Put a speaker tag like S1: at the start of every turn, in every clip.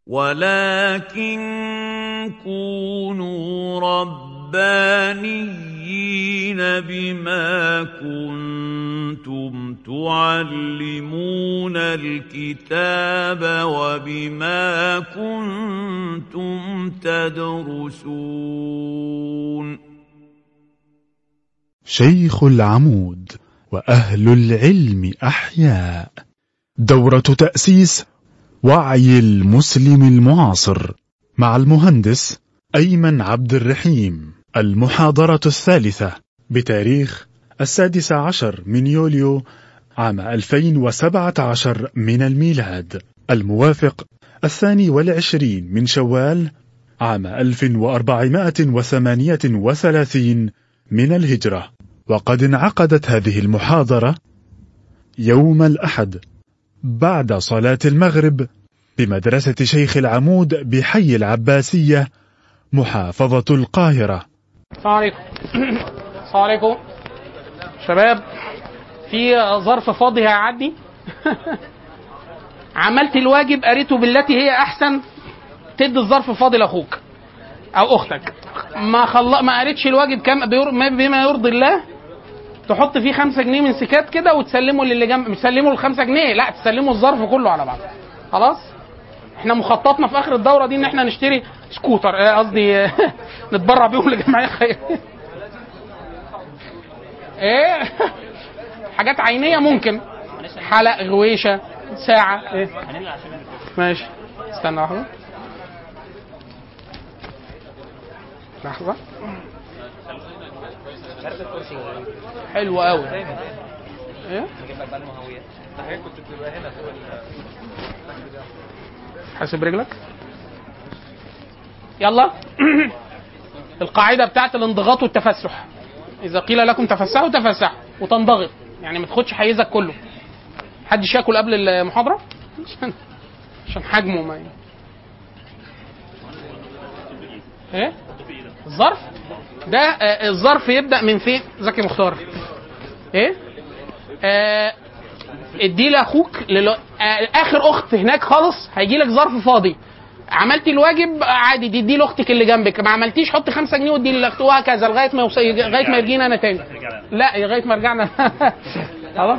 S1: ولكن كونوا ربانيين بما كنتم تعلمون الكتاب وبما كنتم تدرسون.
S2: شيخ العمود وأهل العلم أحياء. دورة تأسيس وعي المسلم المعاصر مع المهندس أيمن عبد الرحيم. المحاضرة الثالثة بتاريخ 16 من يوليو عام 2017 من الميلاد، الموافق 22 من شوال عام 1438 من الهجرة. وقد انعقدت هذه المحاضرة يوم الأحد بعد صلاة المغرب بمدرسة شيخ العمود بحي العباسية محافظة القاهرة.
S3: السلام عليكم. السلام عليكم شباب. في ظرف فاضي هيعدي. عملت الواجب قريته بالتي هي أحسن، تدي الظرف فاضي لأخوك أو أختك. ما قريتش الواجب بما يرضي الله، تحط فيه 5 جنيه من سكات كده وتسلمه للي جنب. مش تسلمه ال5 جنيه، لا تسلمه الظرف كله على بعض. خلاص. احنا مخططنا في اخر الدوره دي ان احنا نشتري سكوتر، قصدي نتبرع بيهم لجمعيه خيريه. ايه حاجات عينيه ممكن، حلق، غويشه، ساعه. ايه ماشي. استنى لحظه. حلو قوي. ايه كنت بتبقى هنا فوق حاسب رجلك. يلا. القاعده بتاعت الانضغاط والتفسح، اذا قيل لكم تفسحوا تفسحوا وتنضغط، يعني ما تاخدش حيزك كله. حدش ياكل قبل المحاضره عشان حجمه ما ايه. الظرف ده الظرف يبدا من فين؟ زكي مختار. ايه ادي لاخوك اخر اخت هناك خالص هيجي لك ظرف فاضي. عملتي الواجب عادي تدي لاختك اللي جنبك، ما عملتيش حط 5 جنيه ودي لاختك، وهكذا لغايه ما يجينا انا تاني. لا لغايه ما رجعنا. خلاص.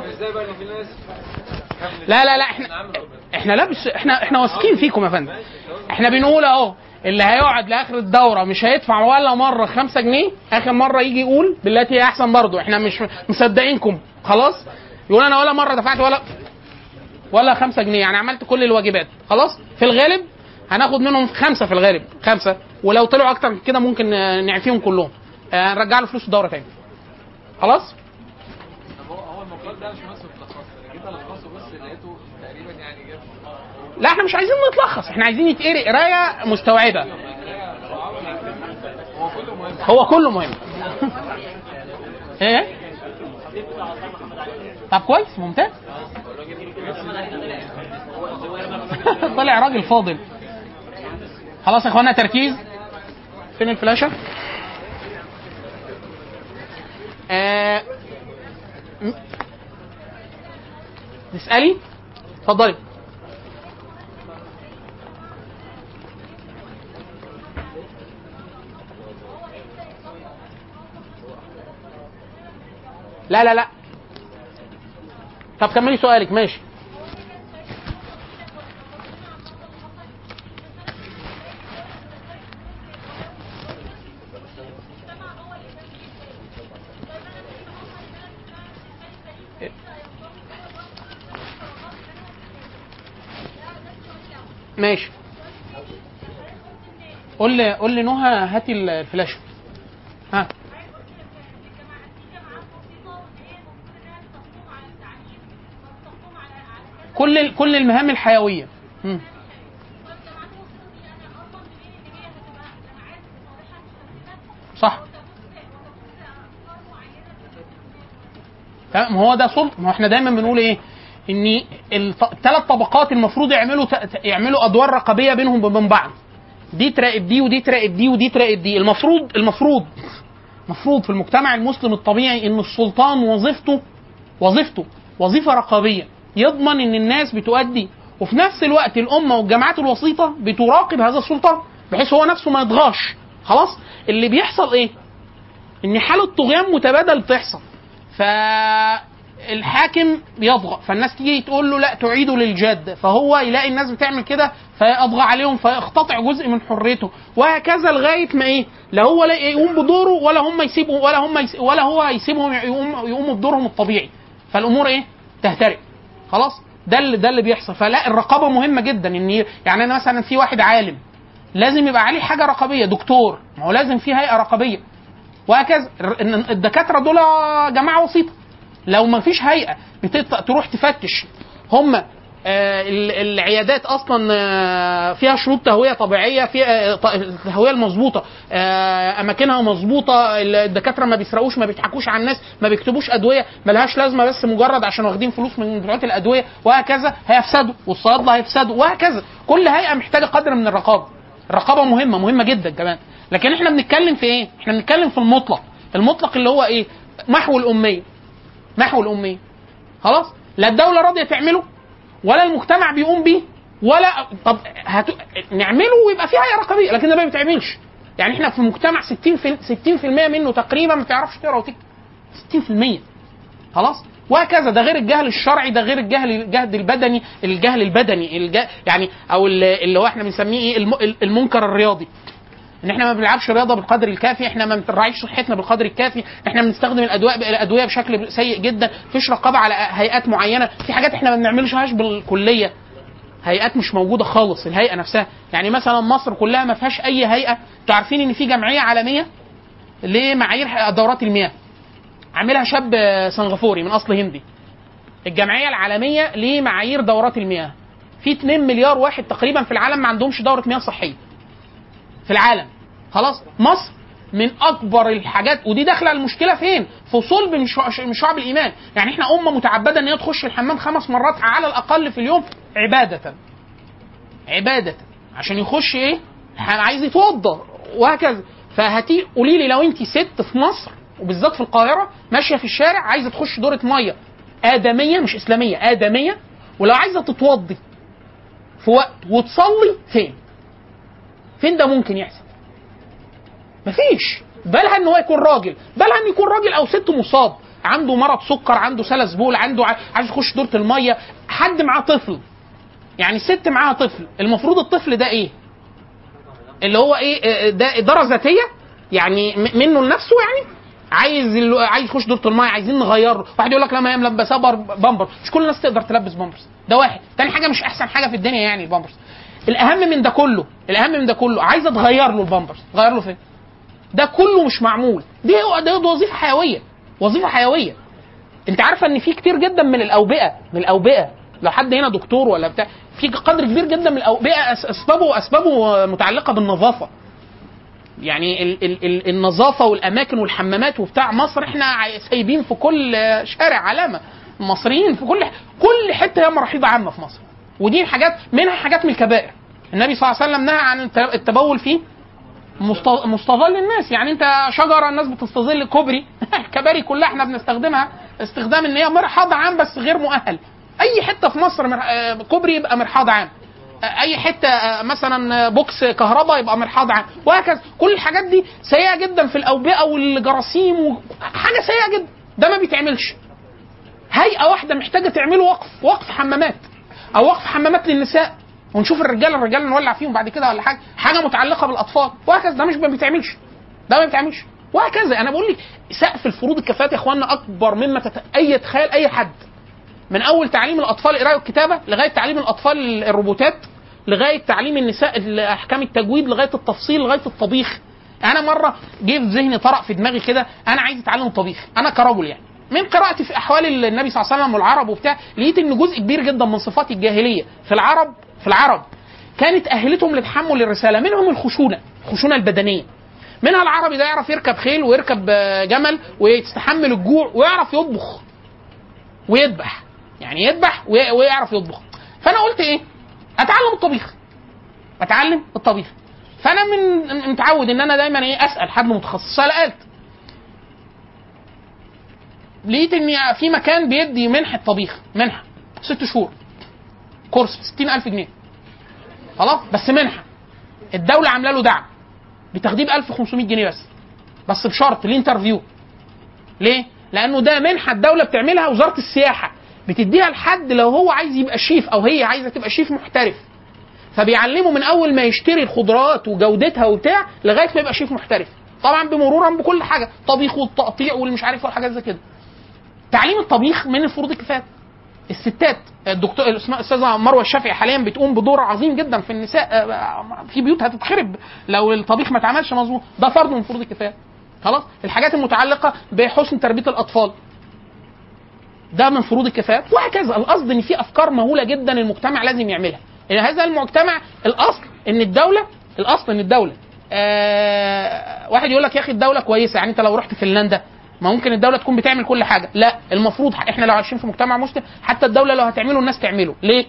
S3: لا احنا لا بس احنا واثقين فيكم يا فندم. احنا بنقول اهو اللي هيقعد لاخر الدوره مش هيدفع ولا مره 5 جنيه، اخر مره يجي يقول بالتي هي احسن برضه. احنا مش مصدقينكم. خلاص. يقول انا ولا مره دفعت ولا 5 جنيه، يعني عملت كل الواجبات. خلاص. في الغالب هناخد منهم 5، في الغالب 5، ولو طلعوا اكتر من كده ممكن نعفيهم كلهم، نرجع له فلوس الدوره تاني. خلاص.
S4: هو المقال ده مش مصر متلخص، انا جيت الخصه بس لقيته تقريبا يعني جاب.
S3: لا احنا مش عايزين نتلخص، احنا عايزين يتقري قرايه مستوعبه. هو كله مهم. ايه طب كويس ممتاز. طلع راجل فاضل. خلاص يا اخوانا تركيز. فين الفلاشه؟ تسألي؟ اتفضلي. لا طب كملي سؤالك. ماشي. ماشي. قول لي نهى هاتي الفلاشه. ها كل المهام الحيويه. صح. ما هو ده سلطه. ما احنا دايما بنقول ايه؟ ان ال3 طبقات المفروض يعملوا ادوار رقابيه بينهم وبين بعض. دي تراقب دي ودي تراقب دي ودي تراقب دي. المفروض في المجتمع المسلم الطبيعي ان السلطان وظيفته وظيفه رقابيه، يضمن ان الناس بتؤدي وفي نفس الوقت الامه والجماعات الوسيطه بتراقب هذا السلطان بحيث هو نفسه ما يطغاش. خلاص اللي بيحصل ايه؟ ان حاله طغيان متبادل بتحصل، فالحاكم بيطغى، فالناس تيجي تقول له لا تعيدوا للجد، فهو يلاقي الناس بتعمل كده فيطغى عليهم فيقتطع جزء من حريته، وهكذا لغايه ما ايه؟ لا هو لا يقوم بدوره ولا هم يسيبوا ولا هو يسيبهم يقوموا بدورهم الطبيعي، فالامور ايه؟ تهترئ. خلاص ده اللي بيحصل. فلا الرقابه مهمه جدا. ان يعني انا مثلا في واحد عالم لازم يبقى عليه حاجه رقابيه، دكتور ما هو لازم في هيئه رقابيه، وهكذا. الدكاتره دول جماعه وسيطه، لو ما فيش هيئه تروح تفتش هم العيادات اصلا فيها شروط تهويه طبيعيه، فيها التهويه المظبوطه، اماكنها مظبوطه، الدكاتره ما بيسرقوش، ما بيضحكوش على الناس، ما بيكتبوش ادويه ملهاش لازمه بس مجرد عشان واخدين فلوس من بتوع الادويه، وهكذا هيفسدوا، والصيادله هيفسدوا، وهكذا. كل هيئه محتاجه قدر من الرقابه. الرقابه مهمه جدا كمان. لكن احنا بنتكلم في ايه؟ احنا بنتكلم في المطلق اللي هو ايه؟ محو الاميه. خلاص لا الدوله راضيه تعمله ولا المجتمع بيقوم بيه، ولا طب نعمله ويبقى فيه هيئه رقابيه، لكن ده ما بيتعملش. يعني احنا في مجتمع 60% منه تقريبا ما تعرفش تقرا وتكتب، 60%. خلاص وهكذا. ده غير الجهل الشرعي، ده غير الجهل البدني يعني او اللي هو احنا بنسميه ايه؟ المنكر الرياضي، ان احنا ما بنلعبش رياضه بالقدر الكافي، احنا ما بنراعيش صحتنا بالقدر الكافي، احنا بنستخدم الادويه بشكل سيء جدا، فيش رقابه على هيئات معينه، في حاجات احنا ما بنعملهاش بالكليه، هيئات مش موجوده خالص. الهيئه نفسها يعني مثلا مصر كلها ما فيهاش اي هيئه. انتوا عارفين ان في جمعيه عالميه لمعايير دورات المياه، عاملها شاب سنغافوري من اصل هندي. الجمعيه العالميه لمعايير دورات المياه، في 2 مليار واحد تقريبا في العالم ما عندهمش دوره مياه صحيه في العالم. خلاص مصر من اكبر الحاجات، ودي داخله المشكله فين؟ في صلب من شعب الايمان. يعني احنا امه متعبده ان هي تخش الحمام 5 مرات على الاقل في اليوم عباده عشان يخش ايه؟ عايز يتوضا وهكذا. فهتي قولي لي لو انت ست في مصر وبالذات في القاهره ماشيه في الشارع عايزه تخش دوره ميه ادميه مش اسلاميه، ادميه، ولو عايزه تتوضي في وقت وتصلي فين ده ممكن يحصل؟ مفيش. بالها ان هو يكون راجل، بالها ان يكون راجل او ست مصاب عنده مرض سكر، عنده سلس بول، عنده عايز يخش دوره الميه، حد معاه طفل، يعني ست معاها طفل، المفروض الطفل ده ايه؟ اللي هو ايه؟ ده اداره ذاتيه يعني منه لنفسه، يعني عايز يخش دوره الميه، عايزين نغيره. واحد يقول لك لا ما هي ملبساه بامبر، مش كل الناس تقدر تلبس بامبرز، ده واحد. تاني حاجه مش احسن حاجه في الدنيا يعني البامبرز. الاهم من ده كله عايزه تغير له البامبرز، تغير له فين؟ ده كله مش معمول. دي وظيفه حيويه. انت عارفه ان في كتير جدا من الاوبئه لو حد هنا دكتور ولا بتاع، في قدر كبير جدا من الاوبئه اسبابه متعلقه بالنظافه. يعني النظافه والاماكن والحمامات وبتاع مصر احنا سايبين في كل شارع علامه. المصريين في كل حته هي مرحيض عامه في مصر، ودي حاجات منها حاجات من الكبائر. النبي صلى الله عليه وسلم نهى عن التبول فيه مستظل الناس. يعني انت شجره الناس بتستظل كوبري الكباري كلها احنا بنستخدمها استخدام ان هي مرحاض عام بس غير مؤهل. اي حته في مصر كوبري يبقى مرحاض عام، اي حته مثلا بوكس كهرباء يبقى مرحاض عام، وهكذا. كل الحاجات دي سيئه جدا في الاوبئه والجراثيم، حاجه سيئه جدا. ده ما بيتعملش. هيئه واحده محتاجه تعمله وقف حمامات، او وقف حمامات للنساء، ونشوف الرجال نولع فيهم بعد كده ولا حاجه متعلقه بالاطفال، وهكذا. ده مش ما بيتعملش، وهكذا. انا بقول لك سقف الفروض الكفايات يا اخواننا اكبر مما يتخيل اي حد. من اول تعليم الاطفال القراءه والكتابه، لغايه تعليم الاطفال الروبوتات، لغايه تعليم النساء احكام التجويد، لغايه التفصيل، لغايه الطبيخ. انا مره جه في ذهني طرق في دماغي كده، انا عايز اتعلم الطبيخ انا كرجل. يعني من قراءتي في احوال النبي صلى الله عليه وسلم والعرب وبتاع، لقيت ان جزء كبير جدا من صفات الجاهليه في العرب كانت اهلتهم لتحمل الرساله. منهم الخشونه البدنيه، منها العربي ده يعرف يركب خيل ويركب جمل ويستحمل الجوع ويعرف يطبخ ويذبح، يعني يذبح ويعرف يطبخ. فانا قلت ايه؟ اتعلم الطبيخ. فانا متعود ان انا دايما اسال حد متخصص. سالت، لقيت ان في مكان بيدي منحه طبيخ، منحه 6 شهور كورس ب 60,000 جنيه خلاص، بس منحه الدوله عامله له دعم بتقديم 1500 جنيه بس بشرط الانترفيو. ليه؟ لانه ده منحه الدوله بتعملها وزاره السياحه بتديها لحد لو هو عايز يبقى شيف او هي عايزه تبقى شيف محترف، فبيعلمه من اول ما يشتري الخضروات وجودتها وبتاع لغايه ما يبقى شيف محترف، طبعا بمرورا بكل حاجه، طبيخ والتقطيع والمش عارف والحاجات زي كده. تعليم الطبيخ من الفروض الكفايه. الستات الدكتور الاستاذه مروه الشافعي حاليا بتقوم بدور عظيم جدا في النساء، في بيوت هتتخرب لو الطبيخ ما اتعملش مظبوط، ده فرض من فروض الكفايه. خلاص، الحاجات المتعلقه بحسن تربيه الاطفال ده من فروض الكفايه، وهكذا. القصد ان في افكار مهوله جدا المجتمع لازم يعملها. يعني هذا المجتمع الاصل ان الدوله واحد يقول لك يا اخي الدوله كويسه، يعني انت لو رحت فنلندا ما ممكن الدوله تكون بتعمل كل حاجه؟ لا، المفروض احنا لو عايشين في مجتمع مسلم حتى الدوله لو هتعمله الناس تعمله. ليه؟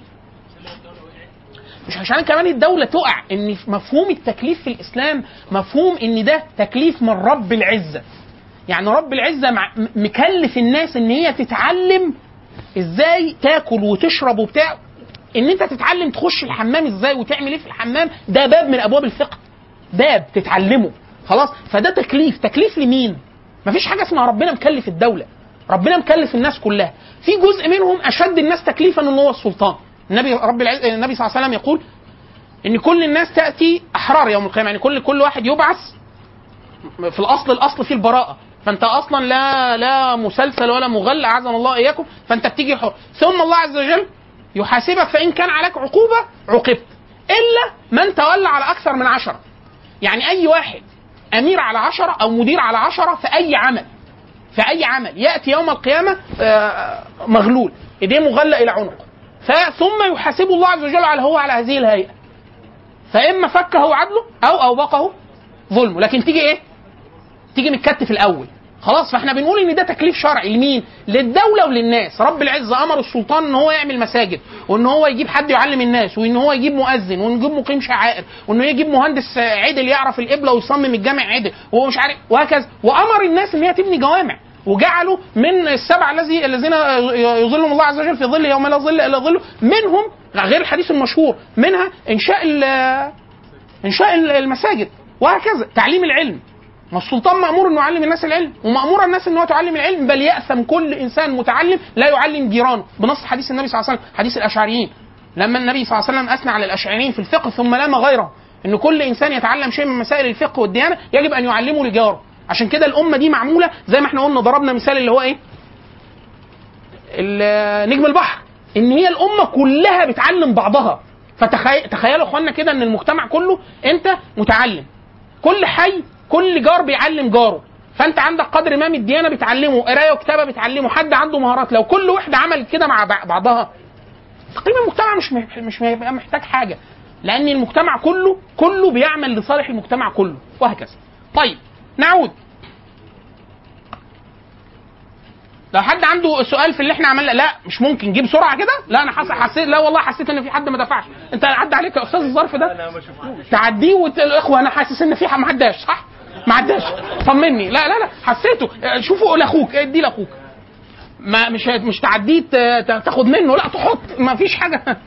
S3: مش عشان كمان الدوله تقع، ان مفهوم التكليف في الاسلام مفهوم ان ده تكليف من رب العزه. يعني رب العزه مكلف الناس ان هي تتعلم ازاي تاكل وتشرب وبتاع، ان انت تتعلم تخش الحمام ازاي وتعمل ايه في الحمام، ده باب من ابواب الفقه، باب تتعلمه خلاص. فده تكليف لمين؟ مفيش حاجه اسمها ربنا مكلف الدوله، ربنا مكلف الناس كلها. في جزء منهم اشد الناس تكليفا ان هو السلطان. النبي صلى الله عليه وسلم يقول ان كل الناس تاتي احرار يوم القيامه، يعني كل واحد يبعث في الاصل فيه البراءه، فانت اصلا لا مسلسل ولا مغلى اعزنا الله اياكم، فانت بتيجي حر. ثم الله عز وجل يحاسبك، فان كان عليك عقوبه عوقبت الا من تولى على اكثر من 10. يعني اي واحد امير على 10 او مدير على 10 في اي عمل ياتي يوم القيامه مغلول، ايديه مغلى الى عنقه، ثم يحاسبه الله عز وجل على هذه الهيئه، فاما فكه عدله او اوبقه ظلمه. لكن تيجي متكتف الاول خلاص. فاحنا بنقول ان ده تكليف شرعي لمين؟ للدوله وللناس. رب العزه امر السلطان ان هو يعمل مساجد، وان هو يجيب حد يعلم الناس، وان هو يجيب مؤذن، وان يجيب مقيم شعائر، وانه يجيب مهندس عدل يعرف القبله ويصمم الجامع عدل، وهو مش عارف وهكذا. وامر الناس ان هي تبني جوامع، وجعلوا من السبع الذين يظلهم الله عز وجل في ظل يوم لا ظل الا ظله، منهم غير الحديث المشهور منها انشاء المساجد، وهكذا. تعليم العلم، ما السلطان مأمور انه يعلم الناس العلم، ومأمور الناس انه تعلم العلم، بل يأثم كل انسان متعلم لا يعلم جيرانه، بنص حديث النبي صلى الله عليه وسلم، حديث الاشعريين، لما النبي صلى الله عليه وسلم اثنى على الاشعريين في الفقه ثم لام غيره، ان كل انسان يتعلم شيء من مسائل الفقه والديانه يجب ان يعلمه لجاره. عشان كده الامه دي معموله زي ما احنا قلنا، ضربنا مثال اللي هو ايه؟ نجم البحر، ان هي الامه كلها بتعلم بعضها. فتخيلوا اخوانا كده ان المجتمع كله انت متعلم، كل حي كل جار بيعلم جاره، فانت عندك قدر ما من الديانه بتعلمه، قرايه وكتابه بتعلمه، حد عنده مهارات. لو كل واحده عملت كده مع بعضها تقريبا المجتمع مش هيبقى محتاج حاجه، لان المجتمع كله بيعمل لصالح المجتمع كله، وهكذا. طيب نعود، لو حد عنده سؤال في اللي احنا عملنا. لا مش ممكن نجيب بسرعه كده، لا انا حسيت، لا والله حسيت ان في حد ما دفعش. انت عدى عليك يا استاذ الظرف ده؟ انا ما شفتوش. تعديه والاخوه انا حاسس ان في ما عداش، صح؟ ما عداش، طمني. لا حسيته. شوفوا لاخوك، ادي لاخوك، ما مش تعديه تاخد منه، لا تحط، ما فيش حاجه.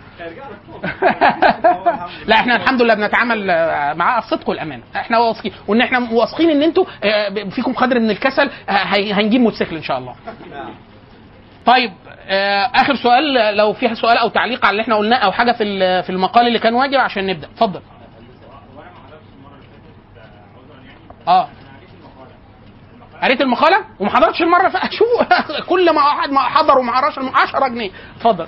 S3: لا احنا الحمد لله بنتعامل مع الصدق والامانه، احنا واثقين، وان احنا واثقين ان انتوا فيكم قدر من الكسل، هنجيب موتوسيكل ان شاء الله. طيب اخر سؤال، لو في سؤال او تعليق على اللي احنا قلناه او حاجه في المقال اللي كان واجب عشان نبدا، اتفضل. قريت المقاله وما حضرتش المره شوفوا كل ما واحد ما حضر وما قراش 10 جنيه. اتفضل.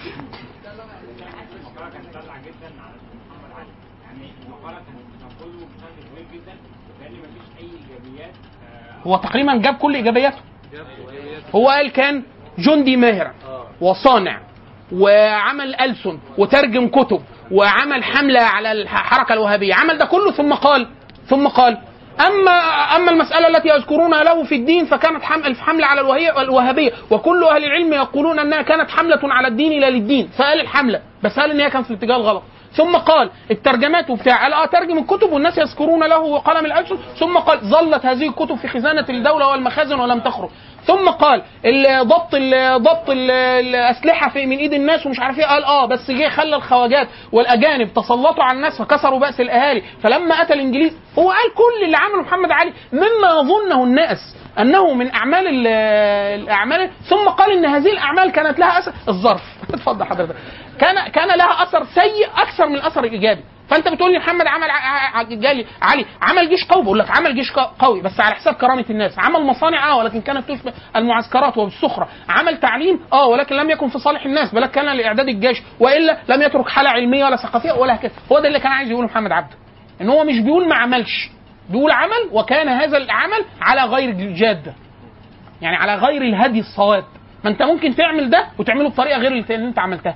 S3: هو تقريبا جاب كل ايجابياته. هو قال كان جندي ماهر وصانع، وعمل ألسن وترجم كتب، وعمل حملة على الحركة الوهابية، عمل ده كله ثم قال أما المسألة التي يذكرونها له في الدين فكانت حملة على الوهابية، وكل أهل العلم يقولون أنها كانت حملة على الدين لا للدين، فقال الحملة، بس قال إن هي كانت في الاتجاه الغلط. ثم قال الترجمات وبتاع، قال ترجم الكتب والناس يذكرون له وقلم الألسن، ثم قال ظلت هذه الكتب في خزانة الدولة والمخازن ولم تخرج، ثم قال ضبط الأسلحة في من إيد الناس ومش عارف ايه، قال بس جه خلى الخواجات والأجانب تسلطوا على الناس فكسروا بأس الأهالي، فلما أتى الإنجليز هو قال كل اللي عمله محمد علي مما يظنه الناس أنه من الأعمال، ثم قال إن هذه الأعمال كانت لها أثر. الظرف اتفضل حضرتك، كان لها أثر سيء أكثر من الأثر الإيجابي. فأنت بتقول لي محمد علي عمل جيش قوي، بقول لك عمل جيش قوي بس على حساب كرامة الناس، عمل مصانع ولكن كانت تشبه المعسكرات وبالسخرة، عمل تعليم ولكن لم يكن في صالح الناس بل كان لإعداد الجيش، وإلا لم يترك حالة علمية ولا ثقافية ولا هكذا. هو ده اللي كان عايز يقوله محمد عبده، إن هو مش بيقول ما عملش، بيقول عمل، وكان هذا العمل على غير الجادة، يعني على غير الهدي الصواب. ما انت ممكن تعمل ده وتعمله بطريقة غير اللي انت عملتها.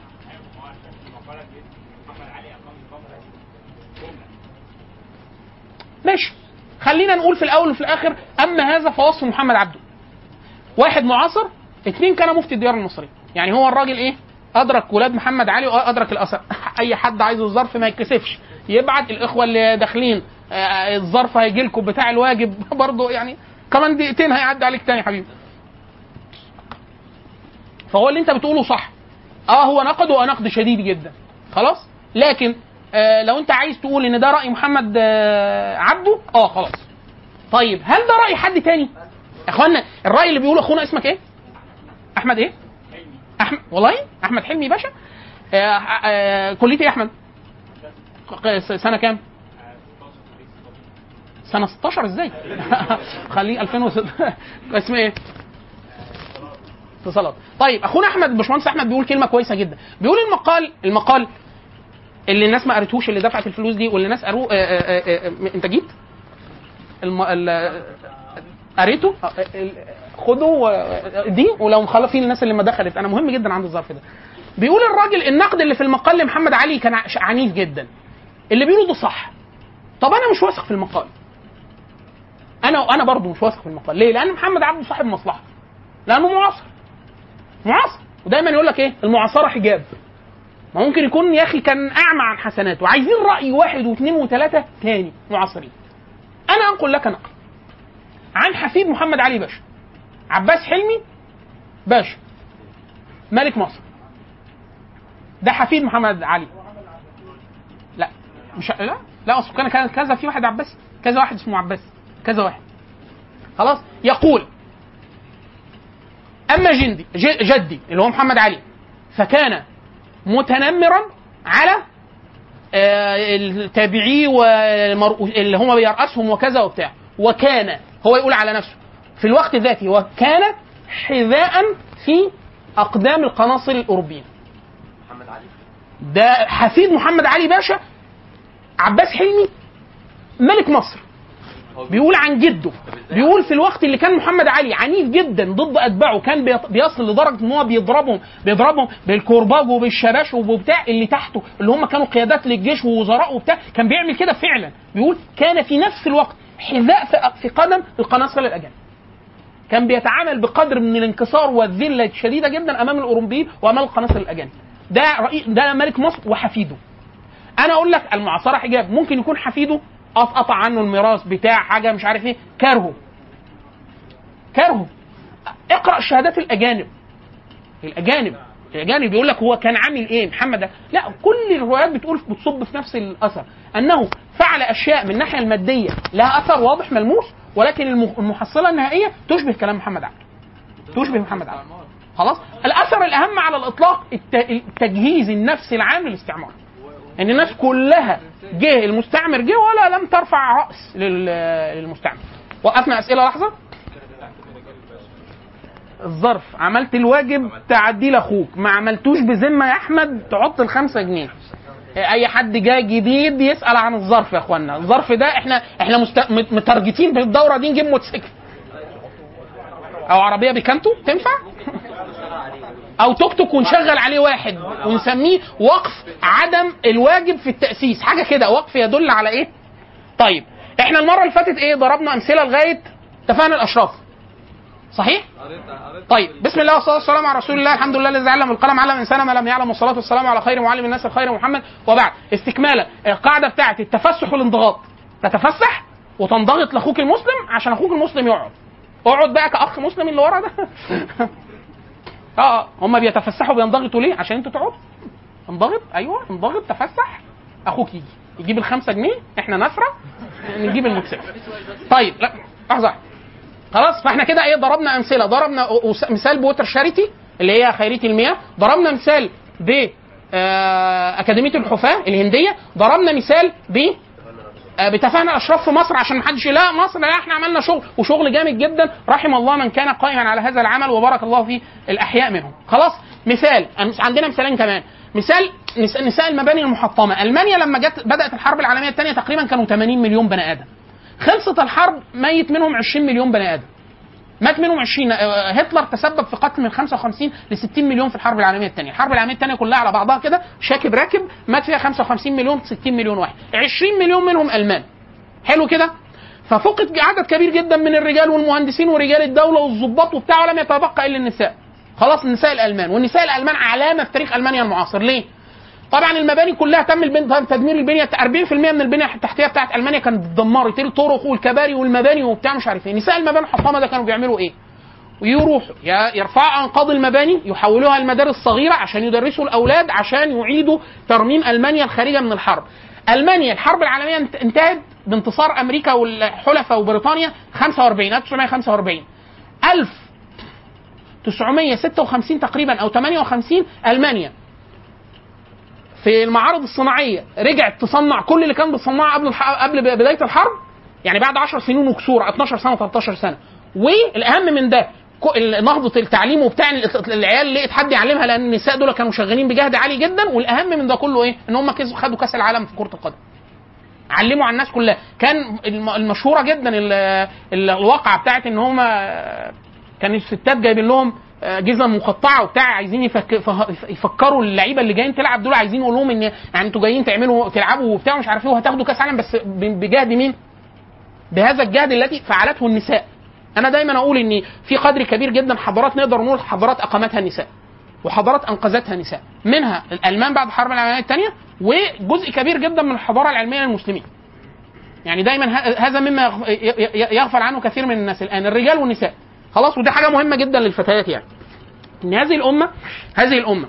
S3: ماشي، خلينا نقول في الاول وفي الاخر اما هذا فوصف محمد عبده، واحد معاصر، اثنين كان مفتي الديار المصرية. يعني هو الراجل ايه، ادرك ولاد محمد علي وادرك الاثر. اي حد عايز الظرف ما يتكسفش، يبعت الاخوه اللي داخلين الظرف هيجي لكم بتاع الواجب برضه، يعني كمان دقيقتين هيعدي عليك تاني حبيبي. فهو اللي انت بتقوله صح، هو نقد ونقد شديد جدا خلاص، لكن لو انت عايز تقول ان ده رأي محمد عبده خلاص. طيب هل ده رأي حد تاني يا اخوانا؟ الرأي اللي بيقوله اخونا اسمك ايه؟ احمد ايه؟ احمد، والله احمد حلمي باشا. كلية ايه احمد؟ سنة كام؟ سنة 16 ازاي؟ خليه 2006. اسمه ايه؟ اتصالات. طيب اخونا احمد، باشمهندس احمد بيقول كلمة كويسة جدا، بيقول المقال اللي الناس ما قريتهوش، اللي دفعت الفلوس دي واللي الناس قروه. انت جيت قريته، خدوا دي ولو مخلصين الناس اللي ما دخلت، انا مهم جدا عند الظرف ده. بيقول الراجل النقد اللي في المقال لمحمد علي كان عنيف جدا، اللي بيقوله ده صح. طب انا مش واثق في المقال، انا برضه مش واثق في المقال. ليه؟ لان محمد عبده صاحب مصلحه، لانه معاصر، ودايما يقول لك ايه، المعاصره حجاب. ما ممكن يكون يا اخي كان اعمى عن حسناته، وعايزين راي واحد واثنين وثلاثه تاني معاصرين. انا انقل لك نقل عن حفيد محمد علي باشا، عباس حلمي باشا ملك مصر، ده حفيد محمد علي. لا مش لا اصل كان كذا، في واحد عباس، كذا واحد اسمه عباس، كذا واحد خلاص. يقول اما جدي اللي هو محمد علي فكان متنمرا على التابعي واللي هم بيرأسهم وكذا وبتاع، وكان هو يقول على نفسه في الوقت ذاته وكان حذاء في أقدام القناصل الأوروبيين. محمد علي ده حفيد محمد علي باشا، عباس حلمي ملك مصر، بيقول عن جده، بيقول في الوقت اللي كان محمد علي عنيف جدا ضد اتباعه، كان بيصل لدرجه ان هو بيضربهم بالكرباج وبالشباش وبتاع اللي تحته اللي هم كانوا قيادات للجيش ووزراء وبتاع، كان بيعمل كده فعلا. بيقول كان في نفس الوقت حذاء في قدم القناصل الاجانب، كان بيتعامل بقدر من الانكسار والذله الشديده جدا امام الاوروبيين وامام القناصل الاجانب. ده ملك مصر وحفيده. انا اقول لك المعاصره حجاب، ممكن يكون حفيده قطع عنه الميراث بتاع حاجه مش عارف ايه، كرهه. اقرا شهادات الاجانب بيقول لك هو كان عامل ايه محمد ده. لا، كل الروايات بتصب في نفس الاثر، انه فعل اشياء من الناحيه الماديه لها اثر واضح ملموس، ولكن المحصله النهائيه تشبه كلام محمد عبده، تشبه محمد عبده. خلاص. الاثر الاهم على الاطلاق التجهيز النفسي العام للاستعمار، ان الناس كلها جه المستعمر جه ولا لم ترفع رأس للمستعمر. وقفنا اسئله لحظه. الظرف عملت الواجب تعدي لاخوك، ما عملتوش بذمه يا احمد تحط ال5 جنيه. اي حد جاي جديد يسال عن الظرف يا اخوانا. الظرف ده احنا متارجتين بالدوره دي نجيب موتوسيكل او عربيه بكانتو تنفع، او توك توك ونشغل عليه واحد ونسميه وقف عدم الواجب في التأسيس، حاجة كده، وقف يدل على ايه. طيب احنا المرة اللي فاتت ايه ضربنا امثلة لغاية تفاهن الاشراف صحيح؟ طيب بسم الله والصلاه والسلام على رسول الله. الحمد لله الذي علم القلم علم الانسان ما لم يعلم، والصلاه والسلام على خير معلم الناس الخير محمد. وبعد استكمالا القاعده بتاعت التفسح والانضغاط، تتفسح وتنضغط لاخوك المسلم عشان اخوك المسلم يقعد. اقعد بقى كاخ مسلم اللي ورا ده. هم بيتفسحوا بينضغطوا ليه؟ عشان انتوا تقعدوا. انضغط، ايوه انضغط، تفسح، اخوك يجيب ال5 جنيه، احنا نفره نجيب الموتوسيكل. طيب لا لحظه، خلاص. فاحنا كده ايه؟ ضربنا امثله، ضربنا مثال بوتر شاريتي اللي هي خيريه المياه، ضربنا مثال ب اكاديميه الحفاه الهنديه، ضربنا مثال ب بتفاهنا الاشراف في مصر عشان ما حدش لا مصر لا احنا عملنا شغل وشغل جامد جدا، رحم الله من كان قائما على هذا العمل وبارك الله في الاحياء منهم. خلاص. مثال عندنا مثالين كمان. مثال نساء المباني المحطمه. المانيا لما بدات الحرب العالميه الثانيه تقريبا كانوا 80 مليون بني ادم. خلصت الحرب ميت منهم 20 مليون بني ادم. مات منهم 20. هتلر تسبب في قتل من 55 ل 60 مليون في الحرب العالميه الثانيه. الحرب العالميه الثانيه كلها على بعضها كده شاكب راكب مات فيها 55 مليون 60 مليون واحد. 20 مليون منهم المان. حلو كده. ففقد عدد كبير جدا من الرجال والمهندسين ورجال الدوله والضباط وبتاع، ولم يتبقى الا النساء. خلاص. النساء الالمان، والنساء الالمان علامه في تاريخ المانيا المعاصر. ليه؟ طبعا المباني كلها تم تدمير البنيه. 40% من البنيه التحتيه بتاعت المانيا كانت اتدمرت، الطرق والكباري والمباني وبتاع مش عارف ايه. نساء المباني الحطامه ده كانوا بيعملوا ايه؟ ويروحوا يرفعوا انقاض المباني يحولوها لمدارس صغيره عشان يدرسوا الاولاد عشان يعيدوا ترميم المانيا الخارجه من الحرب. المانيا الحرب العالميه انتهت بانتصار امريكا والحلفاء وبريطانيا 1945. 1956 تقريبا او 58 المانيا في المعارض الصناعيه رجعت تصنع كل اللي كان بتصنعه قبل بدايه الحرب، يعني بعد 10 سنين وكسور، 12 سنه 13 سنه. والاهم من ده نهضه التعليم وبتاع العيال لقيت حد يعلمها، لان النساء دول كانوا شغالين بجهد عالي جدا. والاهم من ده كله ايه؟ ان هم خدوا كاس العالم في كره القدم، علموا على الناس كلها. كان المشهوره جدا الواقعه بتاعت ان هم كان الستات جايبين لهم جزم مقطعه وبتاع، عايزين يفكروا اللعيبه اللي جايين تلعب دول، عايزين يقول لهم ان يعني انتوا جايين تلعبوا وبتاع مش عارف ايه وهتاخدوا كاس عالم، بس بجهد مين؟ بهذا الجهد الذي فعلته النساء. انا دايما اقول ان في قدر كبير جدا حضارات نقدر نقول حضارات اقامتها النساء وحضارات انقذتها النساء، منها الالمان بعد الحرب العالميه الثانيه، وجزء كبير جدا من الحضاره العلميه للمسلمين. يعني دايما هذا مما يغفل عنه كثير من الناس الان، الرجال والنساء. خلاص. ودي حاجه مهمه جدا للفتيات، يعني ان هذه الامه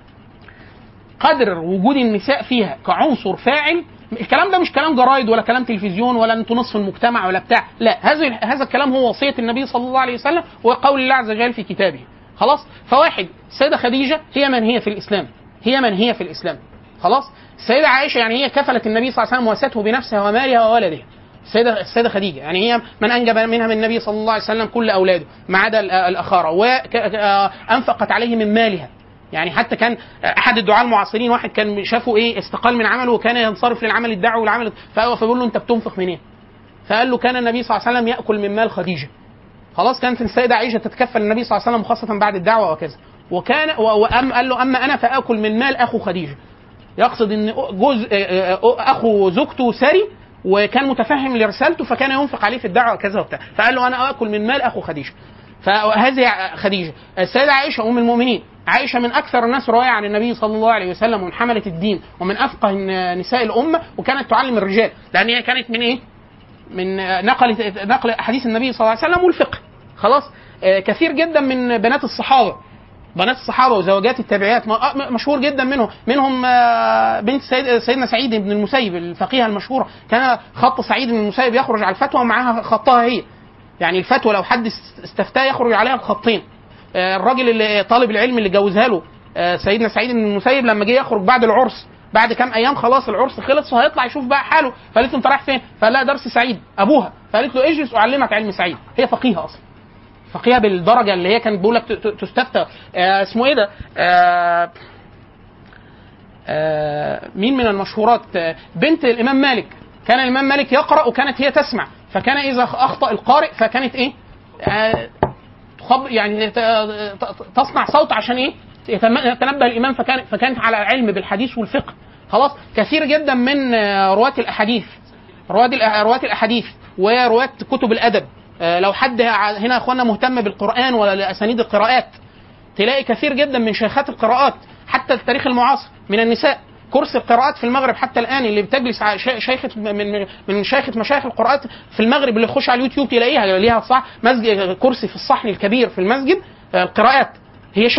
S3: قدر وجود النساء فيها كعنصر فاعل. الكلام ده مش كلام جرايد ولا كلام تلفزيون ولا انتوا نصف المجتمع ولا بتاع، لا، هذا الكلام هو وصيه النبي صلى الله عليه وسلم وقول الله عز وجل في كتابه. خلاص. فواحد السيده خديجه هي من هي في الاسلام. خلاص. السيده عائشه يعني هي كفلت النبي صلى الله عليه وسلم وواسته بنفسها ومالها وولدها. السيده خديجه يعني هي من انجب منها من النبي صلى الله عليه وسلم كل اولاده ما عدا الاخاره، وانفقت عليه من مالها. يعني حتى كان احد الدعاة المعاصرين واحد كان شافه ايه استقال من عمله وكان ينصرف للعمل الدعوي والعمل، فبيقول له انت بتنفق منين؟ فقال له كان النبي صلى الله عليه وسلم ياكل من مال خديجه. خلاص. كانت السيده عائشه تتكفل النبي صلى الله عليه وسلم خاصه بعد الدعوه وكذا. وكان قال له اما انا فاكل من مال اخو خديجه، يقصد ان اخو زوجته سري وكان متفهم لرسالته فكان ينفق عليه في الدعوه وكذا وبتاع، فقال له انا اكل من مال اخو خديجه. فهذه خديجه. السيده عائشه ام المؤمنين، عائشه من اكثر الناس روايه عن النبي صلى الله عليه وسلم ومن حمله الدين ومن افقه نساء الامه، وكانت تعلم الرجال لان هي كانت من ايه؟ من نقل احاديث النبي صلى الله عليه وسلم والفقه. خلاص. كثير جدا من بنات الصحابه وزوجات التابعيات مشهور جدا منهم بنت سيدنا سعيد بن المسيب الفقيه المشهوره، كان خط سعيد بن المسيب يخرج على الفتوى ومعها خطها هي، يعني الفتوى لو حد استفتاه يخرج عليها الخطين. الراجل اللي طالب العلم اللي جوزها له سيدنا سعيد بن المسيب لما جه يخرج بعد العرس بعد كام ايام خلاص العرس خلص وهيطلع يشوف بقى حاله، فقالت له انت رايح فين؟ فقال لها درس سعيد ابوها، فقالت له اجلس اعلمك علم سعيد. هي فقيهه اصلا، فقيهه بالدرجه اللي هي كانت بيقول لك تستفتى اسمه ايه ده مين من المشهورات بنت الامام مالك. كان الامام مالك يقرا وكانت هي تسمع، فكان اذا اخطا القارئ فكانت ايه يعني تصنع صوت عشان ايه يتنبه الامام، فكانت على علم بالحديث والفقه. خلاص. كثير جدا من رواة الاحاديث ورواة كتب الادب لو حد هنا اخواننا مهتم بالقرآن ولا اسانيد القراءات، تلاقي كثير جدا من شيخات القراءات حتى التاريخ المعاصر من النساء. كرسي القراءات في المغرب حتى الان اللي بتجلس شيخه من مشايخ القراءات في المغرب اللي يخش على اليوتيوب تلاقيها ليها صح مسجد كرسي في الصحن الكبير في المسجد القراءات، هي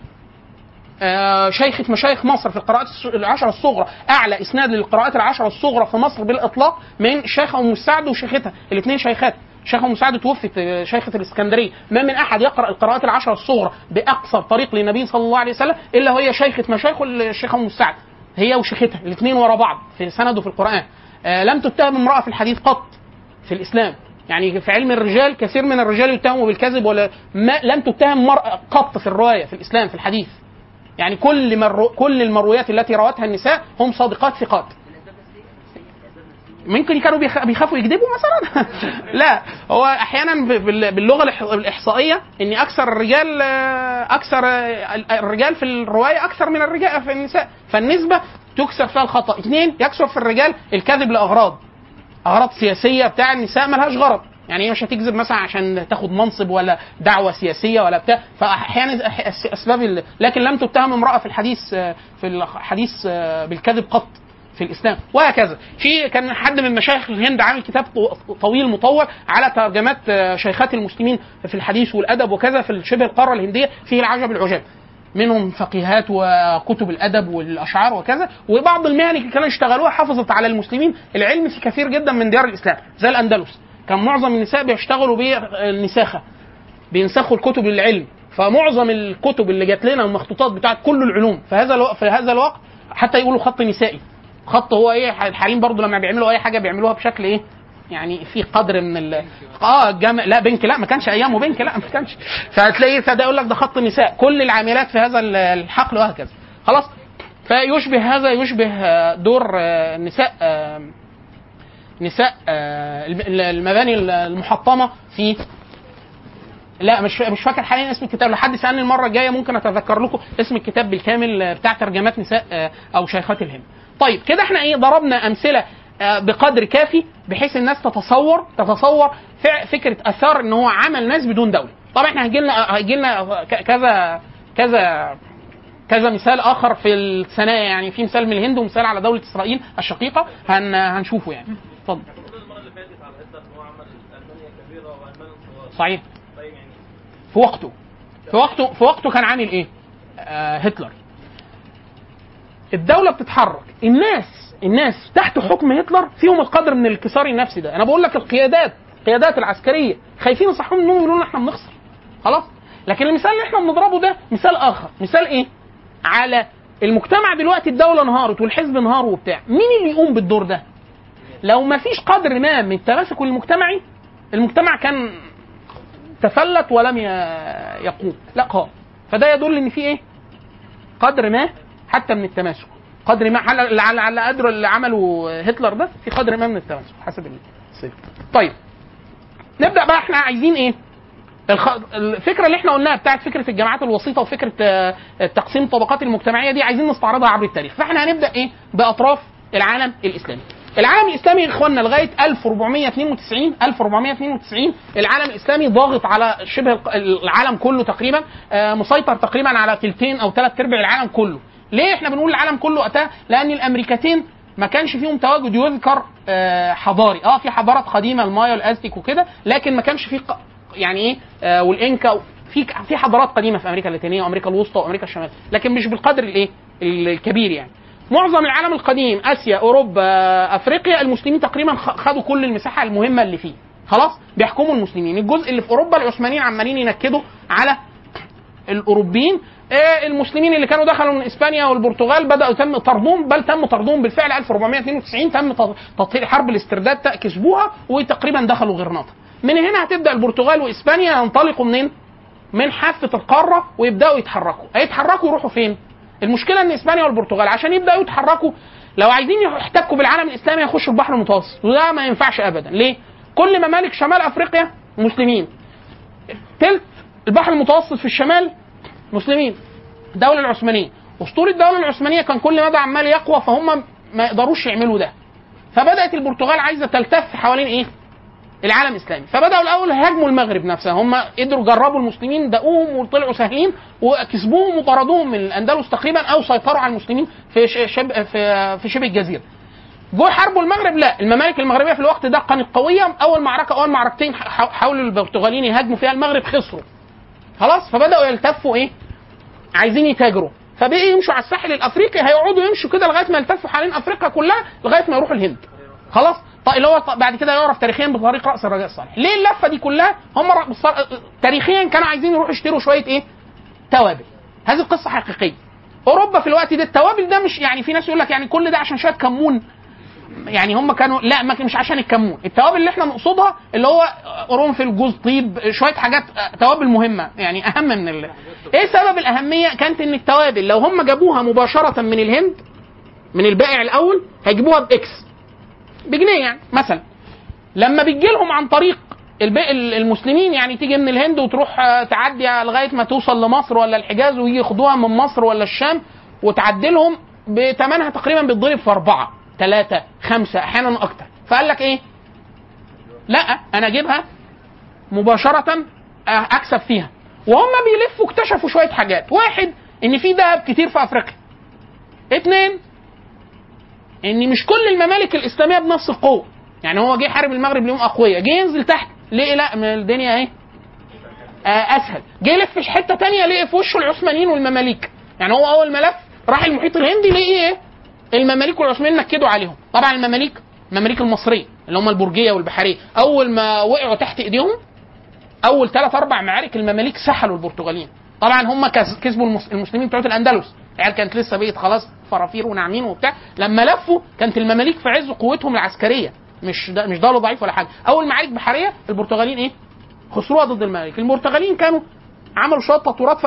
S3: شيخة مشايخ مصر في القراءات العشرة الصغرى، أعلى إسناد للقراءات العشرة الصغرى في مصر بالإطلاق من الشيخة أم مساعد وشيختها، الاثنين شيخات. شيخة أم مساعد توفت شيخة الإسكندرية، ما من أحد يقرأ القراءات العشرة الصغرى بأقصر طريق للنبي صلى الله عليه وسلم إلا هي شيخة مشايخ الشيخة أم مساعد، هي وشيختها الاثنين ورا بعض في سنده في القرآن. لم تتهم امرأة في الحديث قط في الإسلام، يعني في علم الرجال كثير من الرجال يتهموا بالكذب ولا لم تتهم امرأة قط في الرواية في الإسلام في الحديث. يعني كل المرويات التي روتها النساء هم صادقات ثقات. ممكن كانوا بيخافوا يكذبوا مثلا لا، هو احيانا باللغه الاحصائيه ان اكثر الرجال في الروايه اكثر من الرجال في النساء، فالنسبه تكسر فيها الخطا. 2 يكسر في الرجال الكذب لاغراض سياسيه بتاع النساء ملهاش غرض، يعني هي مش هتكذب مثلا عشان تاخد منصب ولا دعوه سياسيه ولا بتاع، فاحيانا اسباب لكن لم تتهم امراه في الحديث بالكذب قط في الاسلام وهكذا. كان حد من مشايخ الهند عامل كتاب طويل مطول على ترجمات شيخات المسلمين في الحديث والادب وكذا في شبه القاره الهنديه، فيه العجب العجاب، منهم فقيهات وكتب الادب والاشعار وكذا، وبعض المهن اللي كانوا يشتغلوها حافظت على المسلمين العلم في كثير جدا من ديار الاسلام زي الاندلس. كان معظم النساء بيشتغلوا بالنساخه، بينسخوا الكتب للعلم، فمعظم الكتب اللي جات لنا المخطوطات بتاعت كل العلوم في هذا الوقت حتى يقولوا خط نسائي. خط هو ايه؟ الحريم برضو لما بيعملوا اي حاجه بيعملوها بشكل ايه؟ يعني في قدر من لا بنك، لا ما كانش ايامه بنك، لا ما كانش، فهتلاقي فده يقول لك ده خط النساء، كل العاملات في هذا الحقل وهكذا. خلاص، فيشبه هذا دور نساء المباني المحطمه في لا مش فاكر حاليا اسم الكتاب، لو حد سالني المره الجايه ممكن اتذكر لكم اسم الكتاب بالكامل بتاع ترجمات نساء او شيخات الهند. طيب كده احنا ضربنا امثله بقدر كافي بحيث الناس تتصور فكره اثار ان هو عمل ناس بدون دوله. طبعا احنا هيجي لنا كذا مثال اخر في السنه، يعني في مثال من الهند ومثال على دوله اسرائيل الشقيقه هنشوفه يعني. اتفضل. صحيح. في وقته كان عامل ايه؟ هتلر. الدولة بتتحرك، الناس تحت حكم هتلر فيهم القدر من الانكسار النفسي ده. انا بقول لك القيادات العسكرية خايفين يصحون انهم يقولوا احنا بنخسر. خلاص؟ لكن المثال اللي احنا بنضربه ده مثال اخر، مثال ايه؟ على المجتمع دلوقتي الدولة انهارت والحزب انهار وبتاع، مين اللي يقوم بالدور ده؟ لو ما فيش قدر ما من التماسك المجتمعي، المجتمع كان تفلت ولم يقوم، لا قام. فده يدل ان في ايه؟ قدر ما حتى من التماسك، قدر ما على قدر اللي عمله هتلر ده في قدر ما من التماسك حسب الصيغه. طيب نبدا بقى، احنا عايزين ايه؟ الفكره اللي احنا قلناها بتاعت فكره الجماعات الوسيطه وفكره تقسيم الطبقات المجتمعيه دي عايزين نستعرضها عبر التاريخ. فاحنا هنبدا ايه؟ باطراف العالم الاسلامي. العالم الاسلامي يا اخواننا لغايه 1492 العالم الاسلامي ضاغط على شبه العالم كله تقريبا، مسيطر تقريبا على ثلثين او 3/4 العالم كله. ليه احنا بنقول العالم كله وقتها؟ لان الامريكتين ما كانش فيهم تواجد يذكر حضاري، في حضارات قديمه المايا والازتك وكده، لكن ما كانش فيه يعني ايه والانكا، في حضارات قديمه في امريكا اللاتينيه وامريكا الوسطى وامريكا الشماليه، لكن مش بالقدر الايه الكبير. يعني معظم العالم القديم، اسيا، اوروبا، افريقيا، المسلمين تقريبا خدوا كل المساحه المهمه اللي فيه. خلاص بيحكموا المسلمين. الجزء اللي في اوروبا العثمانيين عمالين ينكدوا على الاوروبيين. المسلمين اللي كانوا دخلوا من اسبانيا والبرتغال بداوا تم طردهم بالفعل. 1492 تم حرب الاسترداد كسبوها وتقريبا دخلوا غرناطه. من هنا هتبدا البرتغال واسبانيا ينطلقوا منين؟ من حافه القاره ويبداوا يتحركوا يروحوا فين؟ المشكله ان اسبانيا والبرتغال عشان يبداوا يتحركوا لو عايزين يحتكوا بالعالم الاسلامي يخشوا البحر المتوسط، وده ما ينفعش ابدا. ليه؟ كل ممالك شمال افريقيا مسلمين، ثلث البحر المتوسط في الشمال مسلمين. الدوله العثمانيه، اسطوره الدوله العثمانيه كان كل مدى عمال يقوى، فهم ما يقدروش يعملوا ده. فبدات البرتغال عايزه تلتف حوالين ايه؟ العالم الاسلامي. فبداوا الاول هاجموا المغرب نفسها، هم قدروا جربوا المسلمين دقوهم وطلعوا سهلين وكسبوهم وطردوهم من الاندلس تقريبا، او سيطروا على المسلمين في شبه الجزيره. جو حاربوا المغرب، لا، الممالك المغربيه في الوقت ده كانت قويه. اول معركتين حاولوا البرتغاليين يهاجموا فيها المغرب، خسروا خلاص. فبداوا يلتفوا ايه، عايزين يتاجروا، فبقي يمشوا على الساحل الافريقي، هيقعدوا يمشوا كده لغايه ما يلتفوا حوالين افريقيا كلها لغايه ما يروحوا الهند خلاص. اللي هو بعد كده يعرف تاريخيا بطريق راس الرجاء الصالح. ليه اللفه دي كلها؟ هم تاريخيا كانوا عايزين يروحوا يشتروا شويه ايه، توابل. هذه القصه حقيقيه. اوروبا في الوقت ده التوابل ده مش يعني، في ناس يقول لك يعني كل ده عشان شويه كمون، يعني هم كانوا لا، مش عشان الكمون. التوابل اللي احنا نقصدها اللي هو قرنفل، جوز طيب، شويه حاجات توابل مهمه يعني اهم من ايه سبب الاهميه؟ كانت ان التوابل لو هم جابوها مباشره من الهند من البائع الاول هيجيبوها باكس، بجنيه يعني مثلا. لما بتجي لهم عن طريق المسلمين، يعني تيجي من الهند وتروح تعدي لغايه ما توصل لمصر ولا الحجاز، ويجي ياخدوها من مصر ولا الشام وتعدلهم بثمنها تقريبا بيتضرب في 4 3 5 احيانا اكتر. فقال لك ايه، لا انا اجيبها مباشره اكسب فيها. وهم بيلفوا اكتشفوا شويه حاجات. 1 ان في ذهب كتير في افريقيا. 2 ان مش كل الممالك الاسلاميه بنفس القوه. يعني هو جه حارب المغرب ليهم اقوياء، جه ينزل تحت ليه لا، من الدنيا ايه اسهل. جه يلف في حته ثانيه ليه في وشه العثمانيين والمماليك. يعني هو اول ما لف راح المحيط الهندي ليه ايه، المماليك والعثمانيين نكدوا عليهم. طبعا المماليك المصريه اللي هم البرجيه والبحريه، اول ما وقعوا تحت ايديهم اول 3 4 معارك المماليك سحلوا البرتغاليين. طبعا هم كسبوا المسلمين بتوع الاندلس، العيال كانت لسه بقيت خلاص فرافير وناعمين وبتاع. لما لفوا كانت المماليك في عز قوتهم العسكريه، مش دوله ضعيف ولا حاجه. اول معارك بحريه البرتغاليين ايه، خسروها ضد المماليك. البرتغاليين كانوا عملوا شويه تطورات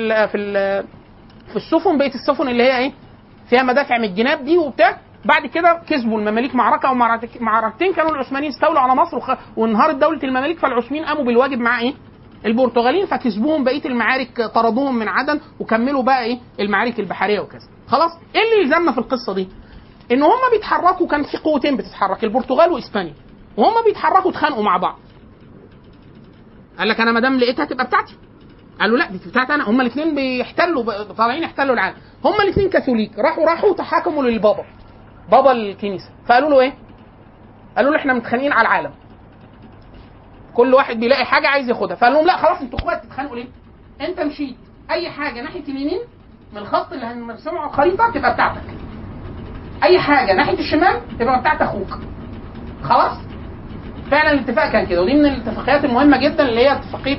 S3: في السفن، بقت السفن اللي هي ايه فيها مدافع من الجناب دي وبتاع. بعد كده كسبوا المماليك معركه او معركتين، كانوا العثمانيين استولوا على مصر وانهارت دوله المماليك، فالعثمانيين قاموا بالواجب مع ايه البرتغاليين، فكسبوهم بقيه المعارك، طردوهم من عدن وكملوا بقى ايه المعارك البحريه وكذا خلاص. ايه اللي يلزمنا في القصه دي؟ ان هم بيتحركوا، كان في قوتين بتتحرك، البرتغال واسبانيا، وهم بيتحركوا اتخانقوا مع بعض. قال لك انا ما دام لقيتها تبقى بتاعتي. قالوا لا دي بتاعتي انا. هم الاثنين بيحتلوا، طالعين يحتلوا العالم. هم الاثنين كاثوليك، راحوا تحاكموا للبابا، بابا الكنيسه. فقالوا له ايه؟ قالوا له احنا متخانقين على العالم، كل واحد بيلاقي حاجه عايز ياخدها. فقال لهم لا خلاص انتوا اخوات تتخانقوا ليه؟ انت مشيت اي حاجه ناحيه اليمين من الخط اللي هنرسمه على الخريطه تبقى بتاعتك، اي حاجه ناحيه الشمال تبقى بتاعت اخوك. خلاص فعلا الاتفاق كان كده. ودي من الاتفاقيات المهمه جدا اللي هي اتفاقيه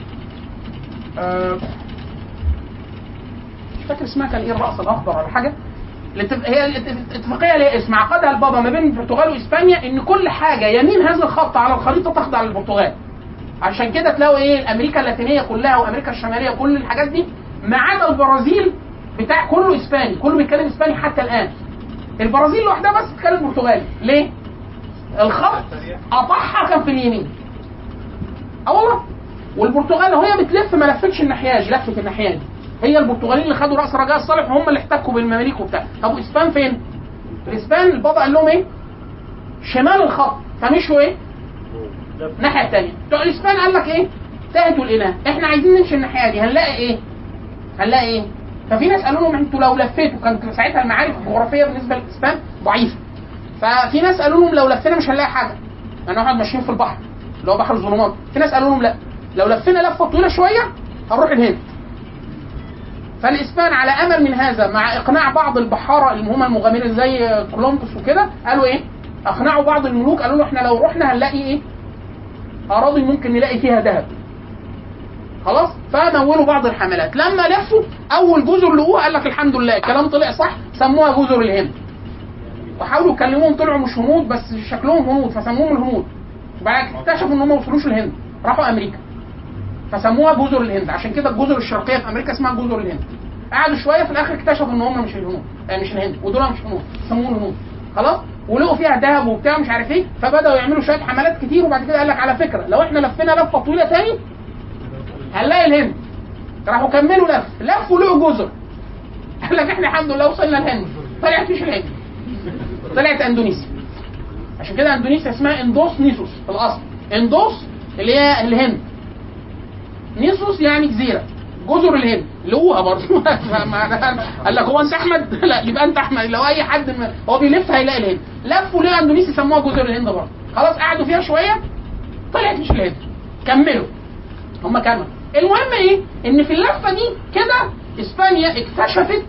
S3: مش فاكر اسمها، كان ايه، الرأس الاخضر ولا حاجه. هي الاتفاقيه اللي اسم عقدها البابا ما بين البرتغال واسبانيا، ان كل حاجه يمين هذا الخط على الخريطه تخضع للبرتغال. عشان كده تلاقوا ايه امريكا اللاتينيه كلها وامريكا الشماليه وكل الحاجات دي ما عدا البرازيل بتاع كله اسباني، كله بيتكلم اسباني حتى الان. البرازيل لوحدها بس بتتكلم برتغالي. ليه؟ الخط قطعها كان في اليمين. والله. والبرتغال وهي بتلف ما لفتش الناحيه دي، لفت الناحيه دي. هي البرتغاليين اللي خدوا راس رجاء الصالح وهم اللي احتكوا بالمماليك وبتاع. طب اسبان فين؟ الاسبان البابا قال لهم ايه؟ شمال الخط، فمشوا ايه؟ الناحيه الثانيه. بتوع الاسبان قال لك ايه؟ تهتوا الاله، احنا عايزين نمشي الناحيه دي، هنلاقي ايه؟ ففي ناس قالوا لهم انتوا لو لفيتوا، كانت ساعتها المعارف الجغرافيه بالنسبه للاسبان ضعيفه. ففي ناس قالوا لهم لو لفينا مش هنلاقي حاجه، لان احنا ماشيين في البحر اللي هو بحر الظلمات. في ناس قالوا لهم لا، لو لفينا لفه طويله شويه هنروح الهند. فالاسبان على امل من هذا، مع اقناع بعض البحاره اللي هم المغامرين زي كولومبوس وكده، قالوا ايه؟ اقنعوا بعض الملوك، قالوا له احنا لو رحنا هنلاقي ايه؟ اراضي ممكن نلاقي فيها ذهب. خلاص؟ فمولوا بعض الحملات. لما لفوا اول جزر لقوه قال لك الحمد لله الكلام طلع صح، سموها جزر الهند. وحاولوا يكلموهم طلعوا مش هنود بس شكلهم هنود فسموهم الهنود. وبعد اكتشفوا ان هم ما وصلوش الهند، راحوا امريكا فسموها جزر الهند. عشان كده الجزر الشرقيه في امريكا اسمها جزر الهند. قعدوا شويه في الاخر اكتشفوا ان هم مش الهنود، مش الهند، ودول مش هنود، سموهم الهنود. خلاص؟ ولقوا فيها ذهب وبتاع مش عارف ايه، فبداوا يعملوا شويه حملات كتير. وبعد كده قال لك على فكره لو احنا لفينا لفه طويله ثاني هنلاقي الهند. راحوا كملوا لفوا لقوا جزر. قال لك احنا الحمد لله وصلنا الهند. طلعت مش الهند، طلعت اندونيسيا. عشان كده اندونيسيا اسمها اندوس نيسوس في الاصل، اندوس اللي هي الهند، نيسوس يعني جزيره، جزر الهند لقوها برضه. قال لك هو انت احمد؟ لا يبقى انت احمد. لو اي حد هو بيلف هيلاقي الهند، لفوا ليه اندونيسيا سموها جزر الهند برضه. خلاص قعدوا فيها شويه طلعت مش الهند، كملوا هم كملوا. المهم ايه؟ ان في اللفه دي كده اسبانيا اكتشفت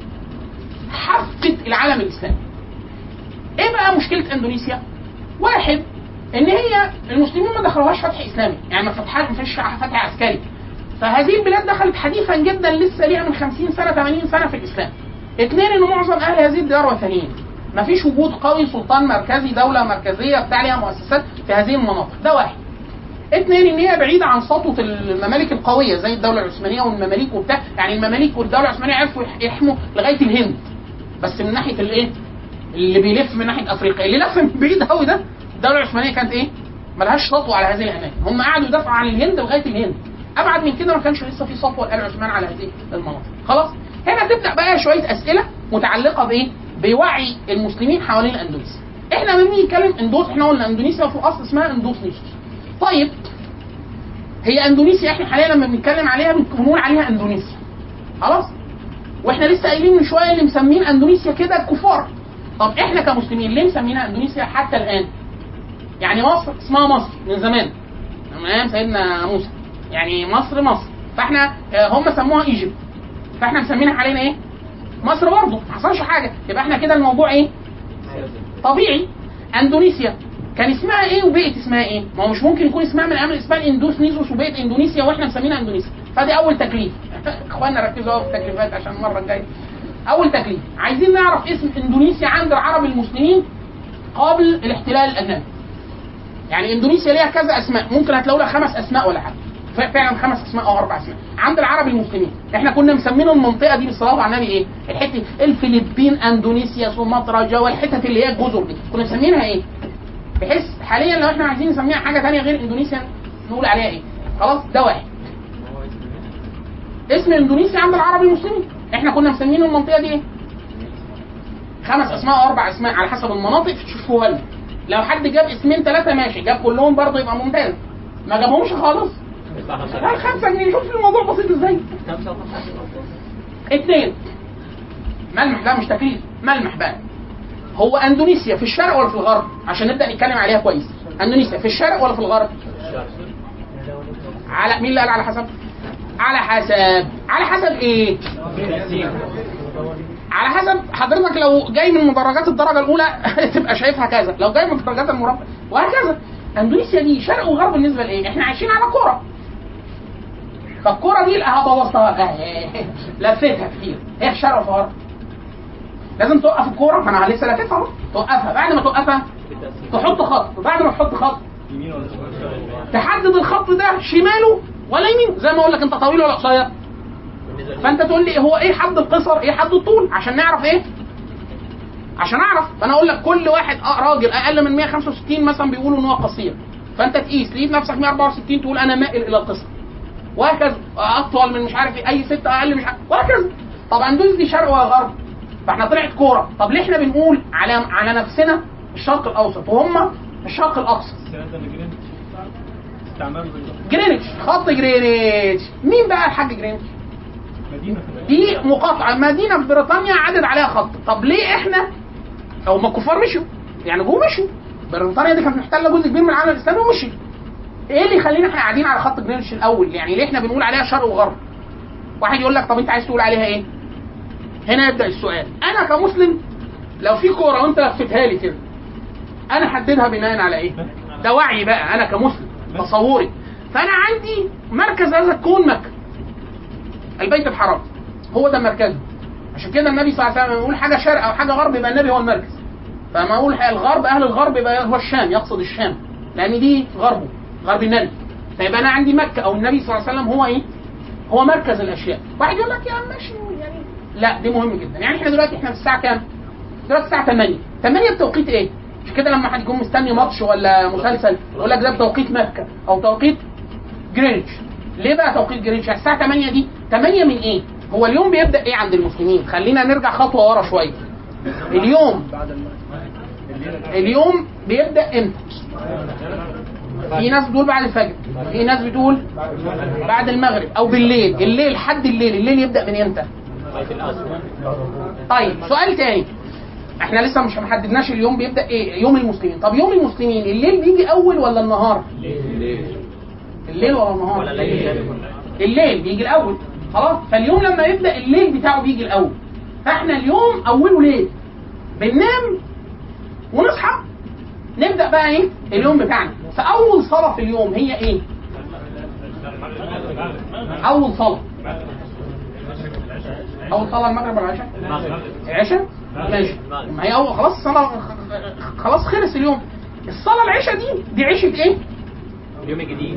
S3: حافه العالم الاسلامي. ايه بقى مشكله اندونيسيا؟ واحد، ان هي المسلمين ما دخلوهاش فتح اسلامي، يعني ما فتحهاش، ما فيش فتح عسكري. فهذه البلاد دخلت حديثا جدا لسه ليها من 50 سنه 80 سنه في الاسلام. اثنين، ان معظم اهل هذه الديار وثنيين، ما فيش وجود قوي سلطان مركزي دوله مركزيه بتاع ليها مؤسسات في هذه المناطق. ده واحد. اثنين، ان هي بعيده عن سطوه الممالك القويه زي الدوله العثمانيه والمماليك وبتاع، يعني المماليك والدوله العثمانيه عرفوا يحموا لغايه الهند بس من ناحيه الايه اللي بيلف من ناحيه افريقيا، اللي لف من بعيد قوي ده الدوله العثمانيه كانت ايه؟ ملهاش سطوه على هذه الاماكن، هم قعدوا يدافعوا عن الهند لغايه الهند، ابعد من كده ما كانش لسه في سطوه لآل عثمان على هذه المناطق. خلاص هنا تبدا بقى شويه اسئله متعلقه بايه؟ بوعي المسلمين حوالين اندونيسيا. احنا لما بنيجي نتكلم اندوس، احنا قلنا اندونيسيا في الاصل اسمها اندوس نيسوس. طيب هي اندونيسيا احنا حاليا لما بنتكلم عليها بنقول عليها اندونيسيا، خلاص؟ واحنا لسه قايلين من شويه اللي مسمين اندونيسيا كده الكفار. طب احنا كمسلمين ليه مسمينها اندونيسيا حتى الان؟ يعني مصر اسمها مصر من زمان، من ايام سيدنا موسى، يعني مصر مصر، فاحنا هم سموها ايجيبت، فاحنا مسمينها حاليا ايه؟ مصر برضه، ما حصلش حاجه، يبقى احنا كده الموضوع ايه؟ طبيعي. اندونيسيا كان اسمها ايه وبقت اسمها ايه؟ ما هو مش ممكن يكون اسمها من ايام اسمها اندوس نيسوس وبقت اندونيسيا واحنا مسمينها اندونيسيا، فدي اول تكليف. اخواننا ركزوا في التكليفات عشان المره الجايه. اول تكليف، عايزين نعرف اسم اندونيسيا عند العرب المسلمين قبل الاحتلال الاجنبي. يعني اندونيسيا ليها كذا اسماء، ممكن هتلاقوا لها 5 اسماء ولا حاجه، فعلا 5 اسماء او 4 اسماء عند العرب المسلمين. احنا كنا مسمين المنطقه دي بالصلاه على النبي ايه؟ الحته الفلبين، اندونيسيا، سومطرة، جاوا، الحتت اللي هي الجزر دي كنا مسمينها ايه؟ بحيث حاليا لو احنا عايزين نسميها حاجه ثانيه غير اندونيسيا نقول عليها ايه؟ خلاص ده واحد. اسم اندونيسيا عند العرب المسلمين، احنا كنا مسمين المنطقه دي ايه؟ 5 اسماء او 4 اسماء على حسب المناطق تشوفوها لنا. لو حد جاب اسمين 3 ماشي، جاب كلهم برضه يبقى ممتاز، ما جابهمش خالص 5 جنيه. شوف الموضوع بسيط ازاي. 2 ملمح، لا مش تكليف، ملمح بقى. هو اندونيسيا في الشرق ولا في الغرب؟ عشان نبدا نتكلم عليها كويس. اندونيسيا في الشرق ولا في الغرب؟ على مين اللي قال على حسب؟ على حسب ايه؟ على حسب حضرتك لو جاي من مدرجات الدرجه الاولى تبقى شايفها كذا، لو جاي من مدرجات المربع وهكذا. اندونيسيا دي شرق وغرب بالنسبه لايه؟ احنا عايشين على كوره، فالكوره دي بوظتها لفيتها كتير، هي في شرق وفي غرب. لازم توقف الكوره، ما انا لسه لاففها اهو، توقفها، بعد ما توقفها تحط خط، وبعد ما تحط خط تحدد الخط ده شماله ولا يمين، زي ما اقول لك انت طويل ولا قصير، فانت تقول لي هو ايه حد القصر ايه حد الطول عشان نعرف ايه، عشان اعرف. فانا اقول لك كل واحد راجل اقل من 165 مثلا بيقولوا ان هو قصير، فانت تقيس لقيت نفسك 164 تقول انا مائل الى القصر، وهكذا. اطول من مش عارف ايه، اي 6 اقل مش عارف، وهكذا. طب اندونيسيا دي شرق ولا غرب؟ فاحنا طلعت كوره. طب ليه احنا بنقول على نفسنا الشرق الاوسط وهم الشرق الاقصى؟ جرينتش، خط جرينتش. مين بقى الحاج جرينتش؟ دي مقاطعه مدينه في بريطانيا عدد عليها خط. طب ليه احنا او ما الكفار مشوا، يعني جوه مشوا، بريطانيا دي كانت محتله جزء كبير من العالم الاسلامي ومشي، ايه اللي يخلينا احنا قاعدين على خط جرينتش الاول؟ يعني ليه احنا بنقول عليها شرق وغرب؟ واحد يقول لك طب انت عايز تقول عليها ايه؟ هنا يبدا السؤال. انا كمسلم لو في كوره وانت لفتها لي كده، انا حددها بناء على ايه؟ ده وعي بقى انا كمسلم، تصوري. فانا عندي مركز هذا الكون مكه، البيت الحرام هو ده مركزه. عشان كده النبي صلى الله عليه وسلم يقول حاجه شرق او حاجه غرب يبقى النبي هو المركز. فما اقول الغرب، اهل الغرب يبقى هو الشام، يقصد الشام لان دي غربه، غرب النبي. فيبقى انا عندي مكه او النبي صلى الله عليه وسلم هو ايه؟ هو مركز الاشياء. واحد يقول لك يا عم ماشي يعني، لا دي مهم جدا. يعني احنا دلوقتي في الساعه كام؟ دلوقتي الساعه 8 بتوقيت ايه؟ مش كده لما حد يكون مستني ماتش ولا مسلسل يقول لك ده بتوقيت مكه او توقيت جرينتش. ليه بقى توقيت جرينتش؟ الساعه 8 دي 8 من ايه؟ هو اليوم بيبدا ايه عند المسلمين؟ خلينا نرجع خطوه ورا شويه. اليوم بيبدا امتى؟ في ناس بتقول بعد الفجر، في ناس بتقول بعد المغرب او بالليل. الليل حد الليل يبدا من امتى؟ طيب سؤال تاني، احنا لسه مش محددناش اليوم بيبدا ايه، يوم المسلمين. طب يوم المسلمين الليل بيجي اول ولا النهار؟ الليل ولا النهار؟ الليل بيجي الاول خلاص. فاليوم لما يبدا الليل بتاعه بيجي الاول، فاحنا اليوم اوله ليل، بننام ونصحى نبدا بقى ايه اليوم بتاعنا. فاول صلاه في اليوم هي ايه؟ اول صلاه المغرب ولا العشاء؟ العشاء ماشي، ما هي اول خلاص الصلاه خلاص خلص اليوم. الصلاه العشاء دي عشاء ايه؟ اليوم الجديد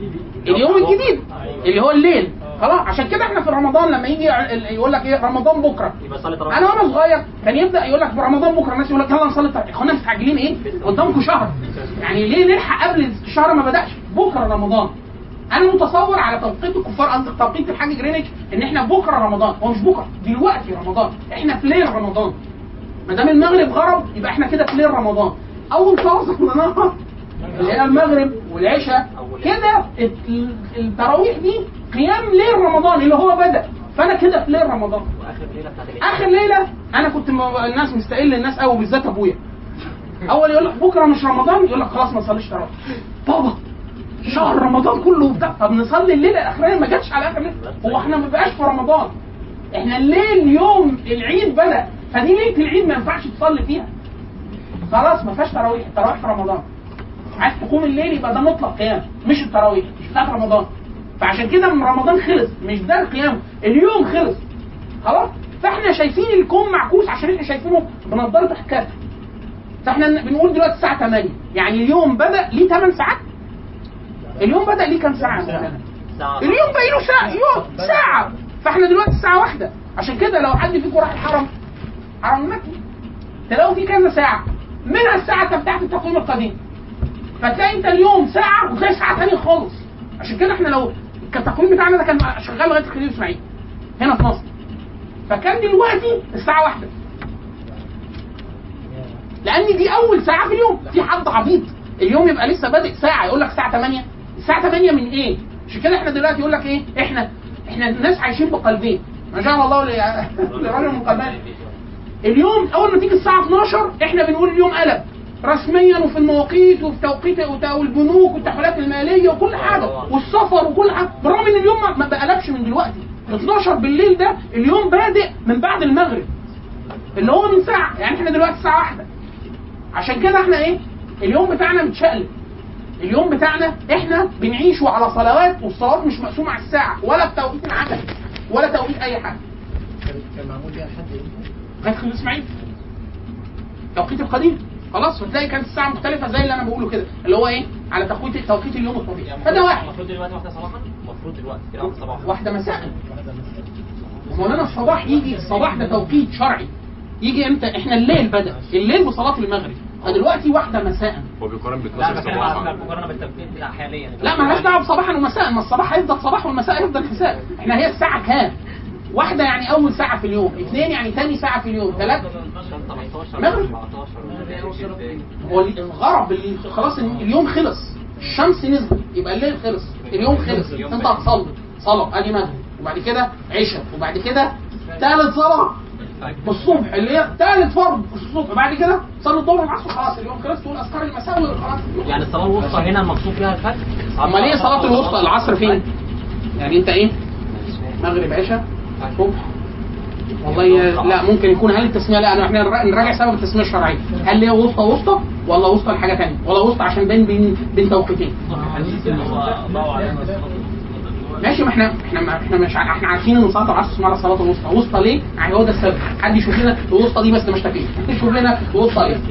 S3: اللي هو الليل خلاص. عشان كده احنا في رمضان لما يجي يقول لك ايه رمضان بكره، انا وانا صغير كان يبدا يقول لك في رمضان بكره، الناس يقول لك يلا نصلي التراويح. اخوانا مستعجلين ايه؟ قدامكم شهر، يعني ليه نلحق قبل الشهر ما بداش؟ بكره رمضان. انا متصور على توقيت الكفار، قصدي توقيت الحاج جرينتش، ان احنا بكره رمضان. هو مش بكره، دلوقتي رمضان، احنا في ليل رمضان. ما دام المغرب غرب يبقى احنا كده في ليل رمضان. اول صلاه صليناها اللي هي المغرب والعشاء كده، التراويح دي قيام ليل رمضان اللي هو بدا، فانا كده في ليل رمضان. اخر ليله انا كنت الناس مستقل الناس قوي، بالذات ابويا اول يقول لك بكره مش رمضان، يقول لك خلاص ما نصليش تراويح. بابا شهر رمضان كله بتاع، طب نصلي الليله الاخرانيه ما جاتش على اخر ليله. هو احنا ما بقاش في رمضان، احنا الليل يوم العيد بدا، فدي ليله العيد ما ينفعش تصلي فيها خلاص، ما فيهاش تراويح. التراويح في رمضان، عايز تقوم الليل يبقى ده مطلق قيام، مش التراويح، مش بتاعت رمضان. فعشان كده من رمضان خلص، مش ده القيام، اليوم خلص خلاص. فاحنا شايفين الكون معكوس عشان احنا شايفينه بنضاره حكايه. فاحنا بنقول دلوقتي الساعه 8، يعني اليوم بدا ليه 8 ساعات. اليوم بدا ليه كام ساعه؟ اليوم باقي له ساعه، يوم ساعه. فاحنا دلوقتي الساعه 1. عشان كده لو حد فيكم راح الحرم المكي تلاقوا فيه كذا ساعه، منها الساعه بتاعت التقويم القديم، فتلاقي انت اليوم ساعه وتلاقي ساعه ثانيه خالص. عشان كده احنا لو التقويم بتاعنا ده كان شغال لغايه الخليل اسماعيل هنا في مصر، فكان دلوقتي الساعه 1 لان دي اول ساعه في اليوم. في حد عبيط اليوم يبقى لسه بادئ ساعه يقول لك الساعه 8. الساعه 8 من ايه؟ عشان كده احنا دلوقتي يقول لك ايه، احنا الناس عايشين بقلبين، ما شاء الله لراجل من قلبين. اليوم اول ما تيجي الساعه 12 احنا بنقول اليوم قلب رسميا، وفي المواقيت وفي توقيت والبنوك والتحويلات الماليه وكل حاجه والسفر وكل حاجه، برغم ان اليوم ما بقلبش من دلوقتي. 12 بالليل ده اليوم بادئ من بعد المغرب اللي هو من ساعه، يعني احنا دلوقتي الساعه 1. عشان كده احنا ايه اليوم بتاعنا متشقلب. اليوم بتاعنا احنا بنعيشه على صلوات، والصلوات مش مقسومه على الساعه ولا بتوقيت العمل ولا توقيت اي حاجه.
S5: كان معمول بيها لحد امتى؟
S3: لغايه خليل اسماعيل توقيت القديم خلاص. فتلاقي كانت الساعه مختلفه زي اللي انا بقوله كده، اللي هو ايه على توقيت اليوم الطبيعي. فده واحد.
S5: المفروض دلوقتي واحده صباحا، المفروض دلوقتي كده واحده صباحا،
S3: واحده مساء. مولانا الصباح يجي، الصباح ده توقيت شرعي يجي امتى؟ احنا الليل بدا، الليل بصلاه المغرب، فدلوقتي واحده مساء.
S6: هو بيقارن ب 12
S5: لا
S6: صباحا.
S5: بقارنها بالتوقيت بتاع حاليا.
S3: لا ما لهاش دعوه بصباحا ومساء، ما الصباح هيفضل صباح والمساء هيفضل مساء. احنا هي الساعه كام؟ 1 يعني اول ساعه في اليوم، 2 يعني ثاني ساعه في اليوم، 3 مغرب. هو الغرب خلاص اليوم خلص، الشمس نزلت يبقى الليل خلص، اليوم خلص. انت هتصلي صلاه ادي مغرب، وبعد كده عشاء، وبعد كده ثالث صلاه الصبح اللي هي ثالث فرض الصبح، وبعد كده صلي الظهر والعصر، خلاص اليوم خلص. تقول اذكار المساء وخلاص.
S5: يعني الصلاه الوسطى هنا المقصود فيها الفجر.
S3: امال ايه صلاه الوسطى؟ العصر فين؟ يعني انت ايه مغرب عشاء صبح؟ والله لا ممكن يكون. هل التسميه، لا احنا نراجع سبب التسميه الشرعيه، هل هي وسطى ولا وسطى لحاجه ثانيه، ولا وسطى عشان بين توقيتين. ماشي، ما احنا مش احنا عارفين ان صلاه العصر اسمها صلاه الوسطى. وسطى ليه؟ يعني هو ده السبب. حد يشوف لنا الوسطى دي بس مش تكفي، يشوف لنا الوسطى ليه.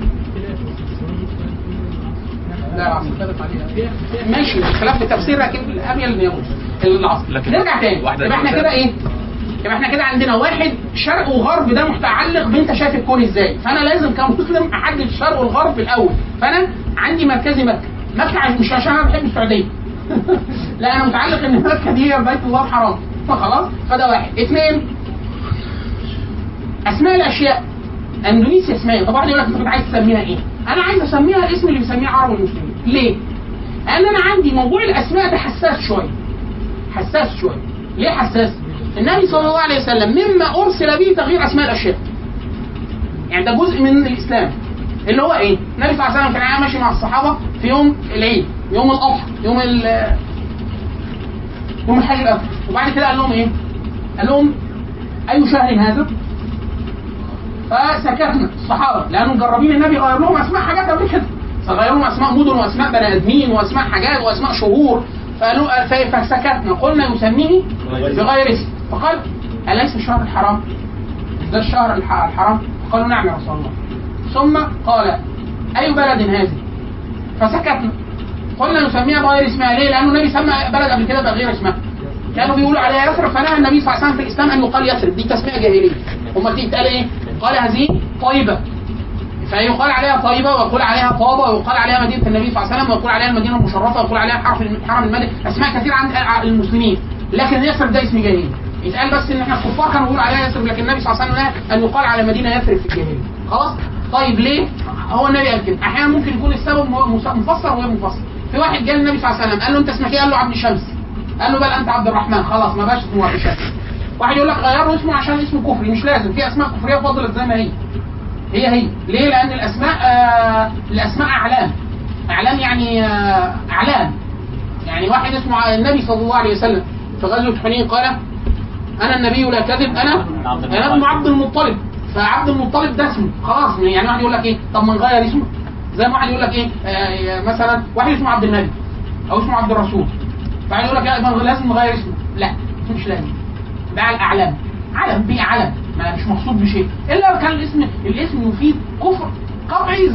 S3: لا ماشي خلاف التفسير، لكن الاميل ان يقول العصر. نرجع تاني، يبقى احنا كده ايه؟ يبقى احنا كده عندنا واحد شرق وغرب، ده متعلق بانت شايف الكون ازاي. فانا لازم كمسلم احدد الشرق والغرب الاول. فانا عندي مركزي مكه مش عشان انا بحب السعوديه لا انا متعلق ان مكه دي هي بيت الله الحرام، فخلاص. فده واحد. 2 اسماء الاشياء. اندونيسيا اسمها، طب واحد يقول لك انت عايز تسميها ايه؟ انا عايز اسميها الاسم اللي بيسميه عرب المسلمين. ليه؟ لان انا عندي موضوع الاسماء ده حساس شويه. ليه حساس؟ النبي صلى الله عليه وسلم مما ارسل به تغيير اسماء الاشياء. يعني ده جزء من الاسلام اللي هو ايه؟ النبي صلى الله عليه وسلم كان ماشي مع الصحابه في يوم العيد، يوم الاضحى، يوم الحج الاكبر، وبعد كده قال لهم ايه؟ قال لهم اي شهر هذا؟ فسكتنا الصحابه لانه مجربين النبي غير لهم اسماء حاجات قبل كده، فغير لهم اسماء مدن واسماء بني ادمين واسماء حاجات واسماء شهور، فسكتنا قلنا يسميه بغير اسم. فقال اليس الشهر الحرام؟ ده الشهر الحرام؟ قالوا نعم يا رسول الله. ثم قال اي بلد هذه؟ فسكتنا قلنا نسميها بغير اسمها. ليه؟ لانه النبي سمى بلد قبل كده بغير اسمها، كانوا بيقولوا عليها يثرب، فنهى النبي صلى الله عليه وسلم في الاسلام ان يقال يثرب، دي تسميه جاهليه. امال دي تقال ايه؟ قال هذه طيبه، فيقال عليها طيبه ويقول عليها طابه ويقال عليها مدينه النبي صلى الله عليه وسلم ويقول عليها المدينه المشرفه ويقول عليها حرم الملك، اسماء كثيره عند المسلمين. لكن يثرب ده اسم جاهلي، يتقال بس ان احنا الكفار كانوا بيقولوا عليها يثرب، لكن النبي صلى الله عليه وسلم نهى ان يقال على مدينه يثرب في الجاهليه. خلاص؟ طيب ليه؟ هو النبي قال كده. احيانا ممكن يكون السبب مفسر وغير مفسر. في واحد جاء للنبي صلى الله عليه وسلم قال له انت اسمك ايه؟ قال له عبد الشمس. قال له بل انت عبد الرحمن، خلاص ما بقاش اسمه عبد الشمس. واحد يقول لك غيروا اسمه عشان اسمه كفري، مش لازم، في اسماء كفريه فضلت زي ما هي. هي ليه؟ لان الاسماء اعلام يعني اعلام. يعني واحد اسمه النبي صلى الله عليه وسلم في غزوه حنين قال انا النبي لا كذب، انا ابن عبد المطلب، فعبد المطلب ده اسمه خلاص. يعني واحد يقول لك ايه؟ طب ما نغير اسمه، زي ما واحد يقول لك ايه مثلا واحد اسمه عبد النبي او اسمه عبد الرسول، فواحد يقول لك لا لازم نغير اسمه. لا مش لازم، ده على الاعلام، علم ما مش مقصود بشيء الا لو كان الاسم يفيد كفر قطعي،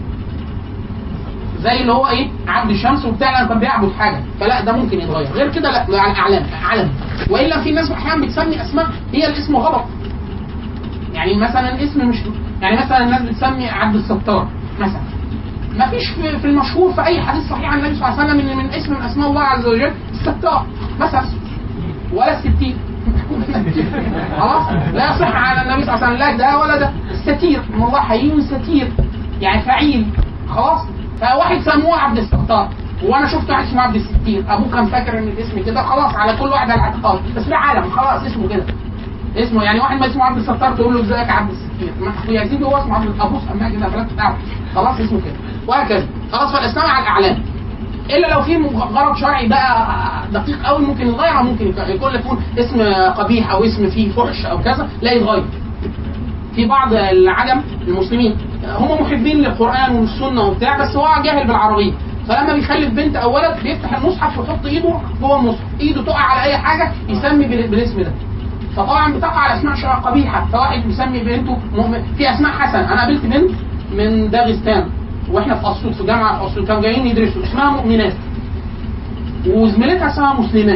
S3: زي اللي هو ايه عبد الشمس وبتاع، لانه كان بيعبد حاجه، فلا ده ممكن يتغير. غير كده لا، على علم. والا في ناس احيانا بتسمي اسماء هي الاسم غلط. يعني مثلا اسم مش، يعني مثلا الناس بتسمي عبد الستار مثلا، ما فيش في المشهور في اي حديث صحيح عن النبي صلى الله عليه وسلم ان من اسم من اسماء الله عز وجل الستار مثلا، ولا الستير. خلاص لا يصح على النبي صلى الله عليه وسلم لا ده ولا ده. الستير ان الله حي ستير يعني فعيل. خلاص فواحد سموه عبد الستار، وانا شفت واحد اسمه عبد الستير، ابوه كان فاكر ان الاسم كده، خلاص على كل واحد على الاعتقاد، بس ده عالم خلاص اسمه كده. اسمه يعني واحد ما اسمه عبد الستار تقول له ازيك يا عبد الستير، ما يزيد هو اسمه عبد ابوه سماه كده فلا تعرف، خلاص اسمه كده وهكذا. خلاص فالاسماء على الاعلام، الا لو في غرض شرعي بقى دقيق قوي ممكن يتغير، ممكن يكون اسم قبيح او اسم فيه فحش او كذا لا يتغير. في بعض العجم المسلمين هم محبين للقران والسنه وبتاع، بس هو جاهل بالعربيه، فلما بيخلف بنت او ولد بيفتح المصحف ويحط ايده جوه المصحف، ايده تقع على اي حاجه يسمي بالاسم ده، فطبعا بتقع على اسماء قبيحه. فواحد بيسمي بنته في اسماء حسن. انا قابلت بنت من داغستان واحنا في اسيوط في جامعه في اسيوط، كانوا جايين يدرسوا، اسمها مؤمنات وزميلتها اسمها مسلمات.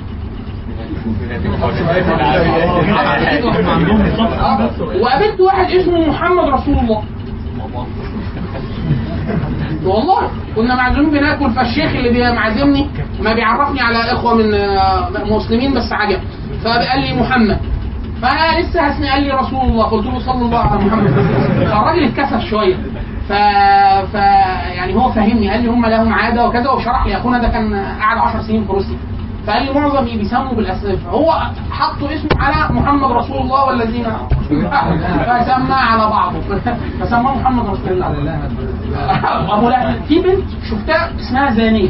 S3: وقابلت واحد اسمه محمد رسول الله، والله كنا معزومين بناكل، فالشيخ اللي معزمني ما بيعرفني على اخوه من مسلمين بس عجب، فقال لي محمد، فانا لسه هسمي قال لي رسول الله، قلت له صلى الله على محمد. فالراجل اتكسف شويه، يعني هو فهمني، قال لي هم لهم عاده وكذا، وشرح لي اخونا ده كان قاعد 10 سنين في روسيا، فقال لي معظم بيسموا بالاسم، فهو حطوا اسمه على محمد رسول الله والذين فسماه على بعضه فسماه محمد رسول الله. ابو لهب في بنت شفتها اسمها زانيه،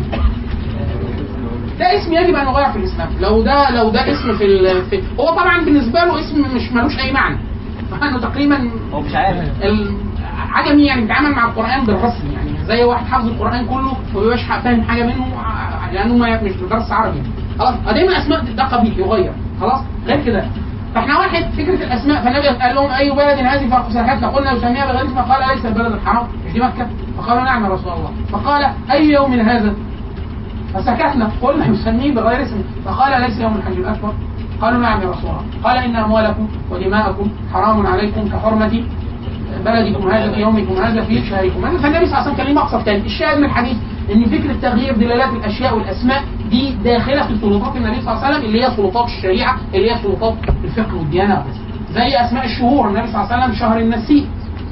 S3: ده اسم يجب ان يغير في الاسلام. لو ده اسم في هو طبعا بالنسبه له اسم مش ملوش اي معنى، فانه تقريبا
S5: هو مش عارف
S3: عجمي، يعني بيتعامل مع القران بالرسم، يعني زي واحد حافظ القران كله ومبيبقاش فاهم حاجه منه لانه مش بدرس عربي. خلاص دايما الاسماء ده قبيح يغير، خلاص غير كده. فاحنا واحد فكره الاسماء، فالنبي قال لهم اي بلد هذه فسكتنا قلنا يسميها بغير اسم، قال ليس البلد الحرام، مش دي مكه؟ فقالوا نعم يا رسول الله. فقال اي يوم هذا؟ فسكتنا قلنا يسميه بغير اسم، فقال ليس يوم الحج الاكبر؟ قالوا نعم يا رسول الله. قال ان اموالكم ودماءكم حرام عليكم كحرمه بلدكم هذا في يومكم هذا في شهركم هذا. فالنبي صلى الله عليه وسلم كان ليه مقصد ثاني. الشاهد من الحديث ان فكره تغيير دلالات الاشياء والاسماء دي داخله في سلطات النبي صلى الله عليه وسلم، اللي هي سلطات الشريعه، اللي هي سلطات الفقه والديانه. زي اسماء الشهور، النبي صلى الله عليه وسلم شهر النسيء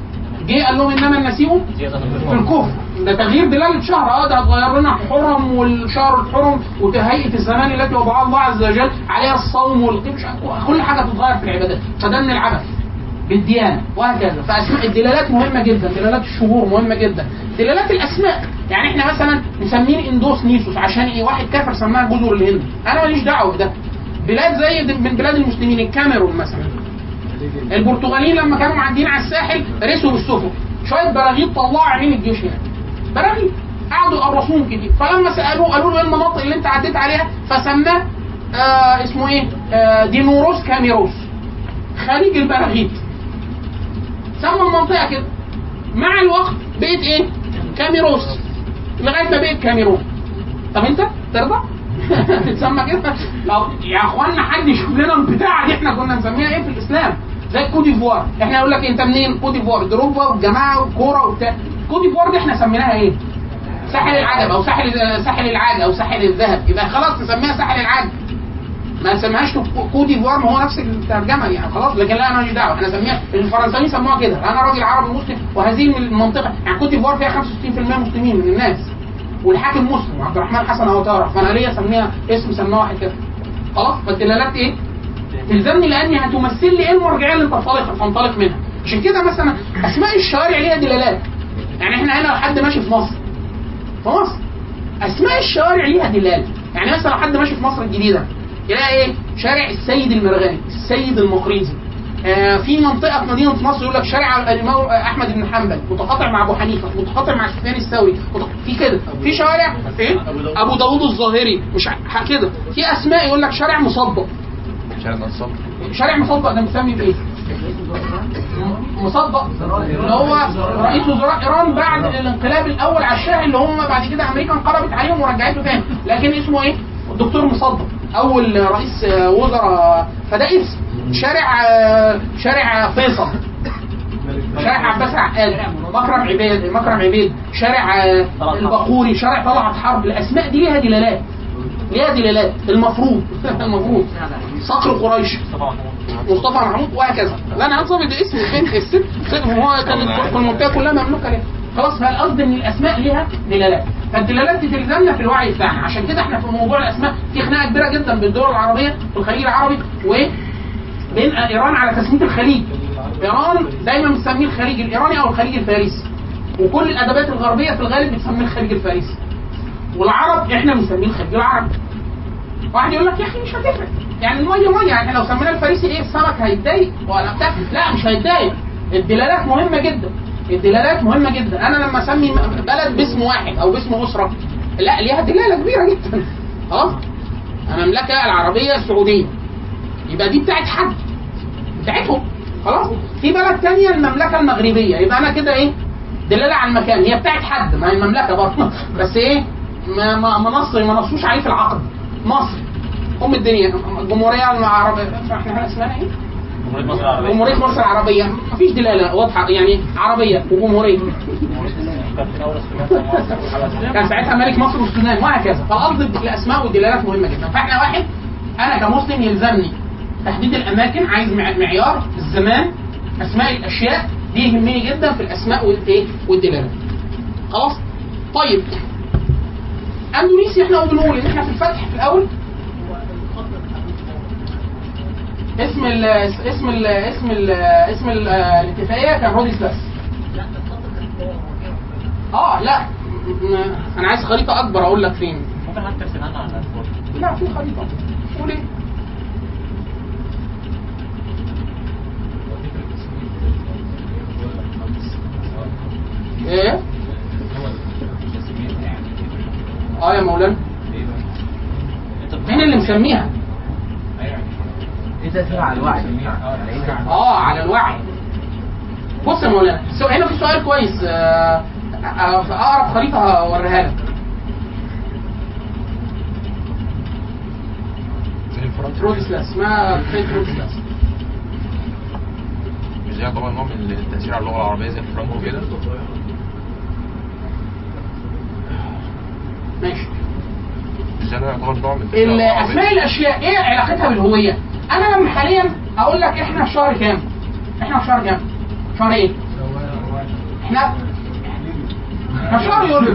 S3: جه قال لهم انما النسيء في الكفر، ده تغيير دلاله شهر، ده هتغير لنا حرم والشهر الحرم وهيئه الزمان التي وضعها الله عز وجل عليها الصوم كل حاجه تتغير في العبادات، فده من العبث بالديانه وهكذا. فاسماء الدلالات مهمه جدا، دلالات الشهور مهمه جدا، دلالات الاسماء. يعني احنا مثلا مسمين اندوس نيسوس عشان ايه؟ واحد كافر سماها جزر الهند، انا ماليش دعوه بده. بلاد زي من بلاد المسلمين، الكاميرون مثلا، البرتغاليين لما كانوا معديين على الساحل رسوا بالسفن، شويه براغيث طلعوا عينين الجيش هنا، براغيث قعدوا يقرصوهم كتير، فلما سالوه قالوا له ايه المناطق اللي انت عديت عليها؟ فسماه اسمه ايه؟ دينوروس كاميروس، خليج البراغيث، سمى المنطقه كده. مع الوقت بقت ايه؟ كاميروس، لغايه ما بقت كاميرون. طب انت ترضى؟ تتسمى كده؟ لو يا اخوانا حد يشوف لنا البتاعه دي احنا كنا نسميها ايه في الاسلام؟ زي كوت ديفوار، احنا يقول لك انت منين؟ كوت ديفوار، دروبا والجماعه والكوره وبتاع. كوت ديفوار دي احنا سميناها ايه؟ ساحل العجب او ساحل العاج او ساحل الذهب، يبقى خلاص نسميها ساحل العاج، ما نسميهاش كوت ديفوار، ما هو نفس الترجمه يعني خلاص. لكن لا، انا ماليش دعوه، احنا نسميها، الفرنساويين سموها كده، انا راجل عربي مسلم وهذه المنطقه، يعني كوت ديفوار فيها 65% مسلمين من الناس، والحاكم مسلم عبد الرحمن حسن اوتارا، فانا ليا اسميها اسم سماه واحد كده خلاص. فالدلالات ايه؟ تلزمني لاني هتمثل لي ايه المرجعيه اللي تنطلق منها. عشان كده مثلا اسماء الشوارع ليها دلالات. يعني احنا هنا لو حد ماشي في مصر، اسماء الشوارع ليها دلاله. يعني مثلا لو حد ماشي في مصر الجديده يلاقي ايه؟ شارع السيد المرغني، السيد المقريزي. في منطقه في مدينه نصر يقول لك شارع الامام احمد بن حنبل متقاطع مع ابو حنيفه، متقاطع مع سفيان الثوري، في كده. في شوارع ايه؟ ابو داوود الظاهري، مش كده. في اسماء يقول لك شارع مصدق، شارع مصدق ده مسمي بايه؟ مصدق اللي هو رئيس وزراء ايران بعد الانقلاب الاول على الشاه، اللي هم بعد كده امريكا انقلبت عليهم ورجعته تاني، لكن اسمه ايه؟ الدكتور مصدق اول رئيس وزراء. فده اسم شارع فيصل، شارع عباس عقاد، مكرم عبيد، شارع البقوري، شارع طلعت حرب. الاسماء دي ليها دلالات. المفروض صقر قريش، مصطفى محمود وهكذا. لا انا هنصب الاسم فين الست، هو كان المنطقه كلها مملوكه ليه خلاص. فالقصد ان الاسماء ليها دلالات، فالدلالات دي تلزمنا في الوعي بتاعنا. عشان كده احنا في موضوع الاسماء في خناقه كبيره جدا بين الدول العربيه والخليج العربي وبين ايران على تسميه الخليج. ايران دايما بتسميه الخليج الايراني او الخليج الفارسي، وكل الادبات الغربيه في الغالب بتسميه الخليج الفارسي، والعرب احنا بنسميه الخليج العربي. واحد يقول لك يا اخي مش هتفرق، يعني الميه يعني لو سمينا الفارسي ايه السمك هيتضايق ولا بتاع؟ لا مش هيتضايق. الدلالات مهمه جدا. انا لما اسمي بلد باسم واحد او باسم اسره، لا ليها دلاله كبيره جدا خلاص. المملكه العربيه السعوديه يبقى دي بتاعت حد، بتاعتهم خلاص. في بلد ثانيه المملكه المغربيه، يبقى انا كده ايه؟ دلاله على المكان، هي بتاعت حد، ما هي المملكه برضه بس ايه؟ ما نصوش عليه في العقد. مصر ام الدنيا، الجمهوريه العربيه، احنا اسمها ايه؟ جمهوريه مصر العربيه، مفيش دلاله واضحه يعني، عربيه وجمهوريه. كان ساعتها ملك مصر والسودان وهكذا. فالقصد الاسماء والدلالات مهمه جدا. فاحنا واحد، انا كمسلم يلزمني تحديد الاماكن، عايز معيار الزمان، اسماء الاشياء دي يهمني جدا في الاسماء والدلالات خلاص. طيب اندونيسيا احنا بنقول ان احنا في الفتح في الاول اسم الاتفاقيه كان روديسلاس. لا انا عايز خريطه اكبر اقول لك فين.
S5: ممكن حتى ترسمها لنا على البورد.
S3: لا في خريطه. قول ايه؟ ايه؟ يا مولانا مين اللي مسميها؟
S5: ايه تاثيرها على الوعي؟
S3: على الوعي. بص يا مولانا، هنا في سؤال كويس، اقرب خريطه هوريها لك. روديسلاس، اسمها روديسلاس.
S6: مش هي طبعا نوع من التاثير على اللغه العربيه زي فرانكو كده؟
S3: ماشي.
S6: مش ده يعتبر نوع من
S3: اسماء الاشياء ايه علاقتها بالهويه؟ انا لما حاليا اقول لك احنا في شهر كام؟ شهر ايه؟ احنا شهر يوليو.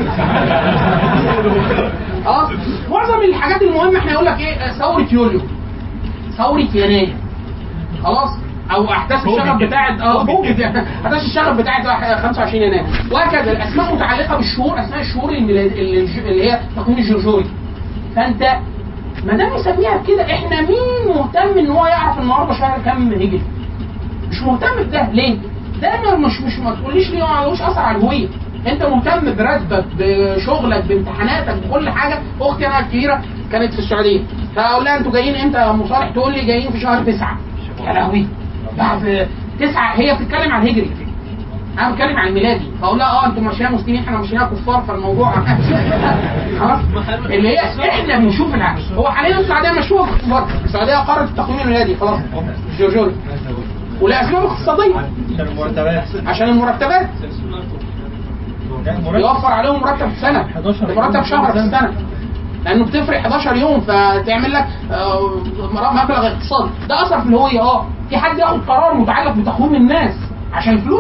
S3: خلاص معظم الحاجات المهمه احنا يقول لك ايه ثوره يوليو، ثوره يناير، خلاص، او احداث الشغب بتاعت احداث الشغب بتاعت 25 يناير، وهكذا. الاسماء متعلقه بالشهور، اسماء الشهور اللي هي تقويم الجورجوري. فانت ما دام مسميها بكده، احنا مين مهتم ان هو يعرف النهارده شهر كام هجري؟ مش مهتم بده. ليه؟ ده مش ما تقوليش ليه ما لهوش اثر على الهويه. انت مهتم براتبك، بشغلك، بامتحاناتك، بكل حاجه. اختي انا الكبيره كانت في السعوديه، فاقول لها انتوا جايين امتى يا مصالح؟ تقول لي جايين في شهر 9. يا لهوي، بعد 9 هي بتتكلم عن الهجري، انا بتكلم عن الميلادي. فاقول لها انتوا ماشيين مسلمين، احنا ماشيين كفار، فالموضوع خلاص. اللي هي احنا بنشوف العكس. هو حاليا السعوديه مشهوره كفار، السعوديه قررت التقويم الميلادي خلاص جورجوري، ولاسباب اقتصاديه عشان المرتبات يوفر عليهم مرتب في سنه، مرتب شهر في السنه، لانه بتفرق 11 يوم فتعمل لك مبلغ اقتصادي. ده اثر في الهويه. في حد ياخد قرار متعلق بتقويم الناس عشان الفلوس؟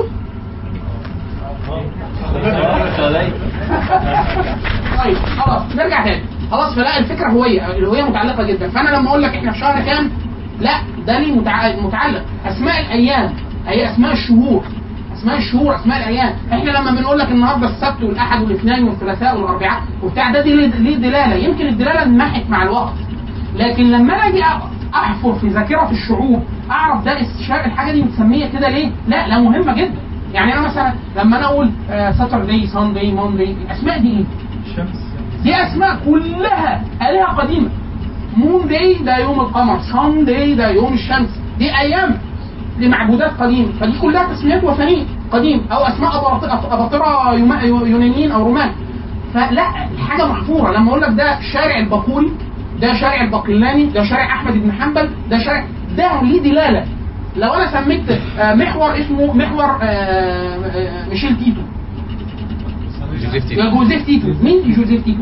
S3: طيب خلاص نرجع تاني. خلاص، فلا الفكره الهويه متعلقه جدا. فانا لما اقول لك احنا في شهر كام، لا ده ليه متعلق. اسماء الايام هي اسماء الشهور، اسماء الشهور، اسماء الايام. احنا لما بنقول لك النهارده السبت والاحد والاثنين والثلاثاء والاربعاء وبتاع، ده ليه دلاله. يمكن الدلاله انمحت مع الوقت، لكن لما انا اجي احفر في ذاكره الشعوب اعرف ده الحاجه دي متسميه كده ليه؟ لا مهمه جدا. يعني انا مثلا لما انا اقول ساتردي، ساندي، موندي، الاسماء دي ايه؟ الشمس. دي اسماء كلها آلهة قديمه. موندي ده يوم القمر، ساندي ده يوم الشمس، دي ايام لمعبودات قديمه. فدي كلها تسميات وثنيه قديم، او اسماء اباطره يونانيين او رومان. فلا الحاجه محفوره. لما اقول لك ده شارع الباقوري، ده شارع الباقلاني، ده شارع احمد بن حنبل، ده شارع، ده ليه دلاله. لو انا سميت محور اسمه محور ميشيل تيتو، جوزيف تيتو. مين جوزيف تيتو؟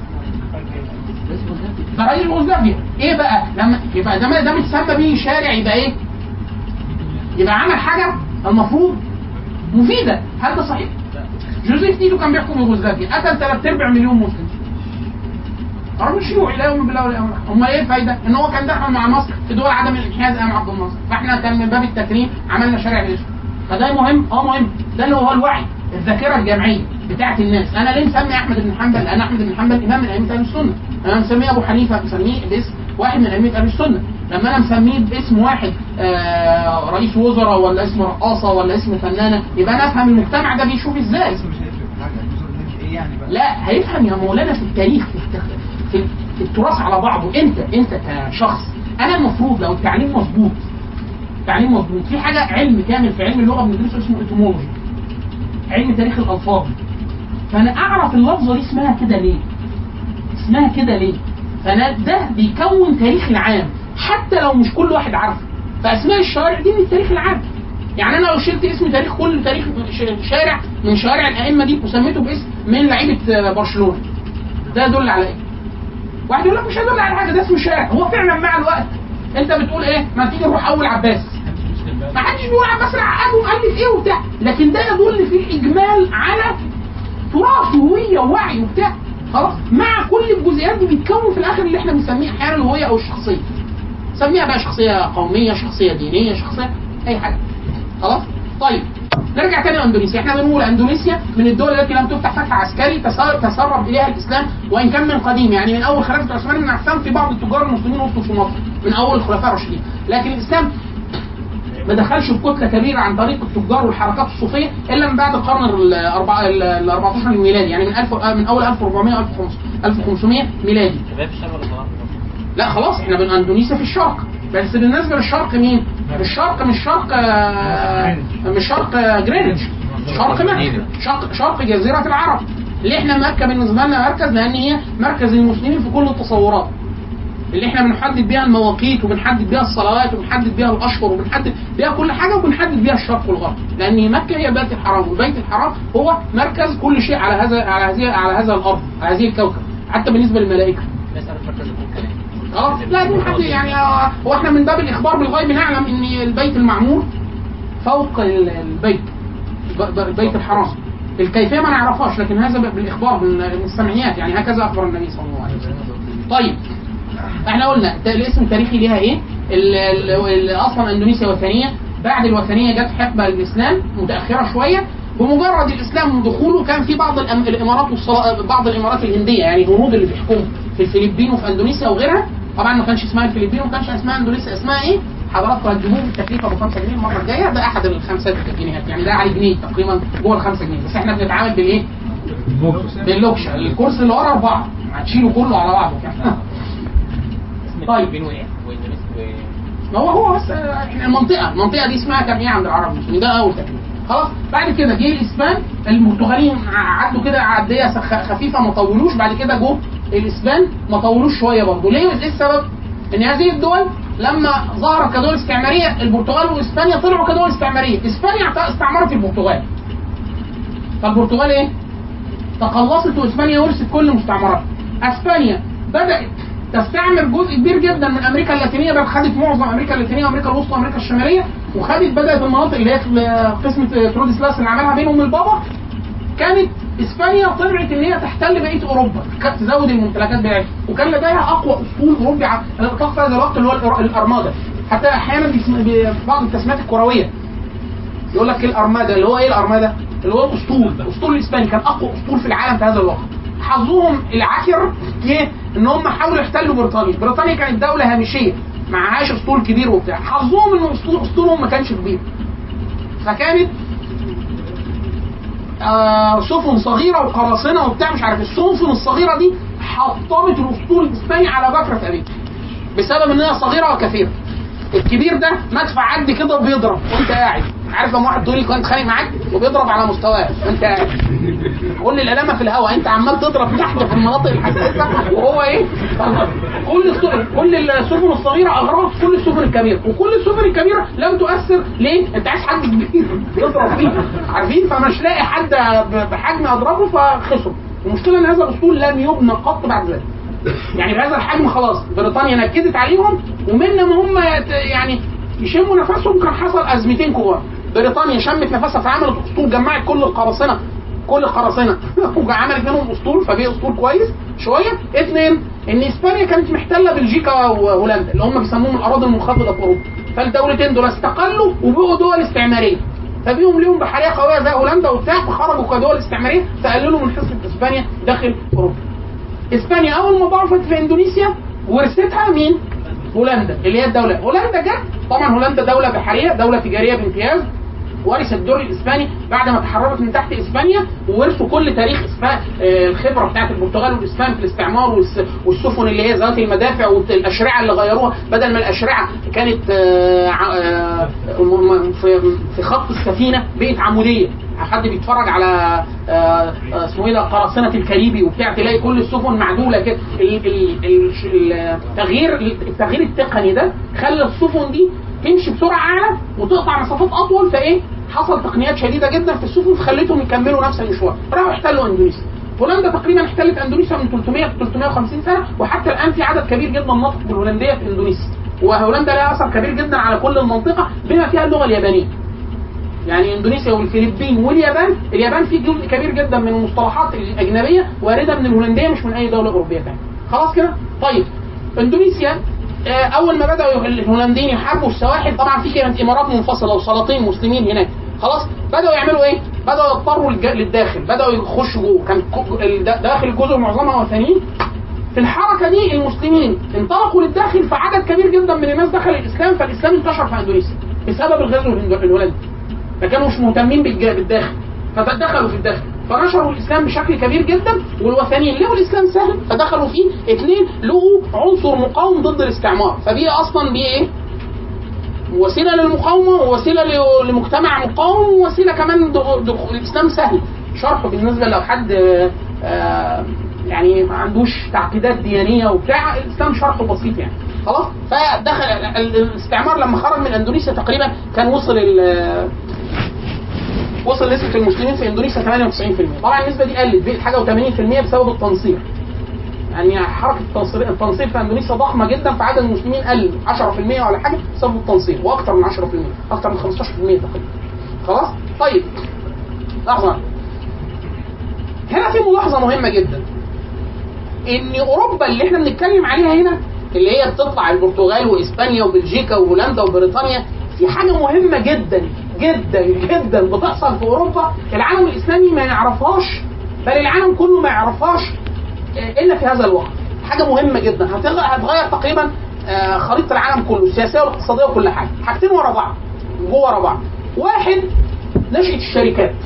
S3: ده رئيس يوغوسلافيا. ايه بقى لما يبقى ده متسمى بيه شارع، يبقى ايه؟ يبقى عمل حاجه المفروض مفيده. هل ده صحيح؟ جوزيف تيتو كان بيحكم يوغوسلافيا، قتل 3/4 مليون مسلم، رجل شيوعي لا يؤمن بالله ولا يوم الاخر. امال ايه الفايده؟ ان هو كان دخل مع مصر في دول عدم الانحياز امام عبد الناصر، فاحنا كان من باب التكريم عملنا شارع باسمه. فده مهم، مهم. ده اللي هو الوعي، الذاكره الجمعيه بتاعه الناس. انا ليه مسمي احمد بن حنبل؟ لان احمد بن حنبل امام من ائمه اهل السنه. انا مسميه ابو حنيفه، مسميه باسم واحد من ائمه اهل السنه. لما انا مسميه باسم واحد رئيس وزراء، ولا اسم رقاصه، ولا اسم فنانه، يبقى انا افهم المجتمع ده بيشوف ازاي. لا هيفهم يا مولانا في التاريخ، في التراث على بعضه. انت كشخص، انا المفروض لو التعليم مظبوط، في حاجه علم كامل في علم اللغه بندرسه اسمه ايتيمولوجي، علم تاريخ الالفاظ. فانا اعرف اللفظه دي اسمها كده ليه، فانا ده بيكون تاريخ العام حتى لو مش كل واحد عارفه. فاسماء الشوارع دي من التاريخ العام. يعني انا لو شلت اسم تاريخ كل تاريخ شارع من شوارع الائمه دي وسميته باسم من لعيبه برشلونه، ده يدل على ايه؟ واحد يقول لك مش هيدل على حاجه، ده اسم شارع. هو فعلا مع الوقت انت بتقول ايه؟ ما تيجي نروح اول عباس، ما حدش بيقول عباس عقد ومؤلف ايه وبتاع، لكن ده يدل في الاجمال على تراث وهويه ووعي وبتاع. خلاص، مع كل الجزئيات دي بيتكون في الاخر اللي احنا بنسميه احيانا الهويه او الشخصيه. سميها بقى شخصيه قوميه، شخصيه دينيه، شخصيه اي حاجه. خلاص؟ طيب نرجع تاني لاندونيسيا. احنا بنقول اندونيسيا من الدول التي لم تفتح فتح عسكري تسرب اليها الاسلام، وان كان من قديم. يعني من اول خلافه عثمان بن عفان في بعض التجار المسلمين وصلوا في مصر من اول الخلفاء الراشدين، لكن الاسلام ما دخلش بكتله كبيره عن طريق التجار والحركات الصوفيه الا من بعد القرن ال 14 الميلادي، يعني من اول 1400 1500 ميلادي. لا خلاص، احنا بين اندونيسيا في الشرق، بس بالنسبه للشرق مين؟ الشرق مش شرق جرينتش، شرق مكه، شرق جزيره العرب. اللي احنا مكه بالنسبه لنا مركز، لان هي مركز المسلمين في كل التصورات اللي احنا بنحدد بيها المواقيت، وبنحدد بيها الصلوات، وبنحدد بيها الاشهر، وبنحدد بيها كل حاجه، وبنحدد بيها الشرق والغرب، لان مكه هي بيت الحرام، والبيت الحرام هو مركز كل شيء على هذا الارض، على هذه الكوكب، حتى بالنسبه للملائكه. لا دون حد يعني. هو احنا من باب الاخبار بالغيب نعلم ان البيت المعمور فوق البيت، بيت الحرام. الكيفيه ما نعرفهاش، لكن هذا بالاخبار من السمعيات، يعني هكذا اخبر النبي صلى الله عليه وسلم. طيب احنا قلنا الاسم التاريخي ليها ايه؟ اصلا اندونيسيا وثنيه، بعد الوثنيه جت حقبه الاسلام متاخره شويه. بمجرد الاسلام ودخوله كان في بعض الامارات بعض الامارات الهنديه، يعني الهنود اللي بيحكموا في الفلبين وفي اندونيسيا وغيرها. طبعا ما كانش اسمها الفلبين وما كانش اسمها اندونيسيا، اسمها ايه؟ حضراتكم هتجيبوه بالتكلفه ب 5 جنيه المره الجايه، ده احد ال5 جنيهات، يعني ده عليه جنيه تقريبا جوه ال5 جنيه، بس احنا بنتعامل بالايه؟ باللوكشه. الكورس اللي ورا 4 هتشيله كله على بعضه كده. طيب هو بس احنا المنطقه دي اسمها كان ايه عند العرب؟ ده اول تكليف. خلاص بعد كده جه الاسبان، البرتغاليين عدوا كده عديه خفيفه ما طولوش، بعد كده جو الاسبان ما طولوش شويه برضه. ليه السبب؟ ان هذه الدول لما ظهرت كدول استعماريه، البرتغال واسبانيا طلعوا كدول استعماريه. اسبانيا استعمرت البرتغال، فالبرتغال ايه؟ تقلصت واسبانيا ورثت كل مستعمراتها. اسبانيا بدات تستعمر جزء كبير جدا من امريكا اللاتينيه، بل خدت معظم امريكا اللاتينيه وامريكا الوسطى وامريكا الشماليه، وخدت بدات المناطق اللي هي قسمه تروديسلاس اللي عملها بينهم البابا. كانت اسبانيا طلعت ان هي تحتل بقيه اوروبا، كانت تزود الممتلكات بتاعتها، وكان لديها اقوى اسطول اوروبي على الاطلاق في هذا الوقت اللي هو الارمادا. حتى احيانا بعض التسميات الكرويه يقول لك الارمادا، اللي هو ايه الارمادا؟ اللي هو الاسطول الاسباني، كان اقوى اسطول في العالم في هذا الوقت. حظهم العكر ايه؟ ان هم حاولوا يحتلوا بريطانيا كانت دوله هامشيه معهاش اسطول كبير وبتاع. حظهم ان اسطولهم ما كانش كبير، فكانت سفن صغيره وقراصنه وبتاع مش عارف. السفن الصغيره دي حطمت الاسطول الاسباني على بكره ابيه بسبب ان هي صغيره وكثيره. الكبير ده مدفع عد كده وبيضرب وانت قاعد، عارف لما واحد دولي كنت خانق معاك وبيضرب على مستواه وانت قاعد، كل الالامه في الهواء، انت عمال تضرب تحت في المناطق الحساسه وهو ايه؟ كل السفن الصغيره اغرقت كل السفن الكبيره، وكل السفن الكبيره لم تؤثر. ليه؟ انت عايز حد كبير تضرب فيه، عارفين؟ فمش لاقي حد بحجم اضربه فخسر. المشكله ان هذا الاسطول لم يبنى قط بعد ذلك، يعني بهذا الحجم خلاص بريطانيا نكدت عليهم، ومن ما هم يعني يشموا نفسهم كان حصل ازمتين كبار. بريطانيا شمت نفسها فعملت اسطول، جمعت كل القراصنه وعملت منهم اسطول، فبقى اسطول كويس شويه. اثنين، ان اسبانيا كانت محتله بلجيكا وهولندا اللي هم بيسموهم الاراضي المنخفضه في اوروبا، فالدولتين دول استقلوا وبقوا دول استعماريه، فبيهم ليهم بحريه قويه زي هولندا وبتاع، فخرجوا كدول استعماريه فقللوا من حصه اسبانيا داخل اوروبا. اسبانيا اول ما ضعفت في اندونيسيا ورثتها مين؟ هولندا، اللي هي الدوله. هولندا جت طبعا، هولندا دوله بحريه، دوله تجاريه بامتياز، ورثت الدور الاسباني بعد ما تحررت من تحت اسبانيا، وورثوا كل تاريخ الخبره بتاعت البرتغال والاسبان في الاستعمار، والسفن اللي هي ذات المدافع والاشرعه اللي غيروها، بدل ما الاشرعه كانت في خط السفينه بقت عموديه. حد بيتفرج على اسمه ايه ده قراصنه الكاريبي وبتاع، تلاقي كل السفن معدوله كده. التغيير التقني ده خلى السفن دي تمشي بسرعه اعلى وتقطع مسافات اطول، فايه حصل تقنيات شديده جدا في السفن فخلتهم يكملوا نفس المشوار. راحوا احتلوا اندونيسيا. هولندا تقريبا احتلت اندونيسيا من 350 سنه، وحتى الان في عدد كبير جدا ناطق بالهولنديه في اندونيسيا، وهولندا لها اثر كبير جدا على كل المنطقه بما فيها اللغه اليابانيه. يعني اندونيسيا والفلبين واليابان، اليابان في جزء كبير جدا من المصطلحات الاجنبيه وارده من الهولنديه مش من اي دوله اوروبيه ثانيه. خلاص كده؟ طيب اندونيسيا اول ما بداوا الهولنديين يحاربوا السواحل، طبعا في كانت امارات منفصله وسلاطين مسلمين هناك، خلاص بداوا يعملوا ايه؟ بداوا يضطروا للداخل، بداوا يخشوا جوه، كان داخل الجزر معظمها وثنيين. في الحركه دي المسلمين انطلقوا للداخل، فعدد كبير جدا من الناس دخل الاسلام، فالاسلام انتشر في اندونيسيا بسبب الغزو الهولندي، فكانوا مش مهتمين بالداخل، فدخلوا في الداخل فنشروا الاسلام بشكل كبير جدا. والوثنيين لقوا الاسلام سهل فدخلوا فيه. اثنين، لقوا عنصر مقاوم ضد الاستعمار، فبيه اصلا ايه؟ وسيله للمقاومه، ووسيله لمجتمع مقاوم، ووسيله كمان الاسلام سهل شرحه بالنسبه لو حد يعني ما عندوش تعقيدات ديانيه وبتاع، الاسلام شرحه بسيط يعني. خلاص، فدخل الاستعمار لما خرج من اندونيسيا تقريبا كان وصل نسبة المسلمين في اندونيسيا 98%. طبعا النسبة دي قلت بقت حاجة و80% بسبب التنصير. يعني حركة التنصير في اندونيسيا ضخمة جدا، فعدد المسلمين قل 10% ولا حاجة بسبب التنصير، واكثر من 10%، اكثر من 15% تقريبا. خلاص؟ طيب لحظه. هنا في ملاحظه مهمه جدا، ان اوروبا اللي احنا بنتكلم عليها هنا اللي هي بتطلع البرتغال واسبانيا وبلجيكا وهولندا وبريطانيا، في حاجه مهمه جدا جدا جدا بتحصل في اوروبا العالم الاسلامي ما يعرفهاش، بل العالم كله ما يعرفهاش الا في هذا الوقت. حاجه مهمه جدا هتغير تقريبا خريطه العالم كله، السياسيه والاقتصاديه وكل حاجه. حاجتين ورا بعض جوه ورا بعض. واحد، نشأة الشركات.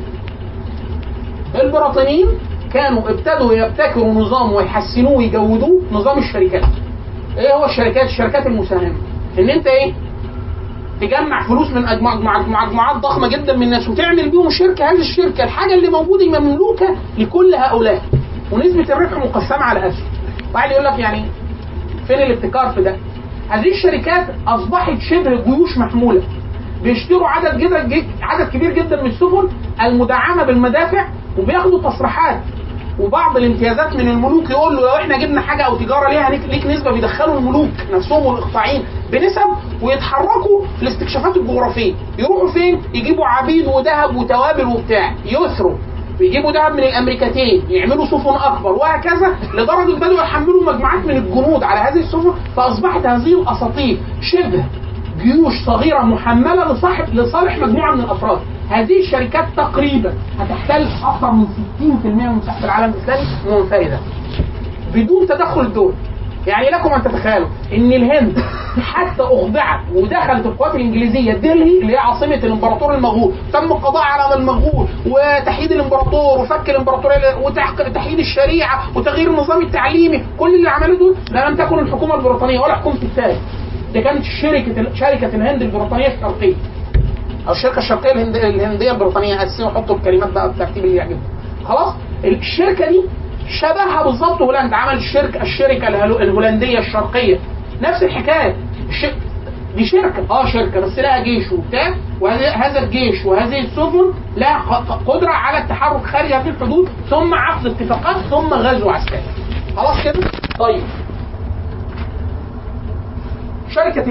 S3: البريطانيين كانوا ابتدوا يبتكروا نظام ويحسنوه ويجودوه، نظام الشركات. ايه هو الشركات؟ الشركات المساهمه. ان انت ايه؟ تجمع فلوس من مجموعات ضخمه جدا من الناس وتعمل بيهم شركه. هذه الشركه الحاجه اللي موجوده مملوكه لكل هؤلاء، ونسبه الربح مقسمه على اسهم. واحد يقول لك يعني فين الابتكار في ده؟ هذه الشركات اصبحت شبه جيوش محموله، بيشتروا عدد كبير جدا من السفن المدعمه بالمدافع، وبياخدوا تصريحات وبعض الامتيازات من الملوك. يقول له لو احنا جبنا حاجه او تجاره ليها ليك نسبه، بيدخلوا الملوك نفسهم والاقطاعيين بنسب، ويتحركوا في الاستكشافات الجغرافيه. يروحوا فين؟ يجيبوا عبيد وذهب وتوابل وبتاع، يثروا، يجيبوا ذهب من الامريكتين، يعملوا سفن اكبر، وهكذا، لدرجه بدأوا يحملوا مجموعات من الجنود على هذه السفن. فاصبحت هذه الاساطيل شبه جيوش صغيره محمله لصالح مجموعه من الافراد. هذه الشركات تقريبا هتحتل اكثر من 60% من مساحه العالم الاسلامي منفرده بدون تدخل الدول. يعني لكم ان تتخيلوا ان الهند حتى اخضعت ودخلت القوات الانجليزيه دلهي اللي هي عاصمه الامبراطور المغول، تم القضاء على المغول وتحييد الامبراطور وفك الامبراطوريه وتحييد الشريعه وتغيير النظام التعليمي. كل اللي عملوه دول لم تكن الحكومه البريطانيه ولا حكومه التاج، دي كانت شركه الهند البريطانيه الشرقيه، او الشركه الشرقيه الهنديه البريطانيه. اساسا حطوا الكلمات بقى بالترتيب اللي يعجبكم. خلاص، الشركه دي شبهها بالظبط هولندا. عمل الشركه الهولنديه الشرقيه نفس الحكايه. دي شركه بس لها جيش وبتاع، وهذا الجيش وهذه السفن لها قدره على التحرك خارج هذه الحدود، ثم عقد اتفاقات، ثم غزو عسكري. خلاص كده؟ طيب، شركة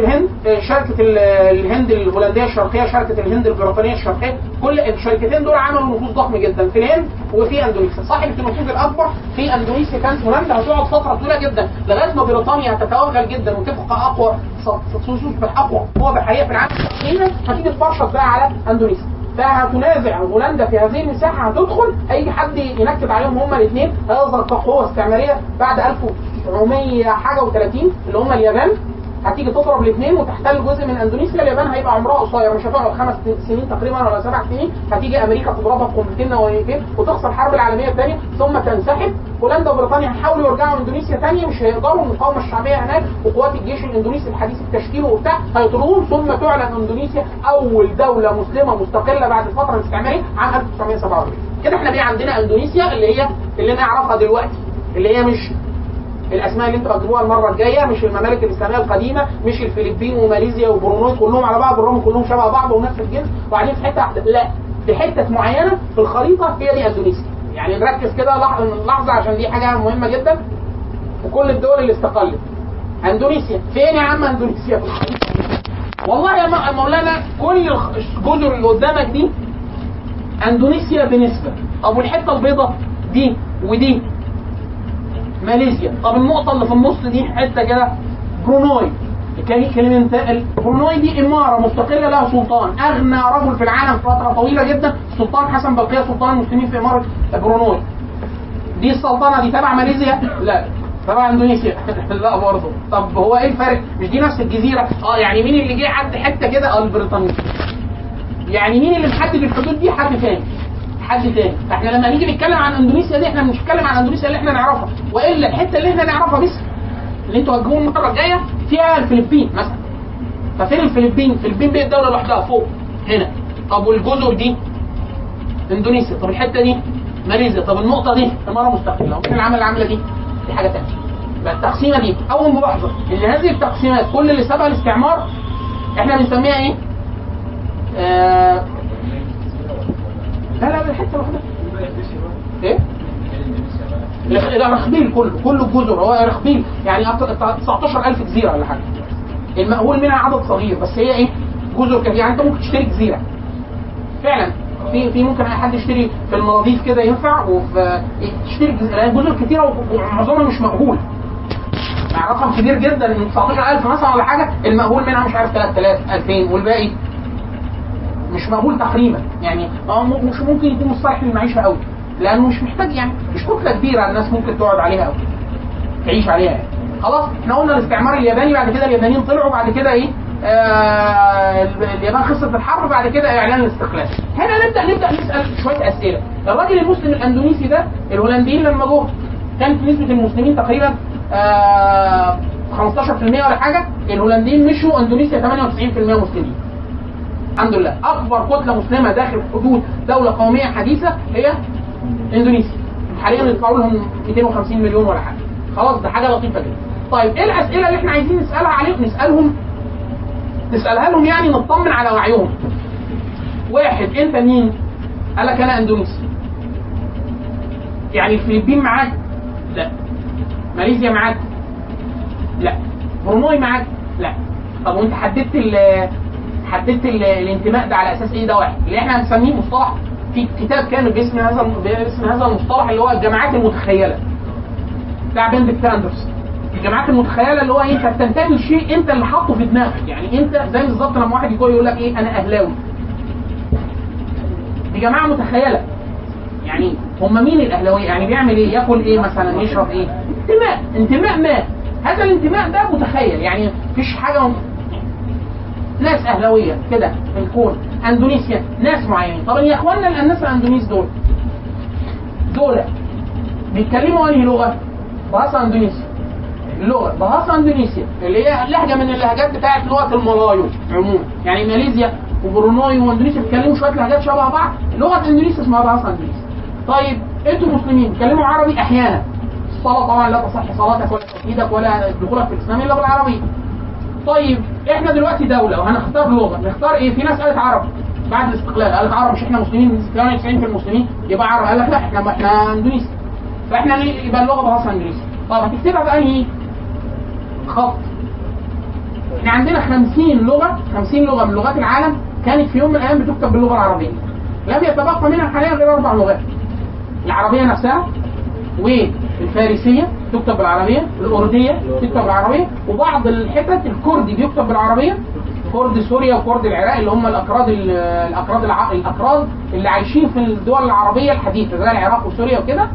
S3: الهند الهولندية الشرقية، شركة الهند البريطانية الشرقية، كل الشركتين دول عملوا نفوذ ضخم جدا في الهند وفي اندونيسيا. صاحبة النفوذ الأكبر في اندونيسيا كانت هولندا. هتقعد فترة طويلة جدا لغاية ما بريطانيا هتتوغل جدا وتبقى أقوى، تصبح أقوى قوة بحرية في العالم. هنا هتيجي تبرشط بقى على اندونيسيا، فهتنازع هولندا في هذه المساحة. هتدخل أي حد ينكد عليهم هما الاثنين، هيظهر كقوة استعمارية بعد 1900 حاجة و30 اللي هما اليابان. هتيجي تضرب الاثنين وتحتل جزء من اندونيسيا. اليابان هيبقى عمرها قصير، مش هتقعد 5 سنين تقريبا ولا 7 سنين. هتيجي امريكا تضربها بقنبلتين نوويتين وتخسر الحرب العالميه الثانيه، ثم تنسحب. هولندا وبريطانيا هيحاولوا يرجعوا اندونيسيا ثانيه، مش هيقدروا. المقاومه الشعبيه هناك وقوات الجيش الاندونيسي الحديث التشكيل وبتاع هيطردوهم. ثم تعلن اندونيسيا اول دوله مسلمه مستقله بعد الفتره الاستعماريه عام 1947. كده احنا بقى عندنا اندونيسيا اللي نعرفها دلوقتي، اللي هي مش الاسماء اللي انتوا هتجيبوها المره الجايه، مش الممالك الاسلاميه القديمه، مش الفلبين وماليزيا وبروناي كلهم على بعض، بالرغم كلهم شبه بعض ونفس الجنس وبعدين في حته واحده. لا، دي حته معينه في الخريطه هي دي اندونيسيا. يعني نركز كده لحظه عشان دي حاجه مهمه جدا. وكل الدول اللي استقلت، اندونيسيا فين يا عم؟ اندونيسيا في الخريطه. والله يا مولانا كل الجزر اللي قدامك دي اندونيسيا بنسبه. طب والحته البيضاء دي ودي ماليزيا. طب النقطة اللي في النص دي حتة كده بروناي. بروناي دي إمارة مستقلة لها سلطان، أغنى رجل في العالم فترة طويلة جدا، السلطان حسن بلقية سلطان المسلمين في إمارة بروناي. دي السلطنة دي تبع ماليزيا؟ لا. تبع اندونيسيا؟ لا برضه. طب هو ايه الفرق؟ مش دي نفس الجزيرة؟ يعني مين اللي جه عد حتة كده؟ البريطانيين. يعني مين اللي محدد الحدود دي؟ حد تاني. احنا لما نيجي نتكلم عن اندونيسيا دي احنا مش بنتكلم عن اندونيسيا اللي احنا نعرفها، والا الحته اللي احنا نعرفها بس اللي انتوا هتجيبوها المره الجايه فيها الفلبين مثلا. ففين الفلبين؟ الفلبين دي الدوله لوحدها فوق هنا. طب والجزر دي اندونيسيا. طب الحته دي ماليزيا. طب النقطه دي اماره مستقله. ومين اللي عمل العمله دي؟ دي حاجه ثانيه. بقى التقسيمه دي اول ملاحظه ان هذه التقسيمات كل اللي سبق الاستعمار احنا بنسميها ايه؟ لا الحته الواحده ايه؟ الرخبيل كله الجزر. هو رخبيل يعني 19000 جزيره ولا حاجه. المأهول منها عدد صغير بس هي ايه؟ جزر كتير. يعني انت ممكن تشتري جزيره فعلا في ممكن اي حد يشتري في المالديف كده ينفع، وفي تشتري جزر كتيره ومعظمها مش مقبول. يعني رقم كبير جدا 19000 مثلا ولا حاجه، المقبول منها مش عارف 3000 2000 والباقي مش مقبول تقريبا. يعني مش ممكن يكون مصالح للمعيشه قوي، لانه مش محتاج، يعني مش كتله كبيره الناس ممكن تقعد عليها قوي تعيش عليها يعني. خلاص احنا قلنا الاستعمار الياباني، بعد كده اليابانيين طلعوا، بعد كده ايه اليابان خسرت الحرب، بعد كده اعلان الاستقلال. هنا نبدا نسال شويه اسئله. الراجل المسلم الاندونيسي ده، الهولنديين لما جم كانت نسبه المسلمين تقريبا 15% ولا حاجه، الهولنديين مشوا اندونيسيا 98% مسلمين. الحمد لله اكبر كتله مسلمه داخل حدود دوله قوميه حديثه هي اندونيسيا. حاليا يطلعوا لهم 250 مليون ولا حاجه. خلاص ده حاجه لطيفه جدا. طيب ايه الاسئله اللي احنا عايزين نسالها عليهم؟ نسالها لهم يعني نطمن على وعيهم. واحد، انت مين؟ قال لك انا اندونيسي. يعني الفلبين معاك؟ لا. ماليزيا معاك؟ لا. بروناي معاك؟ لا. طب وانت حددت الانتماء ده على اساس ايه؟ ده واحد اللي احنا هنسميه مصطلح في كتاب كان باسم هذا المصطلح اللي هو الجماعات المتخيله بتاع بندكت اندرسون. الجماعات المتخيله اللي هو انت بتنتمي لشيء انت اللي حاطه في دماغك. يعني انت زي بالظبط لما واحد يقول لك ايه انا اهلاوي، دي جماعه متخيله. يعني هم مين الاهلاويه؟ يعني بيعمل ايه؟ ياكل ايه مثلا؟ يشرب ايه؟ انتماء ما. هذا الانتماء ده متخيل، يعني مفيش حاجه ناس اهلاويه كده في الكون. اندونيسيا ناس معينين. طب يا اخوانا الناس الاندونيس دول بيتكلموا انهي لغه؟ بهاسا اندونيسيا. اللغه بهاسا اندونيسيا اللي هي لهجه من اللهجات بتاعت لغه الملايو عموما. يعني ماليزيا وبروناي واندونيسيا بيتكلموا شويه لهجات شبه بعض. لغه اندونيسيا اسمها بهاسا اندونيسيا. طيب انتوا مسلمين بتتكلموا عربي احيانا. الصلاه طبعا لا تصح صلاتك ولا توحيدك ولا دخولك في الاسلام الا بالعربيه. طيب احنا دلوقتي دوله وهنختار لغه، نختار ايه؟ في ناس قالت عربي بعد الاستقلال، قالت عربي مش احنا مسلمين 98% المسلمين يبقى عربي. قال لك لا احنا اندونيسي، فاحنا يبقى اللغه بهاسا اندونيسي. طب هتكتبها بأنهي خط؟ احنا عندنا 50 لغه من لغات العالم كانت في يوم من الايام بتكتب باللغه العربيه. لم يتبقى منها حاليا غير 4 لغات. العربيه نفسها، والفارسيه تكتب بالعربيه، الارديه تكتب بالعربيه، وبعض الحتت الكردي بيكتب بالعربيه. كرد سوريا وكرد العراق اللي هم الاكراد اللي عايشين في الدول العربيه الحديثه زي العراق وسوريا وكده.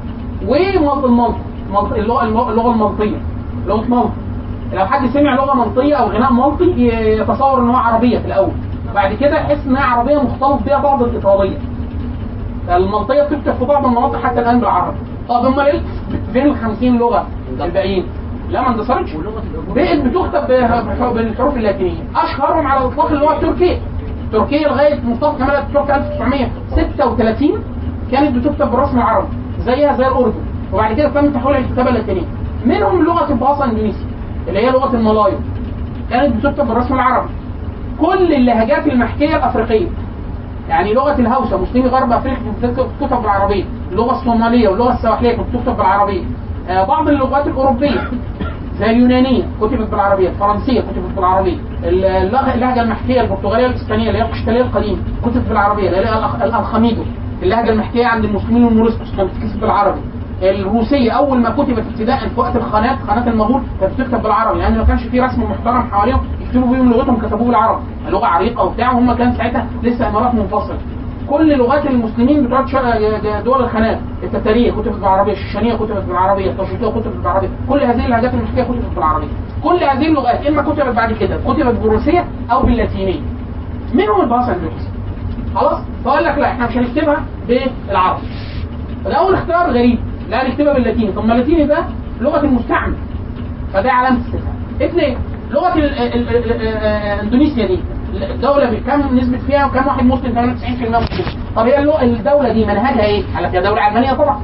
S3: اللغه المالطيه، لغه مالطا. لو حد سمع لغه مالطيه او غناء مالطي يتصور ان هو عربيه في الاول، بعد كده يحس انها عربيه مختلط بها بعض الايطاليه. المالطيه بتكتب في بعض المناطق حتى الان بالعربي. طب امال ايه فين ال 50 لغه الباقيين؟ لا ما اندثرتش، بقت بتكتب بالحروف اللاتينيه. اشهرهم على الاطلاق اللي هو التركيه. تركيا لغايه مصطفى كمال اتاتورك 1936 كانت بتكتب بالرسم العربي زيها زي الاردن، وبعد كده تم تحويلها للكتابه اللاتينيه. منهم لغه البهاسا اندونيسيا اللي هي لغه الملايو كانت بتكتب بالرسم العربي. كل اللهجات المحكيه الافريقيه، يعني لغه الهوسه مسلمي غرب افريقيا بتكتب بالعربيه، اللغه الصوماليه واللغه السواحليه بتكتب بالعربيه. بعض اللغات الاوروبيه زي اليونانيه كتبت بالعربيه، الفرنسيه كتبت بالعربيه، اللهجه المحكيه البرتغاليه والاسبانيه اللي هي القشتاليه القديمه كتبت بالعربيه، اللي هي الالخميدو اللهجه المحكيه عند المسلمين والموريسكوس كانت بتكتب بالعربي. الروسيه اول ما كتبت ابتداء في وقت خانات المغول كانت بتكتب بالعربي، لان ما كانش في رسم محترم حواليهم يكتبوا بيهم لغتهم، كتبوه بالعربي، لغه عريقه وبتاع، وهم كان ساعتها لسه امارات منفصله. كل لغات المسلمين بتوع دول الخانات، التتاريه كتبت بالعربيه، الشيشانيه كتبت بالعربيه، الطاشقيه كتبت بالعربيه، كل هذه اللهجات المحكيه كتبت بالعربيه. كل هذه اللغات اما كتبت بعد كده كتبت بالروسيه او باللاتينيه. منهم البهاسا اندونيسي. خلاص؟ فقال لك لا احنا مش هنكتبها بالعربي. ده اول اختيار غريب، لا نكتبها باللاتيني. طب ما اللاتيني ده لغه المستعمر، فده علامه استفهام. اثنين، لغه اندونيسيا دي الدوله بكم نسبه فيها وكم واحد مسلم؟ 98% مسلم. طب هي الدوله دي منهجها ايه؟ قال لك يا دوله علمانيه طبعا.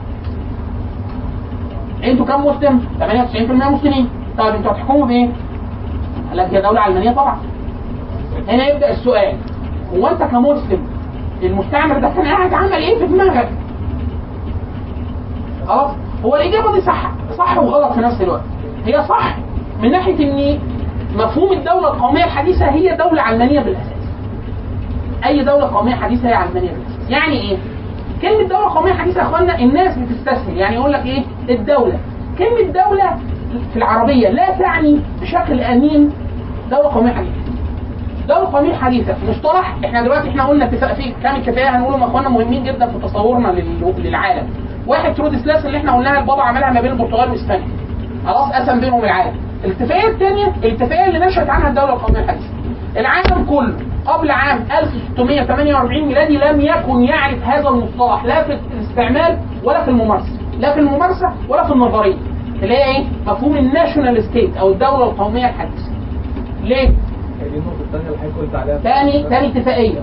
S3: انتوا كم مسلم؟ 98% مسلمين. طب انتوا هتحكموا بايه؟ قال لك يا دوله علمانيه طبعا. هنا يبدا السؤال، هو انت كمسلم المستعمر ده كان قاعد عمل ايه في دماغك؟ خلاص؟ هو الاجابه دي صح وغلط في نفس الوقت. هي صح من ناحيه ان مفهوم الدوله القوميه الحديثه هي دوله علمانيه بالاساس. اي دوله قوميه حديثه هي علمانيه بالاساس. يعني ايه؟ كلمه دوله قوميه حديثه يا اخوانا الناس بتستسهل، يعني يقول لك ايه؟ الدوله. كلمه دوله في العربيه لا تعني بشكل امين دوله قوميه حديثه. دوله قوميه حديثه مصطلح احنا دلوقتي قلنا اتفاق فيه كام اتفاقيه هنقولهم يا اخوانا مهمين جدا في تصورنا للعالم. واحد ترودسلاس اللي احنا قلناها البابا عملها ما بين البرتغال واسبانيا. خلاص قسم بينهم العالم. الاتفاقيه الثانيه الاتفاقيه اللي نشأت عنها الدوله القوميه الحديثه. العالم كله قبل عام 1648 ميلادي لم يكن يعرف هذا المصطلح لا في الاستعمال ولا في الممارسه، لا في الممارسه ولا في النظريه. اللي هي ايه؟ مفهوم الناشونال ستيت او الدوله القوميه الحديثه. ليه؟
S4: دي النقطة الثانية اللي حضرتك قلت عليها.
S3: ثاني اتفاقية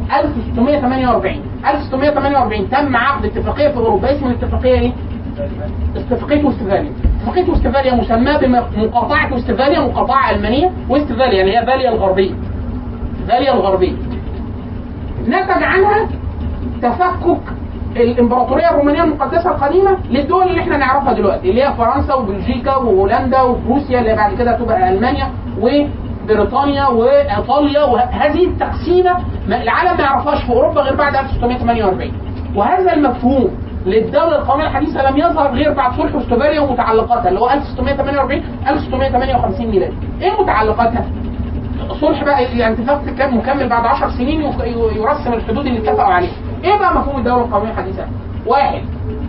S3: 1648 تم عقد اتفاقية في أوروبا اسم الاتفاقية ايه؟ اتفاقية وستفاليا. اتفاقية وستفاليا مسماة بمقاطعة وستفاليا، مقاطعة ألمانية، وستفاليا اللي هي فاليا الغربية. فاليا الغربية. نتج عنها تفكك الإمبراطورية الرومانية المقدسة القديمة للدول اللي احنا نعرفها دلوقتي اللي هي فرنسا وبلجيكا وهولندا وروسيا اللي بعد كده هتبقى ألمانيا بريطانيا وايطاليا. وهذه التقسيمه العالم ما يعرفهاش في اوروبا غير بعد 1648. وهذا المفهوم للدوله القوميه الحديثه لم يظهر غير بعد صلح وستفاليا ومتعلقاتها اللي هو 1648 1658 ميلادي. ايه متعلقاتها؟ صلح بقى يعني اتفاق مكمل بعد 10 سنين يرسم الحدود اللي اتفقوا عليها. ايه بقى مفهوم الدوله القوميه الحديثه؟ واحد،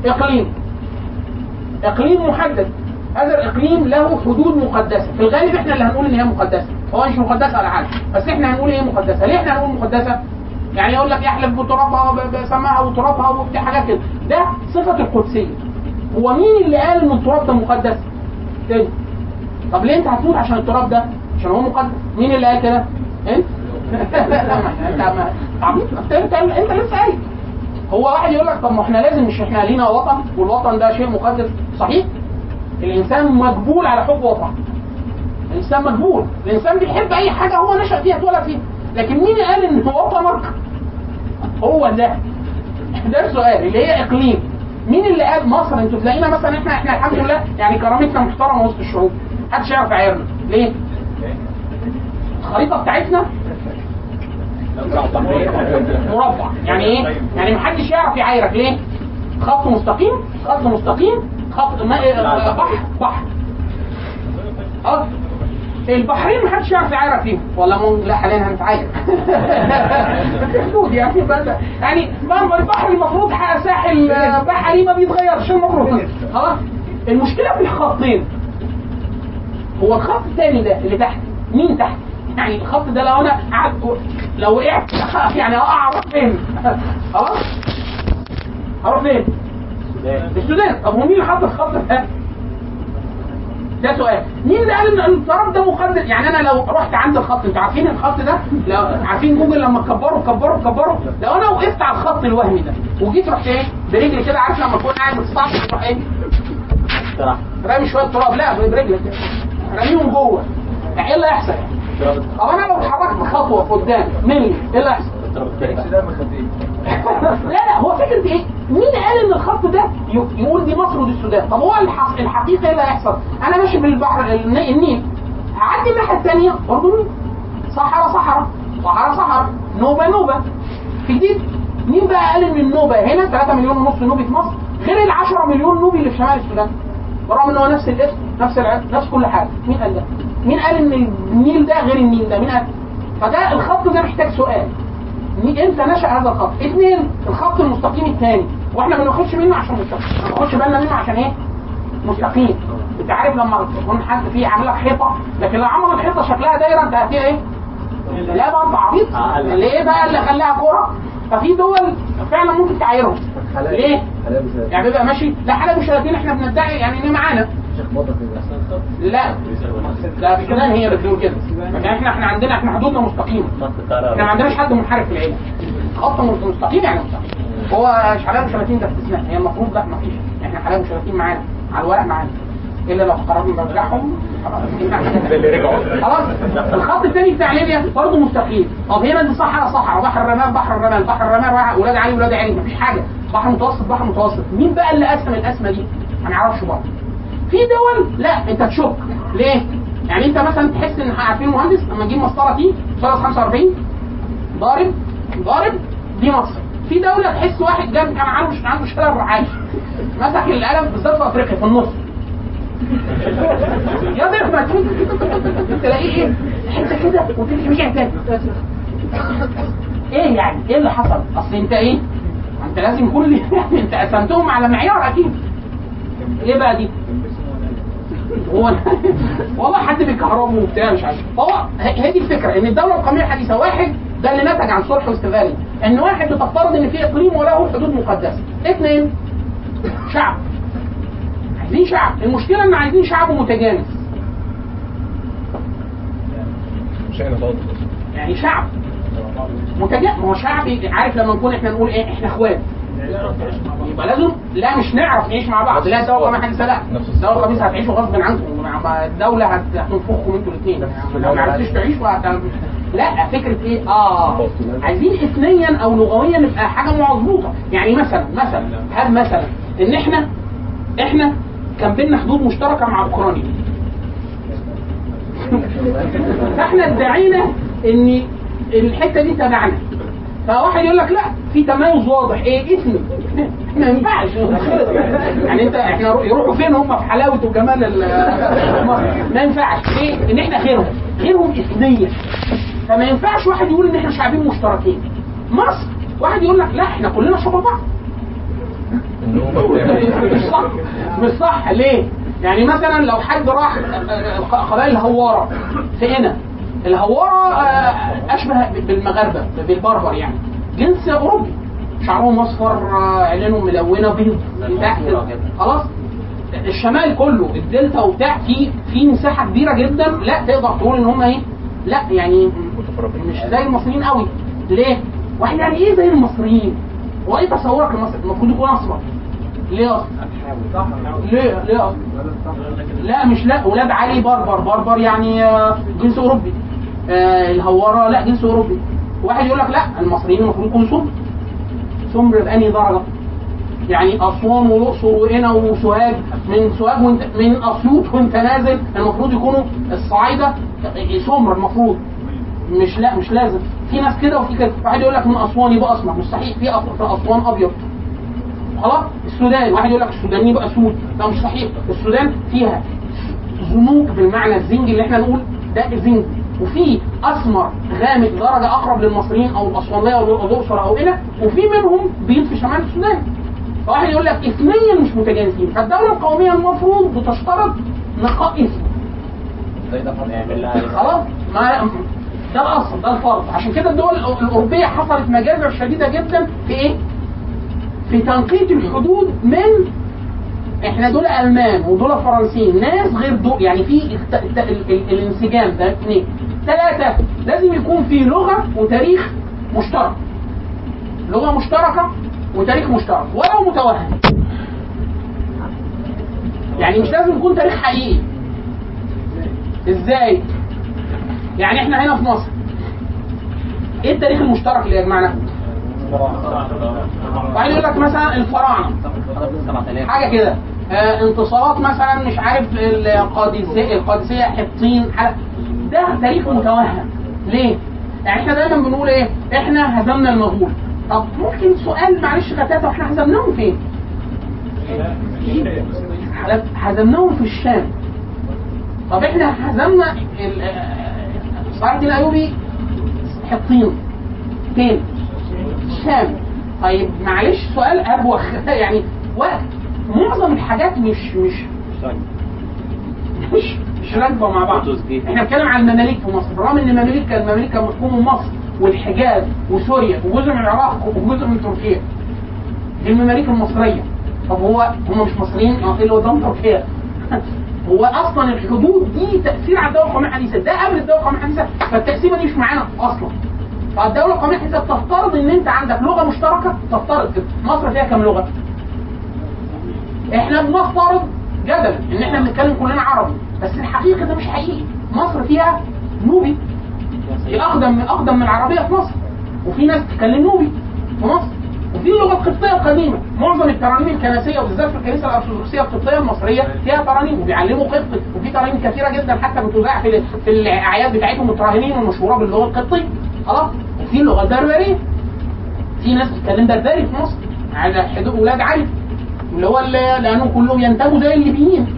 S3: اقليم محدد. هذا الاقليم له حدود مقدسه، في الغالب احنا اللي هنقول ان هي مقدسه، هو مش مقدسه ولا حاجه، بس احنا هنقول ايه مقدسه. ليه احنا هنقول مقدسه؟ يعني يقول لك يحلف بترابها بسماها وترابها وبتاع حاجات كده، ده صفه القدسيه. هو مين اللي قال ان التراب ده مقدس؟ تاني. طب ليه انت هتموت عشان التراب ده؟ عشان هو مقدس. مين اللي قال كده؟ انت؟ انت لسه قايل. هو واحد يقول لك طب ما احنا لازم، مش احنا لينا وطن والوطن ده شيء مقدس؟ صحيح؟ الانسان مجبول على حب وطن. الانسان مجبول، الانسان بيحب اي حاجه هو نشأ فيها اتولد فيها. لكن مين قال ان وطنك هو ده؟ ده السؤال اللي هي اقليم. مين اللي قال مصر؟ انتوا تلاقينا مثلا احنا الحمد لله يعني كرامتنا محترمه وسط الشعوب، محدش يعرف يعايرنا. ليه؟ الخريطه بتاعتنا مربع. يعني ايه؟ يعني محدش يعرف يعايرك. ليه؟ خط مستقيم خط مستقيم خط بحر. البحرين محدش يعرف يعايرك فيهم ولا لا حاليا هنتعاير. حدود يعني البحر المفروض ساحل بحري ما بيتغيرش المفروض. خلاص. المشكله في الخطين. هو الخط الثاني ده اللي تحت، مين تحت؟ يعني الخط ده لو انا لو وقعت يعني اروح فين؟ خلاص؟ اروح فين؟ السودان. طب هو مين اللي حط الخط ده؟ ده سؤال. مين اللي قال ان التراب ده مقدس؟ يعني انا لو رحت عند الخط، انتوا عارفين الخط ده؟ لو عارفين جوجل لما كبروا لو انا وقفت على الخط الوهمي ده وجيت رحت ايه؟ برجلي كده، عارف لما اكون قاعد متصاحب تروح ايه؟ رامي شويه تراب. لا برجلك كده راميهم جوه. يعني ايه اللي هيحصل؟ طب انا لو اتحركت خطوه قدام ملي ايه اللي هيحصل؟ لا هو فكره ايه؟ مين قال ان الخط ده يقول دي مصر ودي السودان؟ طب هو الحقيقه ايه اللي هيحصل؟ انا ماشي بالبحر النيل، هعدي الناحيه الثانيه برضه نيل، صحراء، نوبه في جديد. مين بقى قال ان النوبه هنا 3 مليون ونص نوبي في مصر غير ال 10 مليون نوبي اللي في شمال السودان؟ برغم ان هو نفس الاسم نفس العدد نفس كل حاجه. مين قال ده؟ مين قال ان النيل ده غير النيل ده؟ مين قال؟ فده الخط ده محتاج سؤال، امتى نشأ هذا الخط؟ 2 الخط المستقيم الثاني، واحنا ما بناخدش منه عشان مستقيم، ما بناخدش بالنا منه عشان ايه؟ مستقيم. انت عارف لما يكون حد فيه عامل لك حيطه، لكن لو عمل الحيطه شكلها دايره انت هتلاقيها ايه؟ لا بقى انت عبيط. اللي ايه بقى اللي خلاها كوره؟ ففي دول فعلا ممكن تعايرهم. ليه؟ يعني بيبقى ماشي لا حلب وشلاتين احنا بندعي يعني ان معانا. لا بكده هي بتقول كده. يعني احنا عندنا حدودنا مستقيمه. احنا ما عندناش حد منحرف في العيله. خط مستقيم يعني مستقيم. هو حلب وشلاتين ده استثناء، هي المفروض لا ما فيش. احنا حلب وشلاتين معانا على الورق معانا. الا لو قررنا نرجعهم اللي رجعوا خلاص. الخط الثاني بتاع ليبيا برضه مستقيم. طب هنا دي صحراء، بحر الرمال ولاد علي مفيش حاجه. بحر متوسط. مين بقى اللي قسم القسمه دي؟ ما نعرفش برضه. في دول لا انت تشك. ليه؟ يعني انت مثلا تحس ان عارفين مهندس لما تجيب مسطره دي +45 ضارب دي مصر، في دوله تحس واحد جاب كان عنده مشكله الرعايه مسك القلم بالذات في افريقيا في النص يا ضيف ما تلاقيه ايه حته كده وتمشي رجع تاني ايه يعني ايه اللي حصل؟ اصل انت ايه؟ انت لازم كل يعني انت قسمتهم على معيار اكيد. ايه بقى دي؟ هو والله حد بيكهربه وبتاع مش عارف. هو هي دي الفكره ان الدوله القوميه الحديثه واحد ده اللي نتج عن صلح واستغلال ان واحد بتفترض ان في اقليم وله حدود مقدسه. اثنين شعب عايزين شعب. المشكله ان عايزين شعب متجانس يعني شعب متجانس. ما هو شعب عارف لما نكون احنا نقول ايه احنا اخوات يبقى لازم لا مش نعرف نعيش مع بعض. لا الدوله القوميه الحديثه لا الدوله القوميه هتعيشوا غصب عنكم الدوله هتنفخكم انتوا الاثنين لو ما عرفتوش تعيشوا لا فكره ايه عايزين اثنيا او لغويا نبقى حاجه مظبوطه. يعني مثلا هل مثلا ان احنا كان بيننا حدود مشتركه مع اوكرانيا فاحنا ادعينا ان الحته دي تبعنا فواحد يقول لك لا في تميز واضح ايه اسمي ما ينفعش يعني انت احنا يروحوا فين هم في حلاوه وجمال ما ينفعش ايه ان احنا غيرهم اثنيه فما ينفعش واحد يقول ان احنا شعبين مشتركين. مصر واحد يقول لك لا احنا كلنا شبه بعض مش صح ليه؟ يعني مثلا لو حد راح قبائل الهواره في هنا الهواره اشبه بالمغاربه بالبربر يعني جنس اوروبي شعرهم اصفر عينيهم ملونه بيض تحت خلاص. الشمال كله الدلتا وبتاع في مساحه كبيره جدا لا تقدر تقول ان هم ايه لا يعني مش زي المصريين قوي. ليه؟ واحد يعني ايه زي المصريين؟ هو ايه تصورك المصري؟ المفروض يكون اصفر. ليه اصفر؟ ليه اصفر؟ لا مش لا ولاد علي بربر يعني جنس اوروبي. الهواره لا جنس اوروبي. واحد يقول لك لا المصريين المفروض يكونوا سمر بأنهي درجه؟ يعني اسوان والاقصر وقنا وسوهاج من سوهاج من اسيوط وانت نازل المفروض يكونوا الصعايده سمر المفروض مش لازم. في ناس كده وفي كده. واحد يقول لك من اسوان يبقى اسمر مستحيل في اسوان ابيض خلاص. السودان واحد يقول لك السودان يبقى سود ده مش صحيح. السودان فيها زنوج بالمعنى الزنج اللي احنا نقول ده زنج وفي اسمر غامق درجه اقرب للمصريين او الاسوانيه او الاقصر او هنا وفي منهم بيض في شمال السودان. فواحد يقول لك اثنين مش متجانسين. فالدوله القوميه المفروض بتشترط نقاء اسم خلاص ما ده الاصل ده الفرض. عشان كده الدول الاوروبيه حصلت مجازر شديده جدا في ايه؟ في تنقية الحدود من احنا دول المان ودول فرنسيين ناس غير دول يعني في الانسجام ده. اثنين ثلاثة لازم يكون في لغة وتاريخ مشترك. لغة مشتركة وتاريخ مشترك ولو متوهم يعني مش لازم يكون تاريخ حقيقي. ازاي؟ يعني احنا هنا في مصر ايه التاريخ المشترك اللي يجمعنا؟ واحد يقول لك مثلا الفراعنه حاجه كده انتصارات مثلا مش عارف القادسيه حطين ده تاريخ متوهم. ليه؟ يعني احنا دايما بنقول ايه؟ احنا هزمنا المغول. طب ممكن سؤال معلش غتاته احنا هزمناهم فين؟ هزمناهم في الشام. طب احنا هزمنا صلاح الدين الايوبي حطين فين؟ الشام. طيب معلش سؤال ابوخ يعني وقت معظم الحاجات مش راكبه مع بعض. احنا بنتكلم عن المماليك في مصر رغم ان المماليك كان محكومه مصر والحجاز وسوريا وجزء من العراق وجزء من تركيا. دي المماليك المصريه. طب هم مش مصريين ايه اللي قدام تركيا؟ هو اصلا الحدود دي تاثير على الدوله القوميه الحديثه ده قبل الدوله القوميه الحديثه فالتقسيمه دي مش معانا اصلا. فالدوله القوميه الحديثه بتفترض ان انت عندك لغه مشتركه. تفترض كده مصر فيها كام لغه؟ احنا بنفترض جدلا ان احنا بنتكلم كلنا عربي بس الحقيقه ده مش حقيقي. مصر فيها نوبي دي اقدم من العربيه في مصر وفي ناس بتتكلم نوبي في مصر وفي اللغه القبطيه القديمه. معظم الترانيم الكنسيه وبالذات في الكنيسه الارثوذكسيه القبطيه المصريه فيها ترانيم وبيعلموا قبطي وفي ترانيم كثيره جدا حتى بتذاع في الاعياد بتاعتهم التراهينين المشهوره باللغه القبطيه خلاص. وفي اللغه البربريه في ناس بتتكلم بربري في مصر على حدود ولاد علي اللي هو لانه كلهم ينتموا زي الليبيين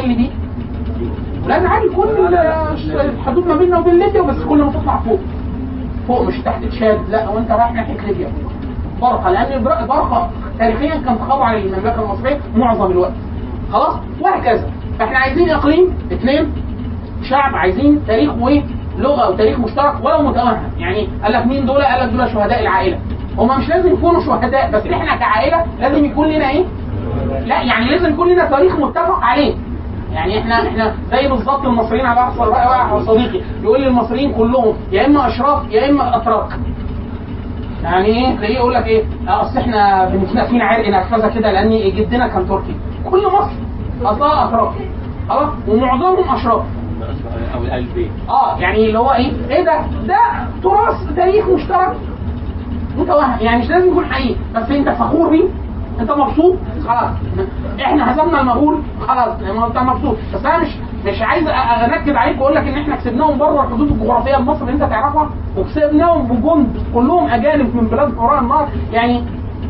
S3: ولاد علي. كل الحدود ما بيننا وبين ليبيا، بس كل ما تطلع فوق مش تحت تشاد، لا وانت رايح ناحيه ليبيا برقه، لان برقه تاريخيا كانت خاضعه للمملكه المصريه معظم الوقت خلاص، وهكذا. فاحنا عايزين اقليم، اثنين شعب، عايزين تاريخ ولغه وتاريخ مشترك ولو متوهم. يعني قال لك مين دول؟ قال لك دول شهداء العائله. هما مش لازم يكونوا شهداء، بس احنا كعائله لازم يكون لنا ايه؟ لا يعني لازم يكون لنا تاريخ متفق عليه. يعني احنا زي بالظبط المصريين على احسن رأي صديقي يقول لي المصريين كلهم يا اما اشراف يا اما اتراك. يعني ايه؟ تلاقيه يقول لك ايه؟ اصل احنا فينا عرق نرفزه كده لان جدنا كان تركي. كل مصر اصلها اتراك خلاص، ومعظمهم اشراف
S5: او القلبي.
S3: يعني اللي هو ايه ده تراث تاريخ مشترك متوهم. يعني مش لازم يكون حقيقي، بس انت فخور بيه، انت مبسوط خلاص. احنا هزمنا المغول خلاص انت مبسوط. بس انا مش عايز انكد عليك واقول لك ان احنا كسبناهم بره الحدود الجغرافيه لمصر اللي انت تعرفها، وكسبناهم بجند كلهم اجانب من بلاد وراء النار. يعني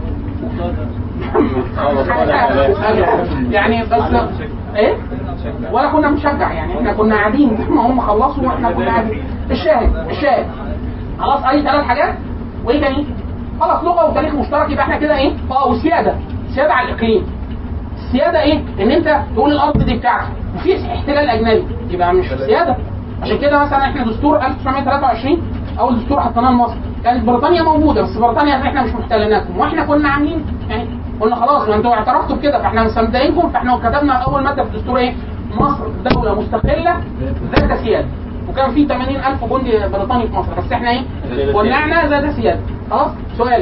S3: يعني بس ايه؟ ولا كنا بنشجع، يعني احنا كنا قاعدين ما هم خلصوا واحنا كنا قاعدين. الشاهد خلاص. اي 3 حاجات. وايه تاني؟ خلاص لغه وتاريخ مشترك. يبقى احنا كده ايه؟ وسياده على الاقليم. السياده ايه؟ ان انت تقول الارض دي بتاعتك وفي احتلال اجنبي، يبقى مش سياده. عشان كده مثلا احنا دستور 1923 اول دستور حطيناه لمصر، كانت بريطانيا موجوده، بس بريطانيا احنا مش محتليناكم، واحنا كنا عاملين يعني قلنا خلاص ما انتوا اعترفتوا بكده فاحنا مصدقينكم. فاحنا كتبنا اول ماده في الدستور ايه؟ مصر دوله مستقله ذات سياده. وكان في 80,000 جندي بريطاني في مصر، بس احنا ايه؟ ولعنا ذات سياده. خلاص. سؤال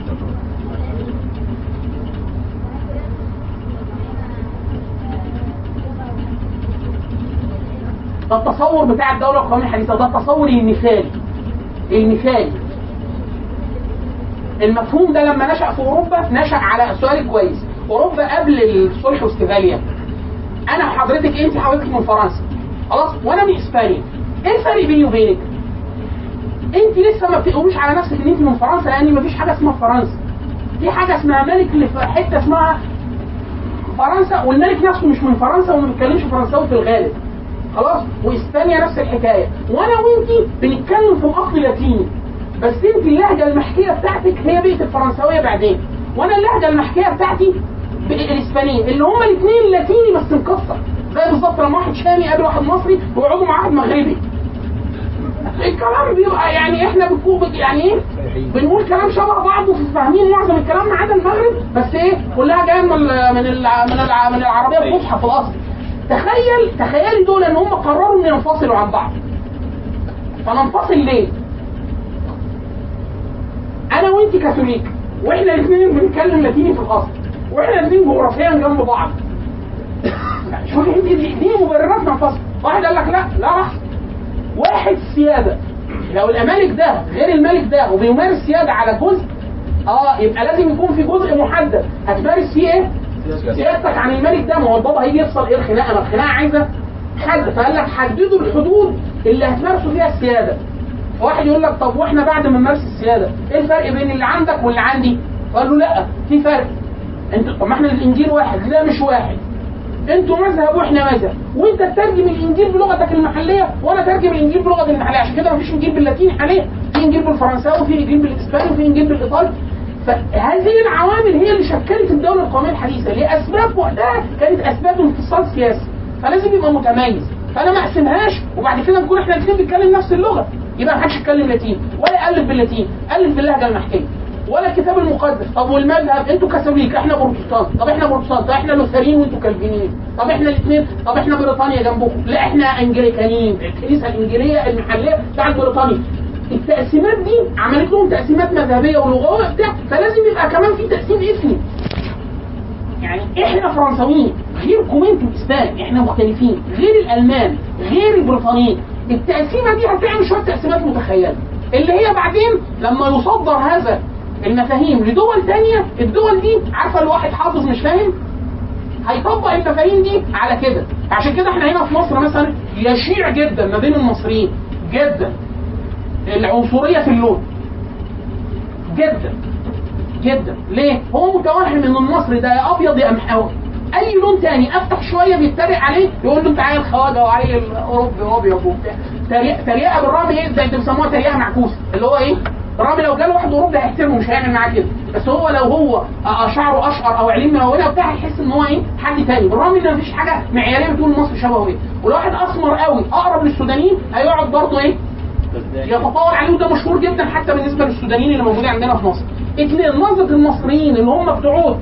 S3: ده التصور بتاع الدوله القوميه الحديثه، ده التصور المثالي. المفهوم ده لما نشأ في اوروبا نشأ على السؤال كويس. اوروبا قبل الصلح واستفاليا، انا حضرتك انت حضرتك من فرنسا خلاص وانا من اسبانيا، ايه الفرق بيني وبينك؟ انت لسه ما بتقولوش على نفسك ان انت من فرنسا، لان مفيش حاجه اسمها فرنسا. في حاجه اسمها ملك اللي في حته اسمها فرنسا، والملك نفسه مش من فرنسا وما بيتكلمش فرنساوي في الغالب خلاص. واسبانيا نفس الحكايه. وانا وانت بنتكلم في الاصل لاتيني، بس انت اللهجه المحكيه بتاعتك هي بقت الفرنساويه بعدين، وانا اللهجه المحكيه بتاعتي الاسبانيه، اللي هما الاثنين لاتيني بس مكسر. زي بالظبط لما واحد شامي قابل واحد مصري ويقعدوا مع واحد مغربي، الكلام بيبقى يعني احنا يعني ايه؟ بنقول كلام شبه بعض وفاهمين معظم الكلام ما عدا المغرب، بس ايه؟ كلها جايه من العربيه الفصحى في الاصل. تخيلي دول ان هم قرروا ان ينفصلوا عن بعض. فننفصل ليه؟ انا وانت كاثوليك واحنا الاثنين بنتكلم لاتيني في الاصل، واحنا الاثنين جغرافيا جنب بعض. شوفي انت دي مبررات ننفصل. واحد قال لك لا واحد سياده. لو الملك ده غير الملك ده وبيمارس سياده على جزء يبقى لازم يكون في جزء محدد هتمارس فيه ايه؟ سيادتك عن الملك ده. ما هو البابا هيجي يفصل ايه الخناقه؟ ما الخناقه عايزه حد. فقال لك حددوا الحدود اللي هتمارسوا فيها السياده. واحد يقول لك طب واحنا بعد ما نمارس السياده ايه الفرق بين اللي عندك واللي عندي؟ قال له لا في فرق. انتوا طب ما احنا الانجيل واحد. لا مش واحد، انتوا مذهب واحنا مذهب، وانت تترجم الانجيل بلغتك المحليه وانا ترجم الانجيل بلغتي المحليه. عشان كده مفيش انجيل باللاتيني حاليا، في انجيل بالفرنساوي وفي انجيل بالاسباني وفي انجيل بالايطالي. فهذه العوامل هي اللي شكلت الدوله القوميه الحديثه لاسباب وقتها كانت اسباب انفصال سياسي، فلازم يبقى متميز. فانا ما اقسمهاش وبعد كده نكون احنا الاثنين بنتكلم نفس اللغه، يبقى ما حدش يتكلم لاتيني ولا يالف باللاتيني، الف باللهجه المحكيه ولا الكتاب المقدس. طب والمذهب انتوا كاثوليك احنا بروتستانت، طب احنا بروتستانت، طب احنا لوثريين وانتوا كالفينيين، طب احنا الاثنين، طب احنا بريطانيا جنبكم، لا احنا انجليكانيين، الكنيسه الانجيليه المحليه بتاعت بريطانيا. التقسيمات دي عملت لهم تقسيمات مذهبيه ولغويه بتاع، فلازم يبقى كمان في تقسيم اثني. يعني احنا فرنساويين غيركم انتوا اسبان، احنا مختلفين، غير الالمان غير البريطانيين. التقسيمه دي هتعمل شويه تقسيمات متخيله اللي هي بعدين لما يصدر هذا المفاهيم لدول تانية، الدول دي عارفه الواحد حافظ مش فاهم هيطبق المفاهيم دي على كده. عشان كده احنا هنا في مصر مثلا يشيع جدا ما بين المصريين جدا العنصريه في اللون جدا. جدا. ليه؟ هو متوهم ان المصري ده يا ابيض يا محاوي، اي لون تاني افتح شويه بيتريق عليه يقول له انت عيل خواجه وعيل اوروبي وابيض وبتاع. تريقه بالرامي ايه ده بيسموها تريقه معكوسه، اللي هو ايه؟ الرامي لو جاله واحد اوروبي هيحترمه مش هيعمل معاه كده، بس هو لو هو شعره اشقر او عينين ملونه وبتاع هيحس ان هو ايه؟ حد تاني. بالرغم ان مفيش حاجه معياريه بتقول مصر شبهه ايه. ولو واحد اسمر قوي اقرب للسودانيين هيقعد برضه ايه؟ يتطاول عليه، وده مشهور جدا حتى بالنسبه للسودانيين اللي موجودين عندنا في مصر. اثنين، نظره المصريين اللي هم بتوع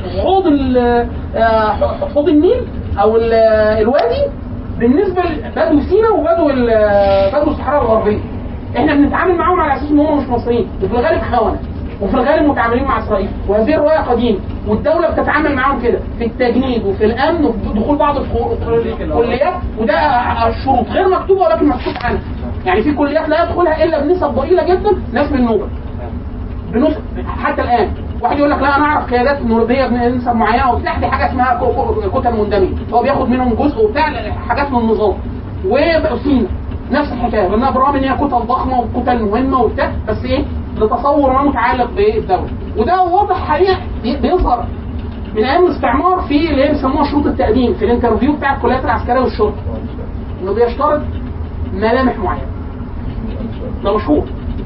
S3: حوض النيل او الوادي بالنسبه لبدو سيناء وبدو الصحراء الغربيه. احنا بنتعامل معاهم على اساس ان هم مش مصريين، وفي الغالب خونه، وفي الغالب متعاملين مع اسرائيل، وهذه الروايه قديمه، والدوله بتتعامل معاهم كده في التجنيد وفي الامن وفي دخول بعض الكليات، وده الشروط غير مكتوبه ولكن مكتوب عنها. يعني في كليات لا يدخلها الا بنسب ضئيله جدا ناس من النوبه. حتى الان واحد يقول لك لا انا اعرف قيادات نوبيه بنسب معينه وبتاع، دي حاجه اسمها كتل مندمجه، هو بياخد منهم جزء وبتاع حاجات من النظام. وسينا نفس الحكايه، لانها بالرغم ان هي كتل ضخمه وكتل مهمه وبتاع، بس ايه؟ لتصور ما متعلق بالدوله. وده واضح حاليا بيظهر من ايام الاستعمار في اللي هي بيسموها شروط التقديم في الانترفيو بتاع الكليات العسكريه والشرطه، انه بيشترط ملامح معينه. ده مشهور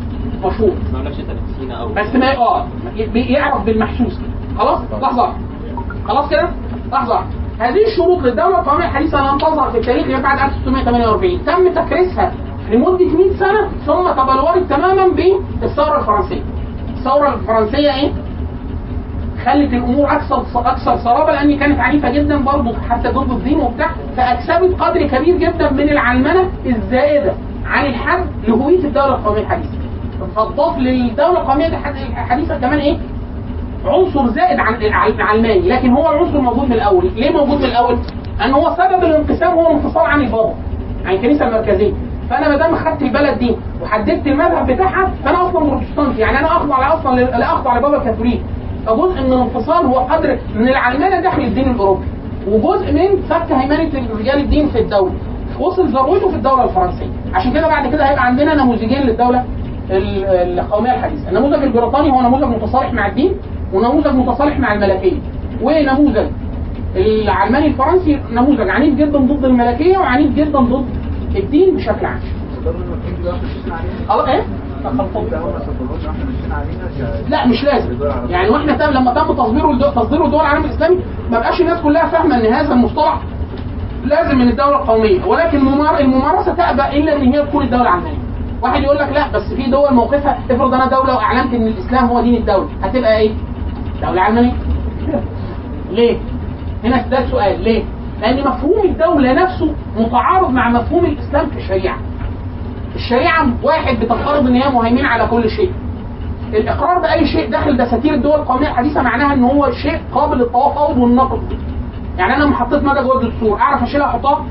S3: بس ما يعرف بالمحسوس. خلاص خلاص كده لحظه. هذه الشروط للدوله القوميه الحديثه لم تظهر في التاريخ غير بعد 1648، تم تكريسها لمده 100 سنه ثم تبلورت تماما بالثوره الفرنسيه. الثوره الفرنسيه ايه؟ خلت الامور اكثر صلابه، لان كانت عنيفه جدا برضه حتى ضد الدين وبتاع، فاكسبت قدر كبير جدا من العلمنه الزائده عن الحد لهويه الدوله القوميه الحديثه. فاضاف للدوله القوميه الحديثه كمان ايه؟ عنصر زائد عن العلماني، لكن هو العنصر موجود من الاول. ليه موجود من الاول؟ ان هو سبب الانقسام هو الانفصال عن البابا، عن الكنيسه المركزيه. فانا ما دام خدت البلد دي وحددت المذهب بتاعها فانا اصلا بروتستانتي، يعني انا اخضع لبابا الكاثوليك. فجزء من الانفصال هو قدر من العلمانه داخل الدين الاوروبي، وجزء من فك هيمنه رجال الدين في الدوله. وصل ذروته في الدوله الفرنسيه. عشان كده بعد كده هيبقى عندنا نموذجين للدوله القوميه الحديثه. النموذج البريطاني هو نموذج متصالح مع الدين، ونموذج متصالح مع الملكيه. ونموذج العلماني الفرنسي نموذج عنيف جدا ضد الملكيه وعنيف جدا ضد الدين بشكل عام. ايه؟ لا مش لازم. يعني واحنا لما تم تصديره دول العالم الاسلامي ما بقاش الناس كلها فاهمه ان هذا المصطلح لازم من الدوله القوميه، ولكن الممارسه تأبى الا ان هي تكون الدوله العلمانيه. واحد يقول لك لا بس في دول موقفها، افرض انا دوله واعلنت ان الاسلام هو دين الدوله، هتبقى ايه؟ دوله علمانيه. ليه؟ هنا ده السؤال ليه؟ لان مفهوم الدوله نفسه متعارض مع مفهوم الاسلام في الشريعه. الشريعه واحد بتفترض ان هي مهيمنه على كل شيء. الاقرار باي شيء داخل دساتير الدول القوميه الحديثه معناها ان هو شيء قابل للتفاوض والنقد. يعني انا لما حطيت ماده جوه الدستور اعرف اشيلها احطها؟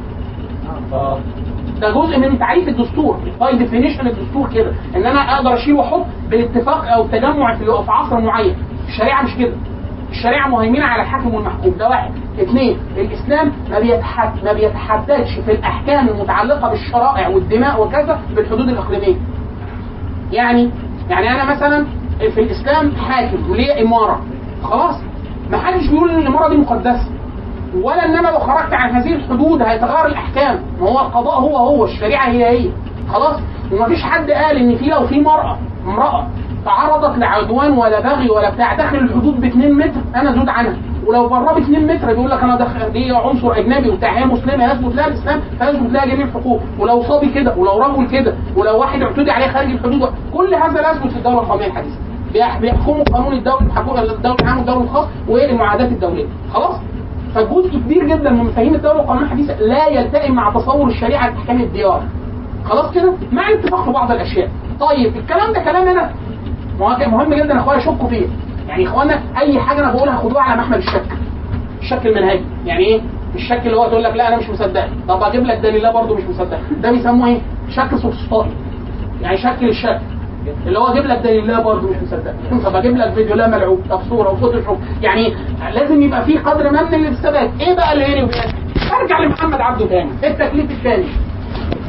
S3: ده جزء من تعريف الدستور، باي ديفينيشن الدستور كده، ان انا اقدر اشيل واحط بالاتفاق او التجمع في عصر معين. الشريعه مش كده. الشريعه مهيمنه على الحاكم والمحكوم، ده واحد. اثنين، الاسلام ما بيتحددش في الاحكام المتعلقه بالشرائع والدماء وكذا بالحدود الاقليميه. يعني انا مثلا في الاسلام حاكم وليه اماره، خلاص ما حدش بيقول ان الاماره دي مقدسه، ولا ان انا لو خرجت عن هذه الحدود هيتغير الاحكام. ما هو القضاء هو الشريعه هي خلاص. ومفيش حد قال ان لو في امراه تعرضت لعدوان ولا بغي ولا بتاع داخل الحدود ب 2 متر انا زود عنها، ولو بره ب 2 متر بيقول لك انا داخل دي عنصر اجنبي وبتاع، هي مسلمه يثبت لها الاسلام فيثبت لها جميع الحقوق، ولو صبي كده ولو رجل كده ولو واحد اعتدي عليه خارج الحدود، كل هذا لا يثبت في الدوله القوميه الحديثه. بيحكموا قانون الدوله العام والدوله الخاص والمعاهدات الدوليه. خلاص؟ فجزء كبير جدا من مفاهيم الدوله القوميه الحديثه لا يلتئم مع تصور الشريعه لاحكام الديار. خلاص كده؟ مع اتفاق في بعض الاشياء. طيب الكلام ده كلام انا مهم جدا اخويا شكوا فيه. يعني اخوانا اي حاجه انا بقولها خدوها على محمل الشك المنهجي. يعني ايه؟ الشك اللي هو تقول لك لا انا مش مصدق، طب اجيب لك دليل لا برضه مش مصدق، ده بيسموه ايه؟ شك سوفسطائي. يعني شك للشك اللي هو اجيب لك دليل لا برضه مش مصدق، طب اجيب لك فيديو لا ملعوب، طب صوره وفوتوشوب. يعني لازم يبقى في قدر ما من الثبات. ايه بقى اللي هنا وهنا؟ ارجع لمحمد عبده تاني، التكليف الثاني.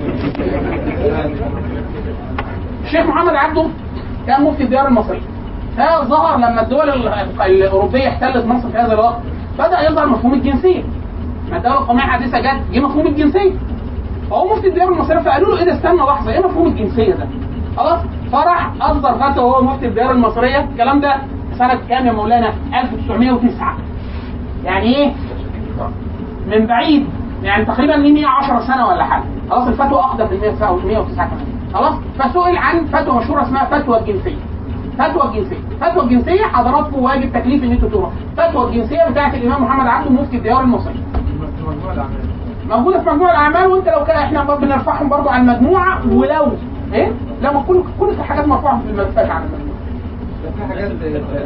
S3: الشيخ محمد عبده كان مفتي الديار المصري فظهر لما الدول الاوروبيه احتلت مصر في هذا الوقت بدا يظهر مفهوم الجنسيه. ما الدوله القوميه الحديثه جه مفهوم الجنسيه. فهو مفتي الديار المصريه فقالوا له ايه ده، استنى لحظه، ايه مفهوم الجنسيه ده؟ خلاص، فراح اصدر فتوى وهو مفتي الديار المصريه. الكلام ده سنه كام يا مولانا؟ 1909. يعني ايه؟ من بعيد، يعني تقريبا 110 سنه ولا حاجه. خلاص، الفتوى اقدم من 109 كمان. خلاص، فسئل عن فتوى مشهوره اسمها فتوى الجنسيه. فتوى الجنسيه حضراتكم واجب تكليف ان انتوا تقروها. فتوى الجنسيه بتاعت الامام محمد عبده مفتي الديار المصريه. موجوده في مجموع الاعمال، وانت لو كان احنا بنرفعهم برضو على المجموعه، ولو ايه لما كل الحاجات مرفوعه في الملفات على المجموعه.
S4: في حاجات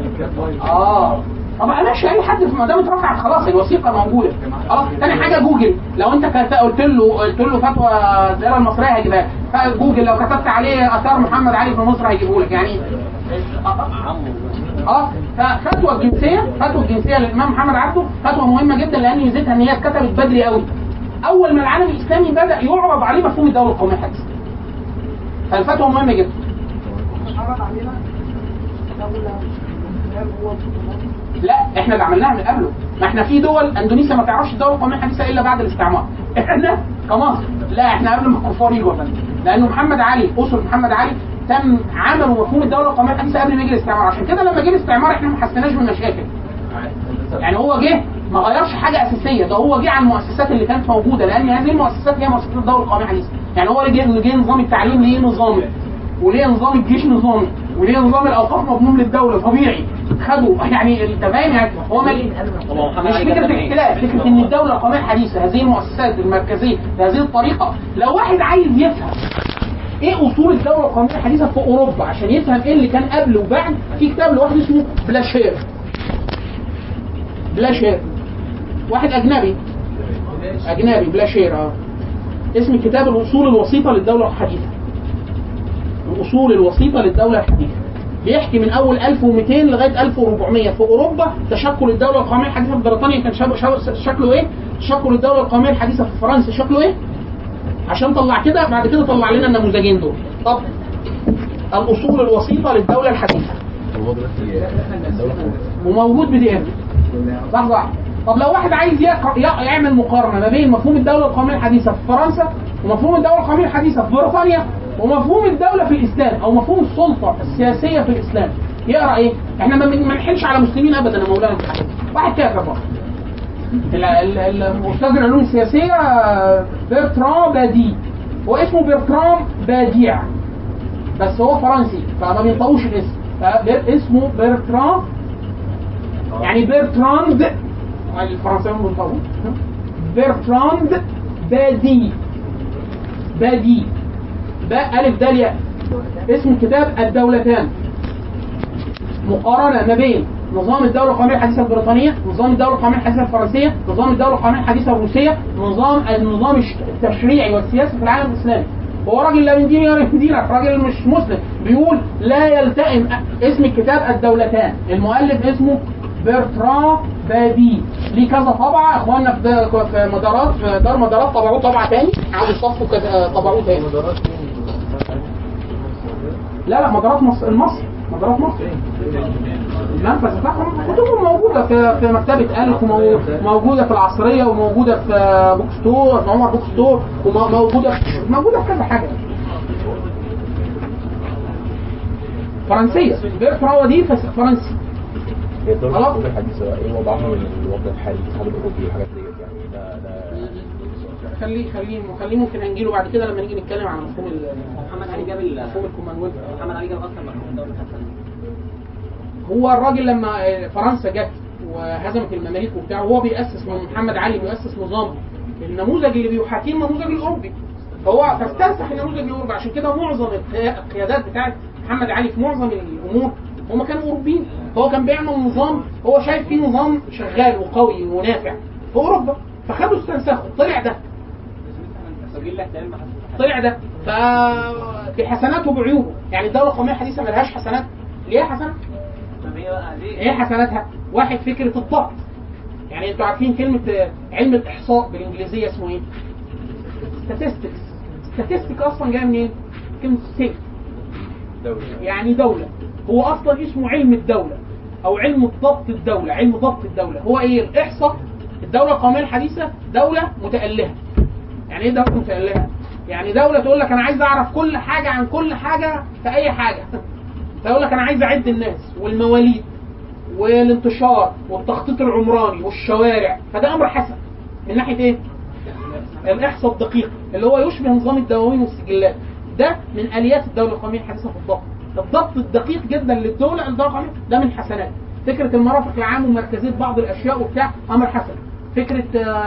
S3: طب ماشي، اي حد ما دام اترفعت خلاص الوثيقه موجوده. خلاص، ثاني حاجه جوجل، لو انت قلت له فتوى الدائره المصريه هيجيبها لك. جوجل لو كتبت عليه اثار محمد علي في مصر هيجيبه لك. يعني ففتوى الجنسيه للامام محمد عبده فتوى مهمه جدا، لان ميزتها ان هي اتكتبت بدري قوي، اول ما العالم الاسلامي بدا يعرض عليه مفهوم الدوله القوميه الحديثه. فالفتوى مهمه جدا. لا، احنا اللي عملناها من قبله. ما احنا في دول اندونيسيا ما تعرفش الدوله القوميه الحديثه الا بعد الاستعمار. احنا كمصر لا، احنا قبل ما الكفار يجوا، لانه محمد علي، اسره محمد علي تم عملوا مفهوم الدوله القوميه الحديثه قبل ما يجي الاستعمار. عشان كده لما جه الاستعمار احنا ما حسيناش بالمشاكل. يعني هو جه ما غيرش حاجه اساسيه، ده هو جه على المؤسسات اللي كانت موجوده، لان هذه المؤسسات هي مؤسسات الدوله القوميه الحديثه. يعني هو جه نظام التعليم ليه نظامي، وليه نظام الجيش نظامي، وليه نظام الاوقاف مضمون للدوله طبيعي. خدوا يعني انت فاهم، يعني هو مش فكره الاحتلال، فكره ان الدوله القوميه الحديثه هذه المؤسسات المركزيه بهذه الطريقه. لو واحد عايز يفهم ايه اصول الدوله القوميه الحديثه في اوروبا عشان يفهم ايه اللي كان قبل وبعد، في كتاب لواحد اسمه بلاشير، واحد اجنبي بلاشير. اسم الكتاب الاصول الوسيطه للدوله الحديثه. الاصول الوسيطه للدوله الحديثه بيحكي من اول 1200 لغايه 1400 في اوروبا تشكل الدوله القوميه الحديثه. في بريطانيا كان شكله ايه؟ تشكل الدوله القوميه الحديثه في فرنسا شكله ايه؟ عشان طلع كده، بعد كده طلع لنا النموذجين دول. طب الاصول الوسيطه للدوله الحديثه وموجود بدي لحظه. طب لو واحد عايز يعمل مقارنه ما بين مفهوم الدوله القوميه الحديثه في فرنسا ومفهوم الدوله القوميه الحديثه في بريطانيا ومفهوم الدوله في الاسلام او مفهوم السلطه السياسيه في الاسلام، يقرا ايه؟ احنا ما نحلش على مسلمين ابدا يا مولانا. واحد كافر بقى، الاستاذ العلوم السياسيه برترام بادي، هو اسمه برترام باديع بس هو فرنسي فما بينطقوش الاسم، اسمه برترام، يعني برتراند الفرنسيين بينطقوه برتراند بادي ألف دال ياء. اسم الكتاب الدولتان، مقارنة ما بين نظام الدولة القومية الحديثة البريطانية، نظام الدولة القومية الحديثة الفرنسية، نظام الدولة القومية الحديثة الروسية، النظام التشريعي والسياسي في العالم الإسلامي. هو راجل لا من ديني ولا من دينك، راجل مش مسلم، بيقول لا يلتئم. اسم الكتاب الدولتان، المؤلف اسمه برترام بادي، ليه كذا طبعة. اخواننا في مدارات، في دار مدارات طبعوه طبعة تاني، عاوز يصفوا طبعوه تاني. لا مدارات مصر، مدارات مصر المنفذ بتاعهم كتبهم موجودة في مكتبة ألف، وموجودة في العصرية، وموجودة في بوكستور، في عمر بوكستور، وموجودة في كذا حاجة فرنسية. برتراوا دي فرنسي.
S6: الدولة الحديثة ايه وضعها من الوضع الحالي في الاتحاد الاوروبي والحاجات ديت؟ يعني ده
S3: خليه ممكن هنجيله بعد كده لما نيجي نتكلم عن مفهوم
S5: محمد علي جاب
S3: مفهوم الكومنولث.
S5: محمد علي جاب اصلا مفهوم الدولة الحديثة.
S3: هو الراجل لما فرنسا جت وهزمت المماليك وبتاع، وهو بيأسس محمد علي بيأسس نظام النموذج اللي بيحاكيه النموذج الاوروبي، فهو فاستنسخ النموذج الاوروبي. عشان كده معظم القيادات بتاعت محمد علي في معظم الامور هم كانوا اوروبيين، فهو كان بيعمل نظام هو شايف فيه نظام شغال وقوي ونافع في اوروبا، فخدوا استنسخه. طلع ده بحسناته وبعيوبه. يعني الدوله القوميه الحديثه ملهاش حسنات، ليه حسنات؟ ايه حسناتها؟ واحد، فكره الضبط. يعني انتوا عارفين كلمه علم الاحصاء بالانجليزيه اسمه ايه؟ statistics اصلا جايه منين؟ كلمه state يعني دوله. هو اصلا اسمه علم الدوله او علم ضبط الدوله. علم ضبط الدوله هو ايه؟ الاحصاء. الدوله القوميه الحديثه دوله متألهه. يعني ايه دوله متألهه؟ يعني دوله تقول لك انا عايز اعرف كل حاجه عن كل حاجه في اي حاجه. فيقول لك انا عايز اعد الناس والمواليد والانتشار والتخطيط العمراني والشوارع. فده امر حسن من ناحيه ايه؟ الاحصاء الدقيق اللي هو يشبه نظام الدواوين والسجلات. ده من اليات الدوله القوميه الحديثه في الضبط. الضبط الدقيق جدا للدوله القوميه ده من حسنات. فكره المرافق العام ومركزيه بعض الاشياء وبتاع امر حسن. فكره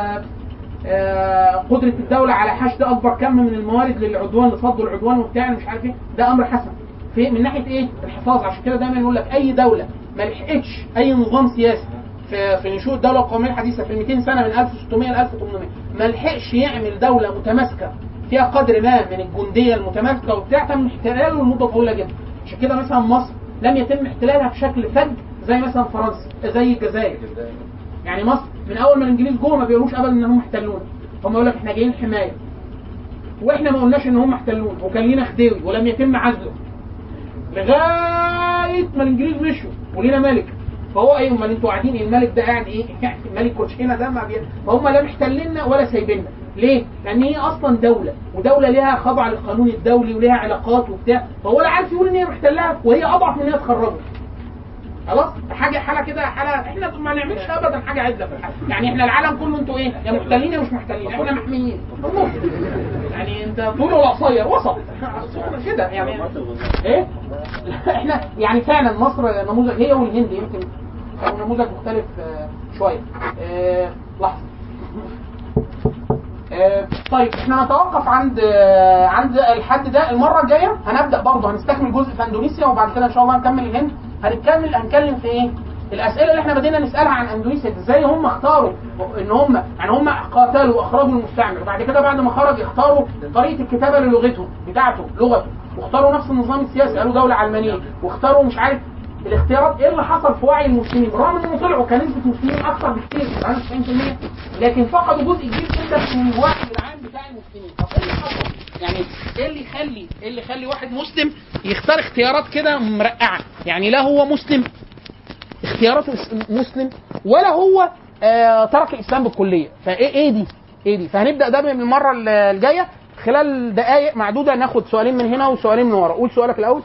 S3: قدره الدوله على حشد اكبر كم من الموارد للعدوان لصد العدوان وبتاع مش عارف ايه، ده امر حسن. في من ناحيه ايه؟ الحفاظ. عشان كده دايما يقول لك اي دوله ما لحقتش اي نظام سياسي في نشوء الدوله القوميه الحديثه في 200 سنه من 1600 ل 1800 ما لحقش يعمل دوله متماسكه فيها قدر ما من الجنديه المتماسكه وبتاع، تم احتلاله لمده طويله جدا. عشان كده مثلا مصر لم يتم احتلالها بشكل فج زي مثلا فرنسا زي الجزائر. يعني مصر من اول ما الانجليز جوه ما بيقولوش ابدا ان هم احتلونا، هم يقول لك احنا جايين حمايه، واحنا ما قلناش ان هم احتلونا، وكان لينا خديوي ولم يتم عزله لغايه ما الانجليز مشوا ولينا ملك. فهو ايه؟ امال انتوا قاعدين الملك ده قاعد ايه؟ يعني ملك كوتشينا ده ما فهم لا محتليننا ولا سايبيننا. ليه؟ لان هي اصلا دوله، ودوله ليها خضع للقانون الدولي وليها علاقات وبتاع، فهو لا عارف يقول ان هي محتلها وهي اضعف من ان هي تخرجها. خلاص؟ حاجه كده، حاله احنا ما نعملش ابدا حاجه عدله في الحاله. يعني احنا العالم كله انتوا ايه؟ يا محتلين يا مش محتلين، احنا محميين. يعني انت طول ولا قصير وسط كده يعني ايه؟ احنا يعني فعلا مصر نموذج، هي والهند يمكن نموذج مختلف شويه. لحظه. طيب احنا نتوقف عند الحد ده. المره الجايه هنبدا برضه هنستكمل جزء في اندونيسيا، وبعد كده ان شاء الله هنكمل الهند. هنتكلم في ايه؟ الاسئله اللي احنا بدينا نسالها عن اندونيسيا، ازاي هم اختاروا ان هم يعني هم قاتلوا واخرجوا المستعمر، وبعد كده بعد ما خرج اختاروا طريقه الكتابه للغته بتاعته لغته، واختاروا نفس النظام السياسي قالوا دوله علمانيه، واختاروا مش عارف الاختيارات. ايه اللي حصل في وعي المسلمين؟ رغم انهم طلعوا كان نسبه المسلمين اكثر بكثير 90%، لكن فقدوا جزء كبير جدا من الوعي العام بتاع المسلمين. طب ايه اللي حصل؟ يعني ايه اللي يخلي واحد مسلم يختار اختيارات كده مرقعه؟ يعني لا هو مسلم اختياراته مسلم ولا هو ترك الاسلام بالكليه. فايه دي؟ فهنبدا ده من المره الجايه خلال دقائق معدوده، ناخد سؤالين من هنا وسؤالين من ورا. قول سؤالك الاول.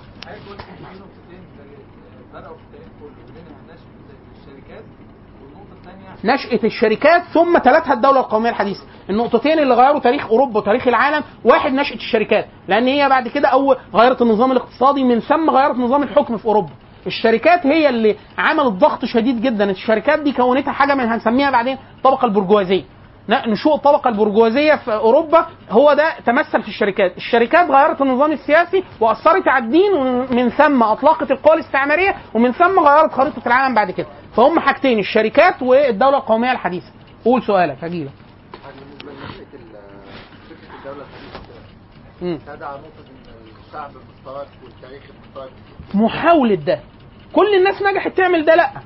S3: نشأة الشركات ثم تلتها الدولة القومية الحديثة. النقطتين اللي غيروا تاريخ أوروبا وتاريخ العالم، واحد نشأة الشركات، لأن هي بعد كده غيرت النظام الاقتصادي، من ثم غيرت نظام الحكم في أوروبا. الشركات هي اللي عملت ضغط شديد جدا. الشركات دي كونتها حاجة من هنسميها بعدين الطبقة البرجوازية. نشوء الطبقة البرجوازية في أوروبا هو ده تمثل في الشركات. الشركات غيرت النظام السياسي وأثرت على الدين، ومن ثم أطلقت القوى الاستعمارية، ومن ثم غيرت خريطة العالم بعد كده. فهم حاجتين، الشركات والدولة القومية الحديثة. قول سؤالك هجيلك.
S7: بالنسبة لفكرة الدولة الحديثة تدعى نقطة الشعب المشترك والتاريخ المشترك،
S3: محاولة ده كل الناس نجحت تعمل ده. لا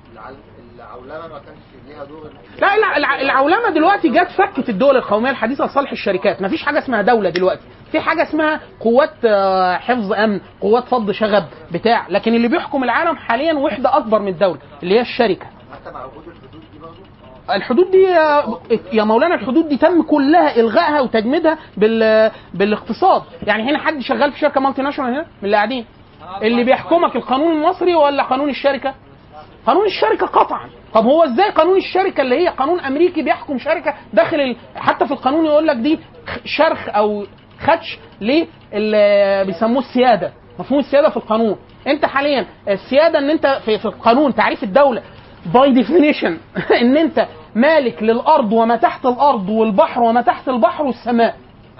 S7: العولمة ما كانش ليها دور.
S3: لا العولمة دلوقتي جت فكت الدول القومية الحديثة لصالح الشركات. مفيش حاجة اسمها دولة دلوقتي، في حاجة اسمها قوات حفظ أمن، قوات صد شغب بتاع، لكن اللي بيحكم العالم حاليا وحدة أكبر من الدولة اللي هي الشركة.
S7: حتى مع وجود الحدود دي برضه،
S3: الحدود دي يا مولانا الحدود دي تم كلها إلغائها وتجميدها بالاقتصاد. يعني هنا حد شغال في شركة مالتي ناشونال هنا من اللي قاعدين؟ اللي بيحكمك القانون المصري ولا قانون الشركة؟ قانون الشركة قطعا. طب هو ازاي قانون الشركة اللي هي قانون امريكي بيحكم شركة داخل حتى في القانون يقول لك دي شرخ او خدش ليه اللي بيسموه السيادة، مفهوم السيادة في القانون. انت حاليا السيادة ان انت في القانون تعريف الدولة باي ديفينيشن ان انت مالك للارض وما تحت الارض والبحر وما تحت البحر والسماء.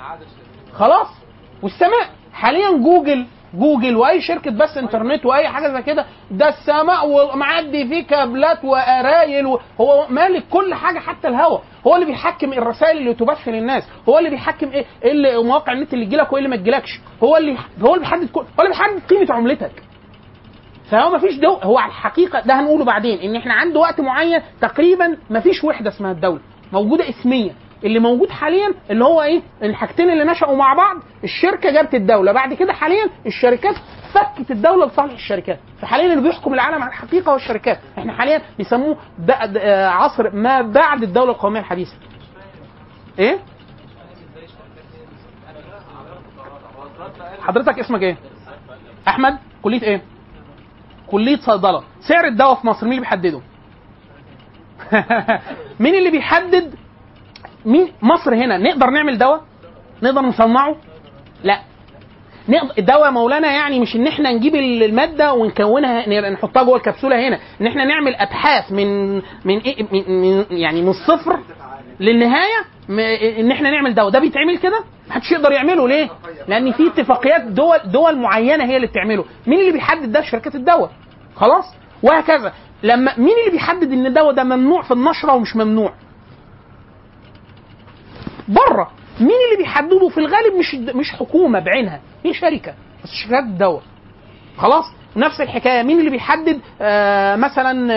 S3: خلاص؟ والسماء حاليا جوجل واي شركه بس انترنت واي حاجه زي كده، ده السماء ومعدي فيه كابلات وقرايل، هو مالك كل حاجه حتى الهواء. هو اللي بيحكم الرسائل اللي تبث للناس، هو اللي بيحكم ايه اللي مواقع النت اللي تجيلك وايه اللي ما تجيلكش، هو اللي بيحدد قيمه عملتك. فهو ما فيش هو على الحقيقه ده هنقوله بعدين ان احنا عند وقت معين تقريبا ما فيش وحده اسمها الدوله موجوده اسميا. اللي موجود حاليا اللي هو ايه؟ الحاجتين اللي نشأوا مع بعض، الشركه جابت الدوله، بعد كده حاليا الشركات فكت الدوله لصالح الشركات. فحاليا اللي بيحكم العالم على الحقيقه هو الشركات. احنا حاليا بيسموه عصر ما بعد الدوله القوميه الحديثه. ايه حضرتك اسمك ايه؟ احمد. كليه ايه؟ كليه صيدله. سعر الدواء في مصر مين اللي بيحدده؟ مين اللي بيحدد؟ مين؟ مصر هنا نقدر نعمل دواء؟ نقدر نصنعه؟ لا. الدواء مولانا يعني مش ان احنا نجيب الماده ونكونها نحطها جوه الكبسوله هنا، ان احنا نعمل ابحاث من يعني من الصفر للنهايه ان احنا نعمل دواء. ده بيتعمل كده؟ محدش يقدر يعمله. ليه؟ لان في اتفاقيات دول معينه هي اللي بتعمله. مين اللي بيحدد ده؟ شركات الدواء. خلاص؟ وهكذا. لما مين اللي بيحدد ان الدواء ده ممنوع في النشره ومش ممنوع؟ بره. مين اللي بيحدده؟ في الغالب مش حكومه بعينها، هي شركه، بس شركات الدواء. خلاص؟ نفس الحكايه. مين اللي بيحدد مثلا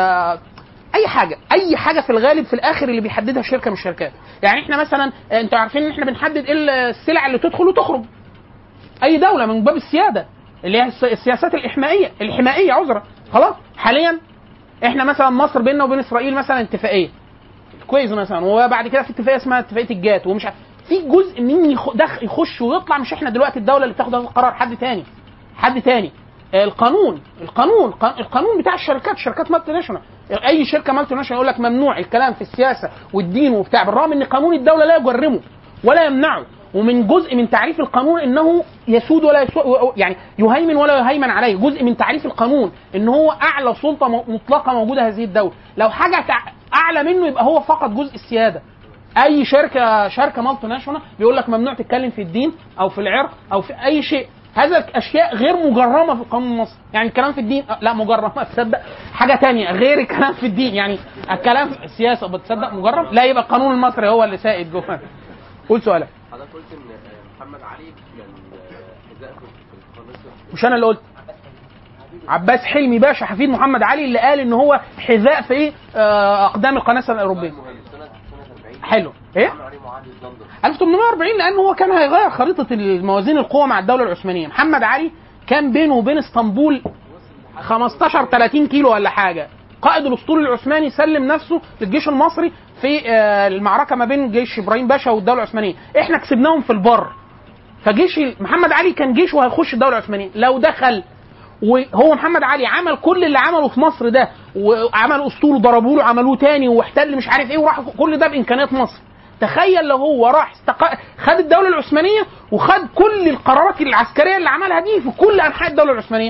S3: اي حاجه في الغالب في الاخر اللي بيحددها شركه مش شركات. يعني احنا مثلا انتوا عارفين ان احنا بنحدد ايه السلع اللي تدخل وتخرج اي دوله من باب السياده اللي هي السياسات الحمائيه عذرا. خلاص؟ حاليا احنا مثلا مصر بيننا وبين اسرائيل مثلا اتفاقيه كويس مثلا، وبعد كده في اتفاقيه اسمها اتفاقيه الجات، ومش عارف في جزء من يخش ويطلع. مش احنا دلوقتي الدوله اللي بتاخد هذا القرار، حد تاني. القانون بتاع شركات مالتي ناشونال. اي شركه مالتي ناشونال يقول لك ممنوع الكلام في السياسه والدين وبتاع، بالرغم ان قانون الدوله لا يجرمه ولا يمنعه. ومن جزء من تعريف القانون انه يسود ولا يعني يهيمن ولا يهيمن عليه. جزء من تعريف القانون ان هو اعلى سلطه مطلقه موجوده هذه الدوله. لو حاجه اعلى منه يبقى هو فقط جزء السياده. اي شركه مالتي ناشونال بيقول لك ممنوع تتكلم في الدين او في العرق او في اي شيء. هذا اشياء غير مجرمه في القانون المصري. يعني الكلام في الدين لا مجرمه، تصدق حاجه تانية غير الكلام في الدين. يعني الكلام في السياسه بتصدق مجرم، لا يبقى القانون المصري هو اللي سائد جوه. قول سؤالك.
S6: حضرتك قلت ان محمد علي كان حذاء في القناص.
S3: مش انا اللي قلت، عباس حلمي باشا حفيد محمد علي اللي قال ان هو حذاء في اقدام القناصه الاوروبيه. حلو. ايه 1840 لان هو كان هيغير خريطه الموازين القوى مع الدوله العثمانيه. محمد علي كان بينه وبين اسطنبول 15-30 كيلو ولا حاجه. قائد الاسطول العثماني سلم نفسه للجيش المصري في المعركه ما بين جيش ابراهيم باشا والدوله العثمانيه. احنا كسبناهم في البر. فجيش محمد علي كان جيشه هيخش الدوله العثمانيه. لو دخل وهو محمد علي عمل كل اللي عمله في مصر ده، وعمل اسطول وضربوا له عملوه تاني واحتل مش عارف ايه، وراح كل ده بامكانيات مصر. تخيل لو هو راح خد الدوله العثمانيه وخد كل القرارات العسكريه اللي عملها دي في كل انحاء الدوله العثمانيه.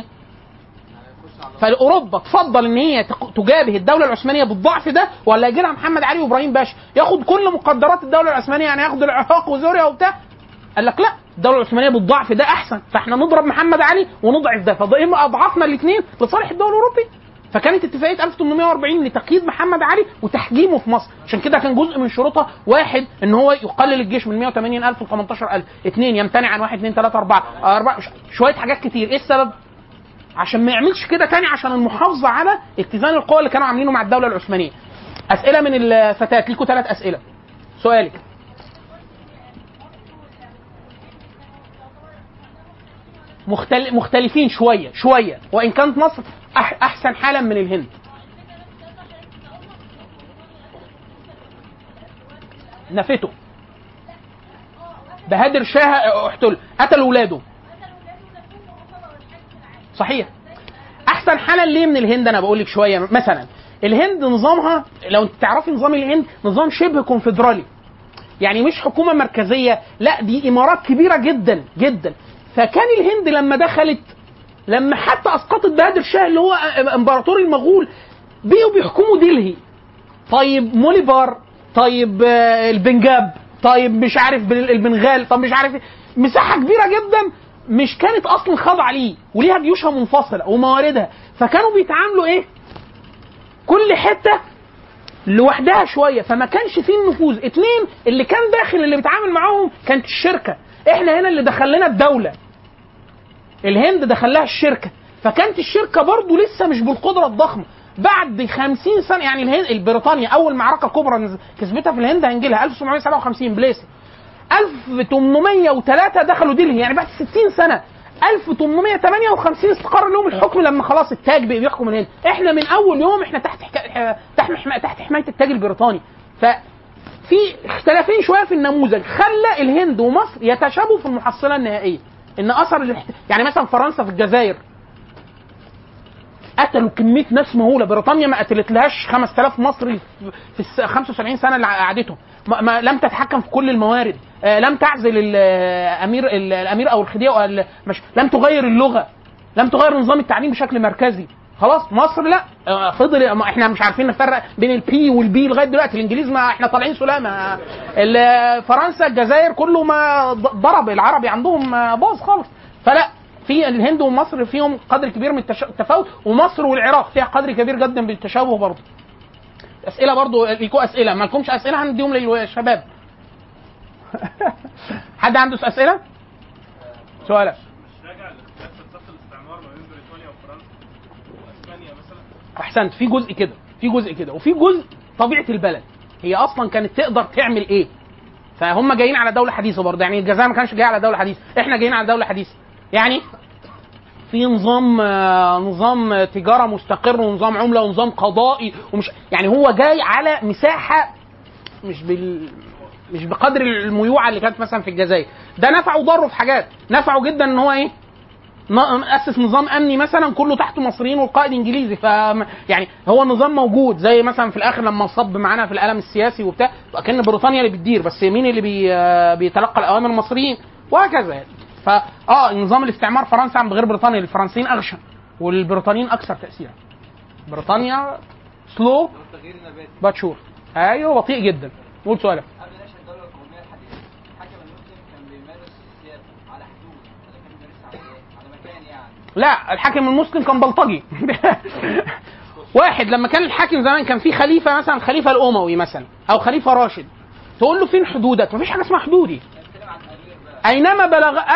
S3: فاوروبا تفضل ان هي تجابه الدوله العثمانيه بالضعف ده، ولا يجي لها محمد علي وابراهيم باشا ياخد كل مقدرات الدوله العثمانيه، يعني ياخد العراق وسوريا وبتاع. قال لك لا، الدوله العثمانيه بالضعف ده احسن، فاحنا نضرب محمد علي ونضعف ده، فضينا اضعفنا الاثنين لصالح الدوله الاوروبيه. فكانت اتفاقيه 1840 لتقييد محمد علي وتحجيمه في مصر. عشان كده كان جزء من شروطها: واحد ان هو يقلل الجيش من 180,000 ل 15,000، اثنين يمتنع عن 1 2 3 4 شويه حاجات كتير. ايه السبب؟ عشان ما يعملش كده تاني، عشان المحافظه على اتزان القوى اللي كانوا عاملينه مع الدوله العثمانيه. اسئله من الفتاه، ليكوا 3 اسئله. سؤالك. مختلفين شويه، وان كانت مصر احسن حالا من الهند. نفته بهادر شاه احتل، قتل اولاده. صحيح. احسن حالا ليه من الهند؟ انا بقول لك شويه. مثلا الهند نظامها، لو انت تعرفي نظام الهند، نظام شبه كونفدرالي، يعني مش حكومه مركزيه، لا دي امارات كبيره جدا جدا. فكان الهند لما دخلت، لما حتى اسقطت بهادر شاه اللي هو امبراطور المغول، بقوا بيحكموا دلهي، طيب موليبار، طيب البنجاب، طيب مش عارف البنغال، طب مش عارف مساحه كبيره جدا مش كانت اصلا خاضعه ليه، وليها جيوشها منفصله ومواردها. فكانوا بيتعاملوا ايه؟ كل حته لوحدها شويه، فما كانش فيه النفوذ. 2 اللي كان داخل اللي بيتعامل معاهم كانت الشركه. احنا هنا اللي دخلنا الدوله، الهند دخلها الشركه، فكانت الشركه برضو لسه مش بالقدره الضخمه. بعد 50 سنه، يعني الهند بريطانيا اول معركه كبرى كسبتها في الهند هنجيلها 1757 بليسي. 1803 دخلوا دلهي، يعني بعد 60 سنه 1858 استقر لهم الحكم لما خلاص التاج بيحكم الهند. احنا من اول يوم احنا تحت حمايه التاج البريطاني. ففي اختلافين شويه في النموذج خلى الهند ومصر يتشابهوا في المحصله النهائيه. ان اثر يعني مثلا فرنسا في الجزائر قتلوا كميه ناس مهوله، بريطانيا ما قتلتلهاش 5000 مصري في 75 سنه اللي قعدتهم، لم تتحكم في كل الموارد، لم تعزل الامير او الخديوي، لم تغير اللغه، لم تغير نظام التعليم بشكل مركزي. خلاص مصر لا، فضل احنا مش عارفين نفرق بين البي والبي لغايه دلوقتي. الانجليز ما احنا طالعين سلامه، فرنسا الجزائر كله ما ضرب، العربي عندهم باظ خالص. فلا، في الهند ومصر فيهم قدر كبير من التفاوت، ومصر والعراق فيها قدر كبير جدا من التشابه برضه. اسئله برضه ليكوا اسئله، ما لكمش اسئله هنديهم للشباب. حد عنده اسئله؟ سؤالك.
S8: مش راجع لفلسفه الاستعمار ما بين بريطانيا وفرنسا واسبانيا مثلا؟
S3: احسنت، في جزء كده وفي جزء طبيعه البلد. هي اصلا كانت تقدر تعمل ايه؟ فهم جايين على دوله حديثه برضه، يعني الجزائر ما كانش جاي على دوله حديثه، احنا جايين على دوله حديثه. يعني في نظام تجاره مستقر ونظام عمله ونظام قضائي، ومش يعني هو جاي على مساحه مش بقدر الميوعه اللي كانت مثلا في الجزائر. ده نفعه وضره في حاجات. نفعه جدا ان هو ايه، اسس نظام امني مثلا كله تحت مصريين والقائد انجليزي، ف يعني هو النظام موجود. زي مثلا في الاخر لما صب معانا في القلم السياسي وبتاع، كأن بريطانيا اللي بتدير، بس مين اللي بيتلقى الاوامر؟ المصريين، وهكذا يعني. نظام الاستعمار فرنسا عن غير بريطانيا، الفرنسيين اغشى والبريطانيين اكثر تاثيرا. بريطانيا سلو باتشور، ايوه بطيء جدا. قول سؤالك.
S4: قبل نشأة الدولة القومية الحديثة، الحاكم المسلم كان بيمارس السياسة على حدود، ولا كان بيمارسها على مكان يعني؟
S3: لا، الحاكم المسلم كان بلطجي. واحد لما كان الحاكم زمان كان في خليفه مثلا، خليفه الاموي مثلا او خليفه راشد، تقول له فين حدودك؟ مفيش حاجه اسمها حدودي. اينما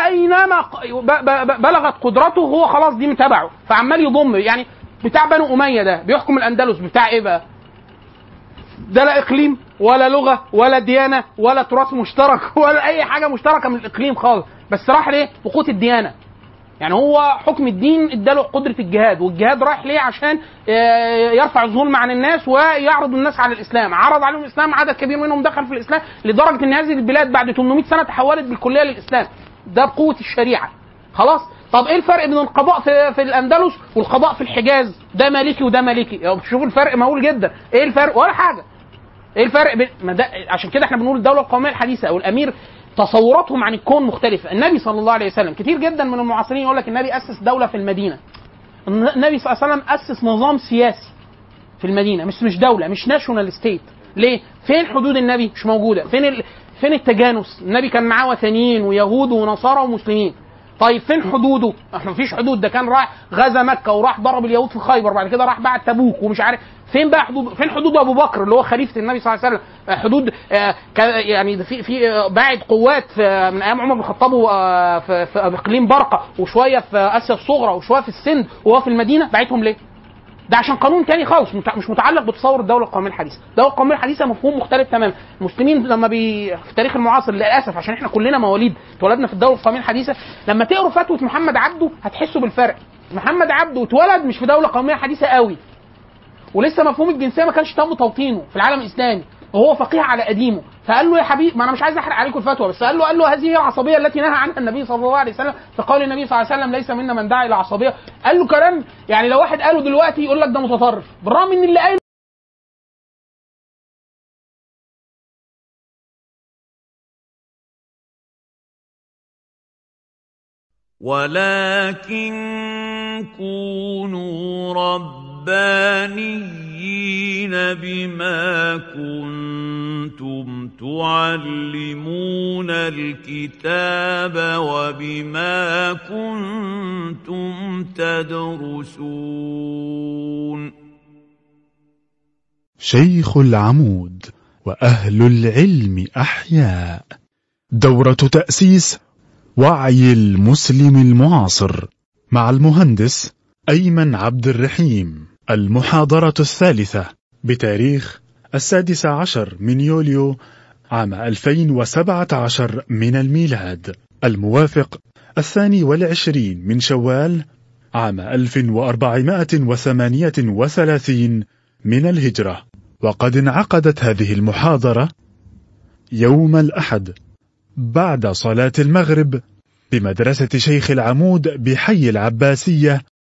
S3: بلغت قدرته هو خلاص دي متابعه، فعمال يضم. يعني بتاع بنو اميه ده بيحكم الاندلس، بتاع ايه بقى؟ ده لا اقليم ولا لغه ولا ديانه ولا تراث مشترك ولا اي حاجه مشتركه من الاقليم خالص، بس راح ليه؟ بقوه الديانه. يعني هو حكم الدين اداله قدره الجهاد، والجهاد رايح ليه؟ عشان يرفع الظلم عن الناس ويعرض الناس على الاسلام. عرض عليهم الاسلام، عدد كبير منهم دخل في الاسلام، لدرجه ان هذه البلاد بعد 800 سنه تحولت بالكليه للاسلام. ده بقوه الشريعه. خلاص. طب ايه الفرق بين القضاء في الاندلس والقضاء في الحجاز؟ ده مالكي وده مالكي. شوفوا الفرق مهول جدا. ايه الفرق؟ ولا حاجه. ايه الفرق عشان كده احنا بنقول الدوله القوميه الحديثه او الامير تصوراتهم عن الكون مختلفه. النبي صلى الله عليه وسلم كتير جدا من المعاصرين يقول لك النبي اسس دوله في المدينه. النبي صلى الله عليه وسلم اسس نظام سياسي في المدينه، مش دوله، مش ناشونال ستيت. ليه؟ فين حدود النبي؟ مش موجوده. فين التجانس؟ النبي كان معاه وثنيين ويهود ونصارى ومسلمين. طيب فين حدوده؟ احنا مفيش حدود. ده كان راح غزا مكه وراح ضرب اليهود في خيبر، بعد كده راح بعد تبوك ومش عارف فين بقى حدود. فين حدود ابو بكر اللي هو خليفه النبي صلى الله عليه وسلم؟ حدود يعني في باعد قوات من ايام عمر بن الخطاب في اقليم برقه، وشويه في اسيا الصغرى، وشويه في السند، وهو في المدينه. باعتهم ليه؟ ده عشان قانون تاني خالص، مش متعلق بتصور الدوله القوميه الحديثه. الدوله القوميه الحديثه مفهوم مختلف تماما. المسلمين لما في التاريخ المعاصر للاسف، عشان احنا كلنا مواليد اتولدنا في الدوله القوميه الحديثه، لما تقروا فتوى محمد عبده هتحسوا بالفرق. محمد عبده اتولد مش في دوله قوميه حديثه قوي، ولسه مفهوم الجنسيه ما كانش تم توطينه في العالم الاسلامي، وهو فقيه على قديمه. فقال له يا حبيبي، ما انا مش عايز احرق عليكم الفتوى، بس قال له هذه هي العصبيه التي نهى عنها النبي صلى الله عليه وسلم في قول النبي صلى الله عليه وسلم ليس منا من دعا الى عصبيه. قال له كلام يعني لو واحد قاله دلوقتي يقول لك ده متطرف، بالرغم ان اللي قايل
S1: ولكن كونوا ربانيين بما كنتم تعلمون الكتاب وبما كنتم تدرسون.
S2: شيخ العمود وأهل العلم أحياء. دورة تأسيس وعي المسلم المعاصر مع المهندس أيمن عبد الرحيم. المحاضرة الثالثة بتاريخ 16 من يوليو عام 2017 من الميلاد، الموافق 22 من شوال عام 1438 من الهجرة. وقد انعقدت هذه المحاضرة يوم الأحد بعد صلاة المغرب بمدرسة شيخ العمود بحي العباسية